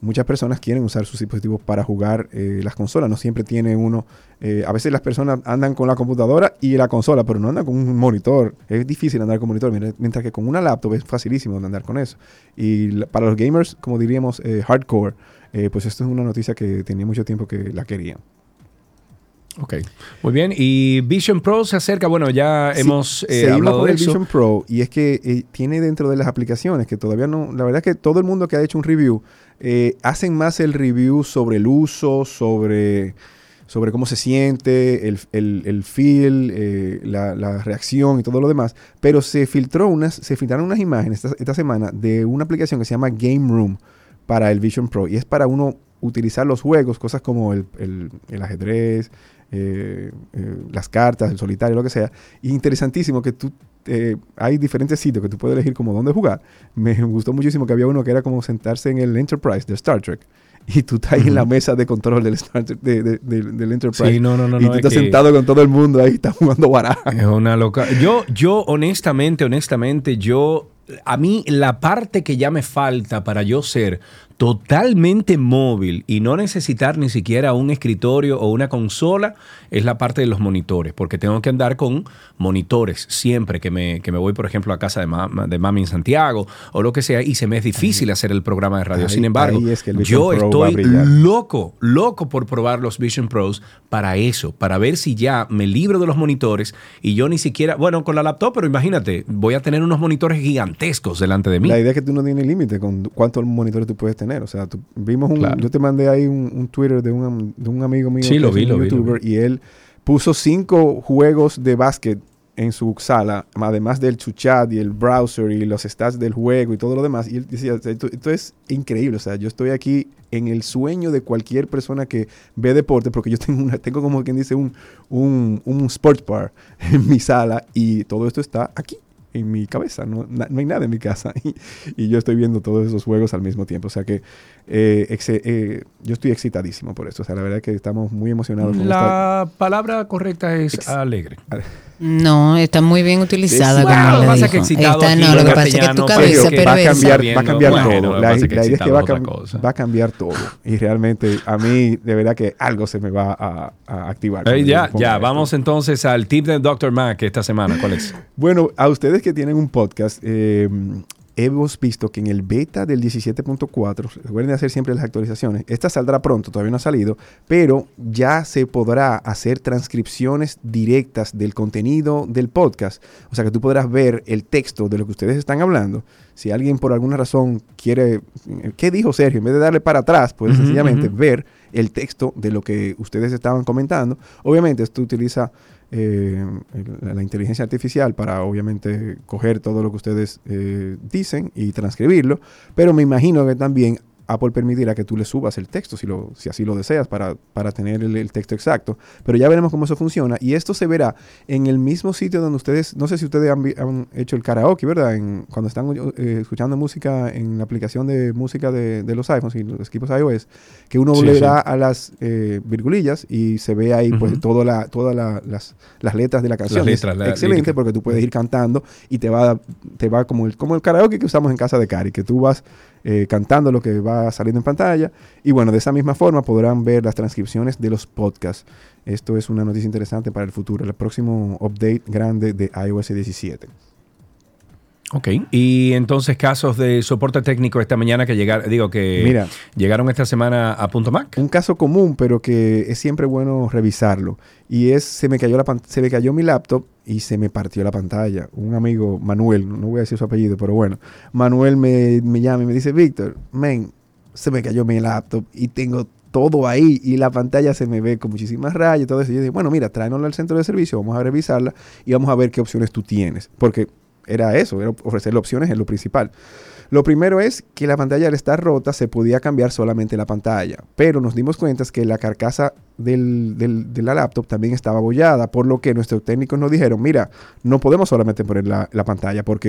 muchas personas quieren usar sus dispositivos para jugar las consolas. No siempre tiene uno. A veces las personas andan con la computadora y la consola, pero no andan con un monitor. Es difícil andar con monitor, mientras que con una laptop es facilísimo andar con eso. Y para los gamers, como diríamos, hardcore, pues esto es una noticia que tenía mucho tiempo que la querían.
Ok, muy bien. Y Vision Pro se acerca, bueno, ya hemos hablado de eso.
Vision Pro, y es que tiene dentro de las aplicaciones que todavía no, la verdad es que todo el mundo que ha hecho un review, hacen más el review sobre el uso, sobre cómo se siente, el feel, la reacción y todo lo demás, pero se filtraron unas imágenes esta semana de una aplicación que se llama Game Room para el Vision Pro, y es para uno utilizar los juegos, cosas como el ajedrez, las cartas, el solitario, lo que sea. Y interesantísimo que hay diferentes sitios que tú puedes elegir como dónde jugar. Me gustó muchísimo que había uno que era como sentarse en el Enterprise de Star Trek. Y tú estás ahí en la mesa de control del del Enterprise.
Sí, no,
y tú estás sentado con todo el mundo ahí, estás jugando baraja.
Es una loca. Yo honestamente, a mí la parte que ya me falta para yo ser totalmente móvil y no necesitar ni siquiera un escritorio o una consola es la parte de los monitores, porque tengo que andar con monitores siempre que me voy, por ejemplo, a casa de mami en Santiago o lo que sea, y se me es difícil hacer el programa de radio. Sin embargo, yo estoy loco por probar los Vision Pros para eso, para ver si ya me libro de los monitores y yo ni siquiera, bueno, con la laptop, pero imagínate, voy a tener unos monitores gigantescos delante de mí.
La idea es que tú no tienes límite con cuántos monitores tú puedes tener. O sea, yo te mandé ahí un Twitter de un amigo mío,
sí,
que es un youtuber, y él puso 5 juegos de básquet en su sala, además del su chat y el browser y los stats del juego y todo lo demás. Y él decía, esto es increíble. O sea, yo estoy aquí en el sueño de cualquier persona que ve deporte, porque yo tengo como quien dice un sports bar en mi sala, y todo esto está aquí en mi cabeza, no hay nada en mi casa, y yo estoy viendo todos esos juegos al mismo tiempo. O sea que yo estoy excitadísimo por eso. O sea, la verdad es que estamos muy emocionados.
La palabra correcta es alegre.
No, está muy bien utilizada.
Sí,
como
lo que
le
pasa es
dijo.
que excitado aquí
lo que pasa es que tu cabeza
va a cambiar todo. La idea es que va a cambiar todo. Y realmente a mí, de verdad que algo se me va a activar.
Ya, vamos entonces al tip del Dr. Mac esta semana. ¿Cuál es?
Bueno, a ustedes que tienen un podcast, hemos visto que en el beta del 17.4, recuerden hacer siempre las actualizaciones, esta saldrá pronto, todavía no ha salido, pero ya se podrá hacer transcripciones directas del contenido del podcast. O sea que tú podrás ver el texto de lo que ustedes están hablando. Si alguien por alguna razón quiere, ¿qué dijo Sergio? En vez de darle para atrás, puedes sencillamente ver el texto de lo que ustedes estaban comentando. Obviamente esto utiliza la inteligencia artificial para obviamente coger todo lo que ustedes dicen y transcribirlo, pero me imagino que también Apple permitirá que tú le subas el texto si así lo deseas para tener el texto exacto. Pero ya veremos cómo eso funciona, y esto se verá en el mismo sitio donde ustedes, no sé si ustedes han hecho el karaoke, ¿verdad? Cuando están escuchando música en la aplicación de música de los iPhones y los equipos iOS, que uno le da a las virgulillas y se ve ahí pues todas las letras de la canción. Excelente, porque tú puedes ir cantando y te va como el karaoke que usamos en casa de Cari, que tú vas cantando lo que va saliendo en pantalla, y bueno, de esa misma forma podrán ver las transcripciones de los podcasts. Esto es una noticia interesante para el futuro, el próximo update grande de iOS 17.
Ok, y entonces casos de soporte técnico esta mañana que llegaron esta semana a Punto Mac.
Un caso común, pero que es siempre bueno revisarlo, y se me cayó mi laptop y se me partió la pantalla. Un amigo, Manuel, no voy a decir su apellido, pero bueno, Manuel me llama y me dice, Víctor, se me cayó mi laptop y tengo todo ahí y la pantalla se me ve con muchísimas rayas y todo eso. Y yo dije, bueno, mira, tráenosla al centro de servicio, vamos a revisarla y vamos a ver qué opciones tú tienes, porque era ofrecerle opciones en lo principal. Lo primero es que la pantalla, al estar rota, se podía cambiar solamente la pantalla, pero nos dimos cuenta que la carcasa de la laptop también estaba abollada, por lo que nuestros técnicos nos dijeron, mira, no podemos solamente poner la pantalla, porque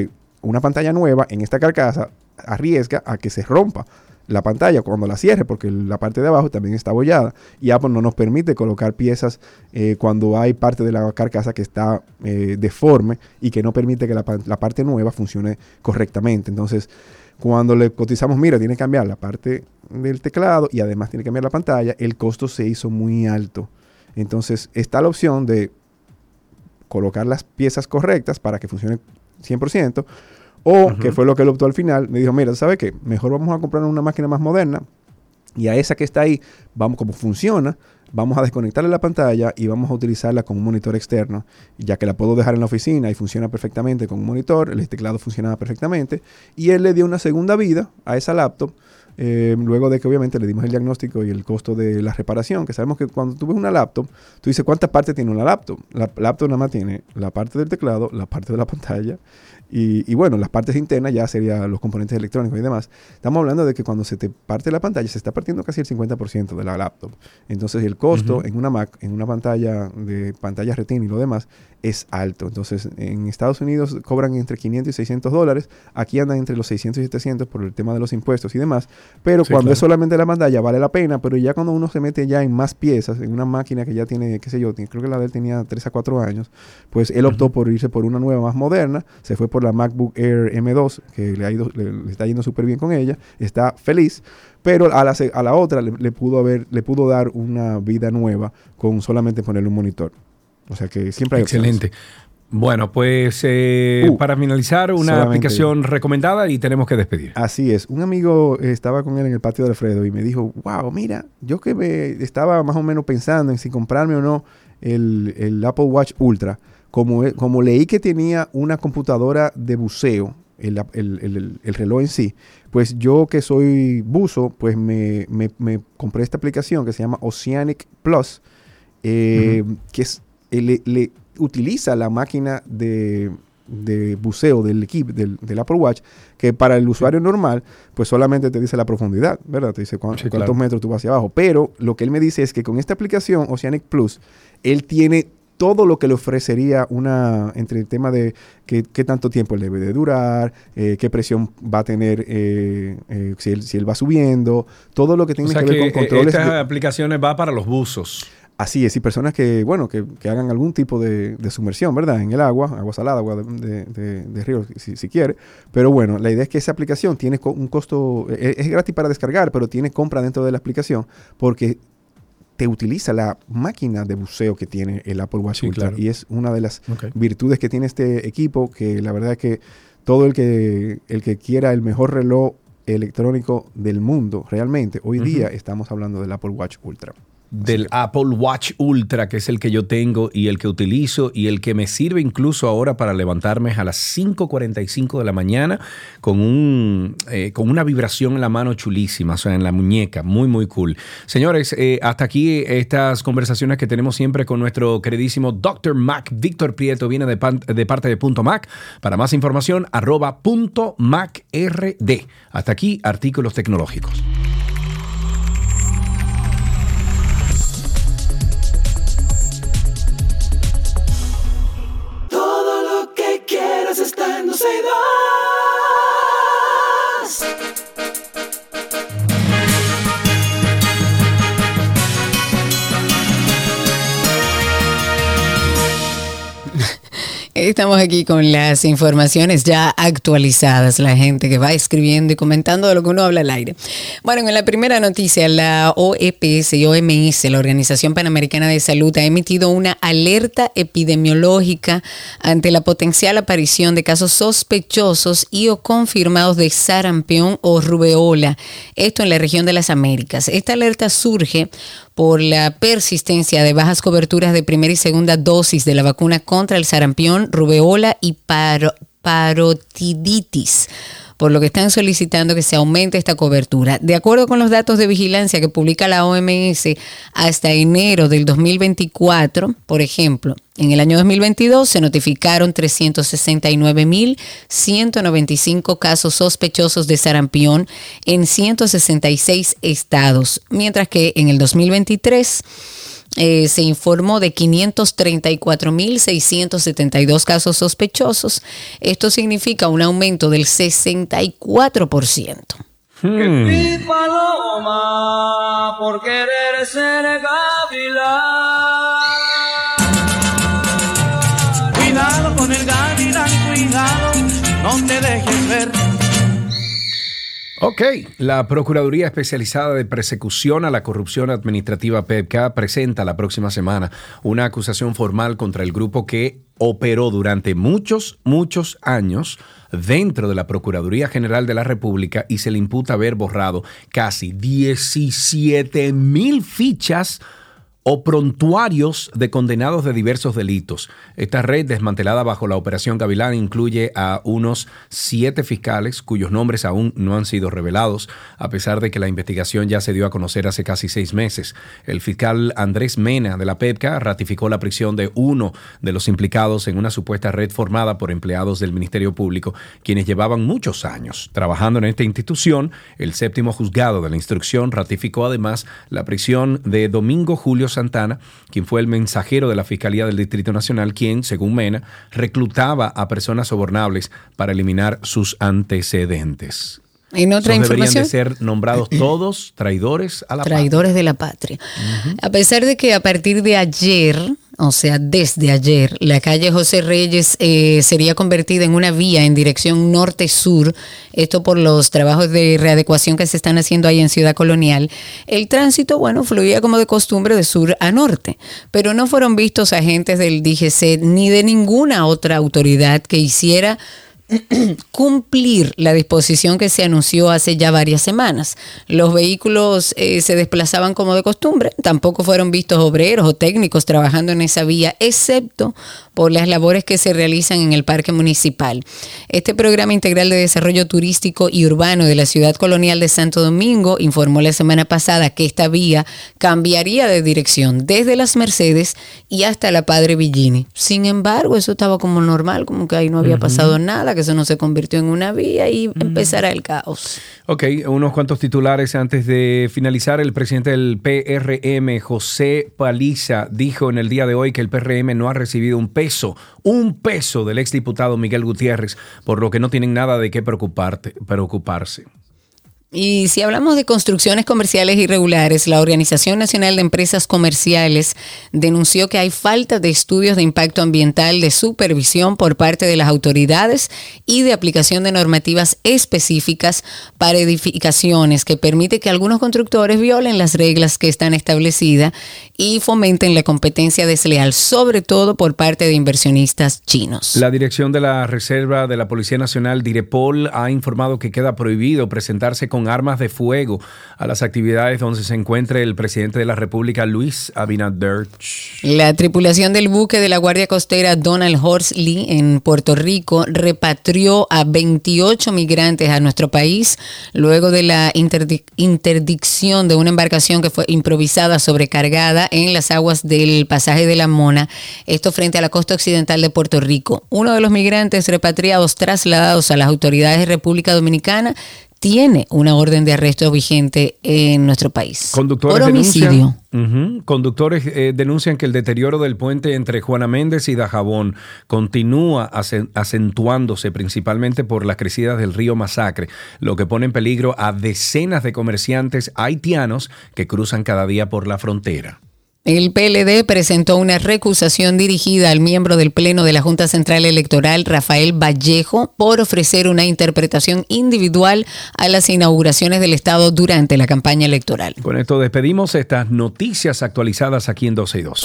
una pantalla nueva en esta carcasa arriesga a que se rompa la pantalla cuando la cierre, porque la parte de abajo también está abollada y Apple no nos permite colocar piezas cuando hay parte de la carcasa que está deforme y que no permite que la parte nueva funcione correctamente. Entonces, cuando le cotizamos, mira, tiene que cambiar la parte del teclado y además tiene que cambiar la pantalla, el costo se hizo muy alto. Entonces, está la opción de colocar las piezas correctas para que funcione 100%, o, que fue lo que él optó al final, me dijo, mira, ¿sabe qué? Mejor vamos a comprar una máquina más moderna y a esa que está ahí, vamos, como funciona, vamos a desconectarle la pantalla y vamos a utilizarla con un monitor externo, ya que la puedo dejar en la oficina y funciona perfectamente con un monitor, el teclado funcionaba perfectamente, y él le dio una segunda vida a esa laptop, luego de que obviamente le dimos el diagnóstico y el costo de la reparación, que sabemos que cuando tú ves una laptop, tú dices, ¿cuántas partes tiene una laptop? La laptop nada más tiene la parte del teclado, la parte de la pantalla, y bueno, las partes internas ya serían los componentes electrónicos y demás. Estamos hablando de que cuando se te parte la pantalla, se está partiendo casi el 50% de la laptop. Entonces el costo en una Mac, en una pantalla de pantalla retina y lo demás, es alto. Entonces en Estados Unidos cobran entre 500 y $600. Aquí andan entre los 600 y 700 por el tema de los impuestos y demás. Pero sí, cuando es solamente la pantalla vale la pena. Pero ya cuando uno se mete ya en más piezas, en una máquina que ya tiene, qué sé yo, creo que la de él tenía 3 a 4 años, pues él optó por irse por una nueva más moderna. Se fue por la MacBook Air M2, que le está yendo súper bien con ella. Está feliz. Pero a la otra le pudo dar una vida nueva con solamente ponerle un monitor. O sea que siempre hay
excelente opciones. Bueno, pues para finalizar, una aplicación recomendada y tenemos que despedir.
Así es. Un amigo estaba con él en el patio de Alfredo y me dijo, wow, mira, yo que estaba más o menos pensando en si comprarme o no el Apple Watch Ultra. Como leí que tenía una computadora de buceo, el reloj en sí, pues yo que soy buzo, pues me compré esta aplicación que se llama Oceanic Plus, que es le utiliza la máquina de buceo del equipo del Apple Watch, que para el usuario normal pues solamente te dice la profundidad, ¿verdad? Te dice cuántos metros tú vas hacia abajo, pero lo que él me dice es que con esta aplicación Oceanic Plus él tiene todo lo que le ofrecería entre el tema de qué tanto tiempo debe de durar, qué presión va a tener si él va subiendo, todo lo que tiene que ver con controles.
Estas aplicaciones va para los buzos.
Así es, y personas que hagan algún tipo de sumersión, ¿verdad? En el agua salada, agua de río, si quiere. Pero bueno, la idea es que esa aplicación tiene un costo, es gratis para descargar, pero tiene compra dentro de la aplicación porque te utiliza la máquina de buceo que tiene el Apple Watch Ultra. Claro. Y es una de las virtudes que tiene este equipo, que la verdad es que todo el que quiera el mejor reloj electrónico del mundo, realmente, hoy día estamos hablando del Apple Watch Ultra.
Del Apple Watch Ultra, que es el que yo tengo y el que utilizo y el que me sirve incluso ahora para levantarme a las 5:45 de la mañana con una vibración en la mano chulísima, o sea, en la muñeca, muy, muy cool. Señores, hasta aquí estas conversaciones que tenemos siempre con nuestro queridísimo Dr. Mac. Víctor Prieto viene de parte de Punto Mac. Para más información, @.macrd. Hasta aquí, artículos tecnológicos.
Está en 12 y 2.
Estamos aquí con las informaciones ya actualizadas, la gente que va escribiendo y comentando de lo que uno habla al aire. Bueno, en la primera noticia, la OEPS y OMS, la Organización Panamericana de Salud, ha emitido una alerta epidemiológica ante la potencial aparición de casos sospechosos y o confirmados de sarampión o rubeola, esto en la región de las Américas. Esta alerta surge por la persistencia de bajas coberturas de primera y segunda dosis de la vacuna contra el sarampión, rubeola y parotiditis, por lo que están solicitando que se aumente esta cobertura. De acuerdo con los datos de vigilancia que publica la OMS, hasta enero del 2024, por ejemplo, en el año 2022 se notificaron 369.195 casos sospechosos de sarampión en 166 estados, mientras que en el 2023 se informó de 534.672 casos sospechosos. Esto significa un aumento del 64%.
Mi paloma por querer ser gavilán. Cuidado con el gavilán, cuidado, no te dejes ver.
Ok, la Procuraduría Especializada de Persecución a la Corrupción Administrativa PEPCA presenta la próxima semana una acusación formal contra el grupo que operó durante muchos años dentro de la Procuraduría General de la República y se le imputa haber borrado casi 17,000 fichas o prontuarios de condenados de diversos delitos. Esta red, desmantelada bajo la Operación Gavilán, incluye a unos 7 fiscales cuyos nombres aún no han sido revelados, a pesar de que la investigación ya se dio a conocer hace casi 6 meses. El fiscal Andrés Mena de la PEPCA ratificó la prisión de uno de los implicados en una supuesta red formada por empleados del Ministerio Público, quienes llevaban muchos años trabajando en esta institución. El 7º juzgado de la instrucción ratificó además la prisión de Domingo Julio Santana, quien fue el mensajero de la Fiscalía del Distrito Nacional, quien, según Mena, reclutaba a personas sobornables para eliminar sus antecedentes.
En otra información,
deberían de ser nombrados todos traidores a la patria.
Traidores de la patria. A pesar de que a partir de ayer, o sea, desde ayer, la calle José Reyes sería convertida en una vía en dirección norte-sur, esto por los trabajos de readecuación que se están haciendo ahí en Ciudad Colonial, el tránsito, bueno, fluía como de costumbre de sur a norte, pero no fueron vistos agentes del DGC ni de ninguna otra autoridad que hiciera cumplir la disposición que se anunció hace ya varias semanas. Los vehículos se desplazaban como de costumbre, tampoco fueron vistos obreros o técnicos trabajando en esa vía, excepto por las labores que se realizan en el parque municipal. Este programa integral de desarrollo turístico y urbano de la ciudad colonial de Santo Domingo informó la semana pasada que esta vía cambiaría de dirección desde Las Mercedes y hasta la Padre Villini. Sin embargo, eso estaba como normal, como que ahí no había pasado nada, que eso no se convirtió en una vía y empezará el caos.
Ok, unos cuantos titulares antes de finalizar. El presidente del PRM, José Paliza, dijo en el día de hoy que el PRM no ha recibido un peso del exdiputado Miguel Gutiérrez, por lo que no tienen nada de qué preocuparse.
Y si hablamos de construcciones comerciales irregulares, la Organización Nacional de Empresas Comerciales denunció que hay falta de estudios de impacto ambiental, de supervisión por parte de las autoridades y de aplicación de normativas específicas para edificaciones que permite que algunos constructores violen las reglas que están establecidas y fomenten la competencia desleal, sobre todo por parte de inversionistas chinos.
La Dirección de la Reserva de la Policía Nacional, Direpol, ha informado que queda prohibido presentarse con armas de fuego a las actividades donde se encuentre el presidente de la República, Luis Abinader.
La tripulación del buque de la Guardia Costera Donald Horsley en Puerto Rico repatrió a 28 migrantes a nuestro país luego de la interdicción de una embarcación que fue improvisada sobrecargada en las aguas del pasaje de la Mona, esto frente a la costa occidental de Puerto Rico. Uno de los migrantes repatriados trasladados a las autoridades de República Dominicana tiene una orden de arresto vigente en nuestro país.
Conductores
por homicidio.
Conductores denuncian que el deterioro del puente entre Juana Méndez y Dajabón continúa acentuándose principalmente por las crecidas del río Masacre, lo que pone en peligro a decenas de comerciantes haitianos que cruzan cada día por la frontera.
El PLD presentó una recusación dirigida al miembro del Pleno de la Junta Central Electoral, Rafael Vallejo, por ofrecer una interpretación individual a las inauguraciones del Estado durante la campaña electoral.
Con esto despedimos estas noticias actualizadas aquí en 12 y 2.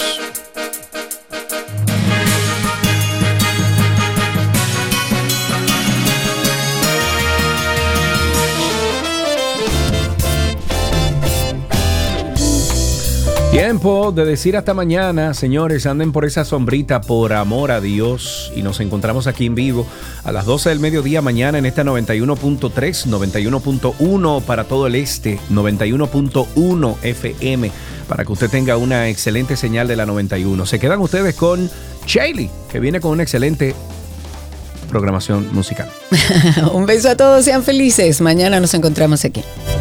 Tiempo de decir hasta mañana, señores, anden por esa sombrita por amor a Dios y nos encontramos aquí en vivo a las 12 del mediodía mañana en esta 91.3, 91.1 para todo el este, 91.1 FM para que usted tenga una excelente señal de la 91. Se quedan ustedes con Shaylee, que viene con una excelente programación musical.
Un beso a todos, sean felices. Mañana nos encontramos aquí.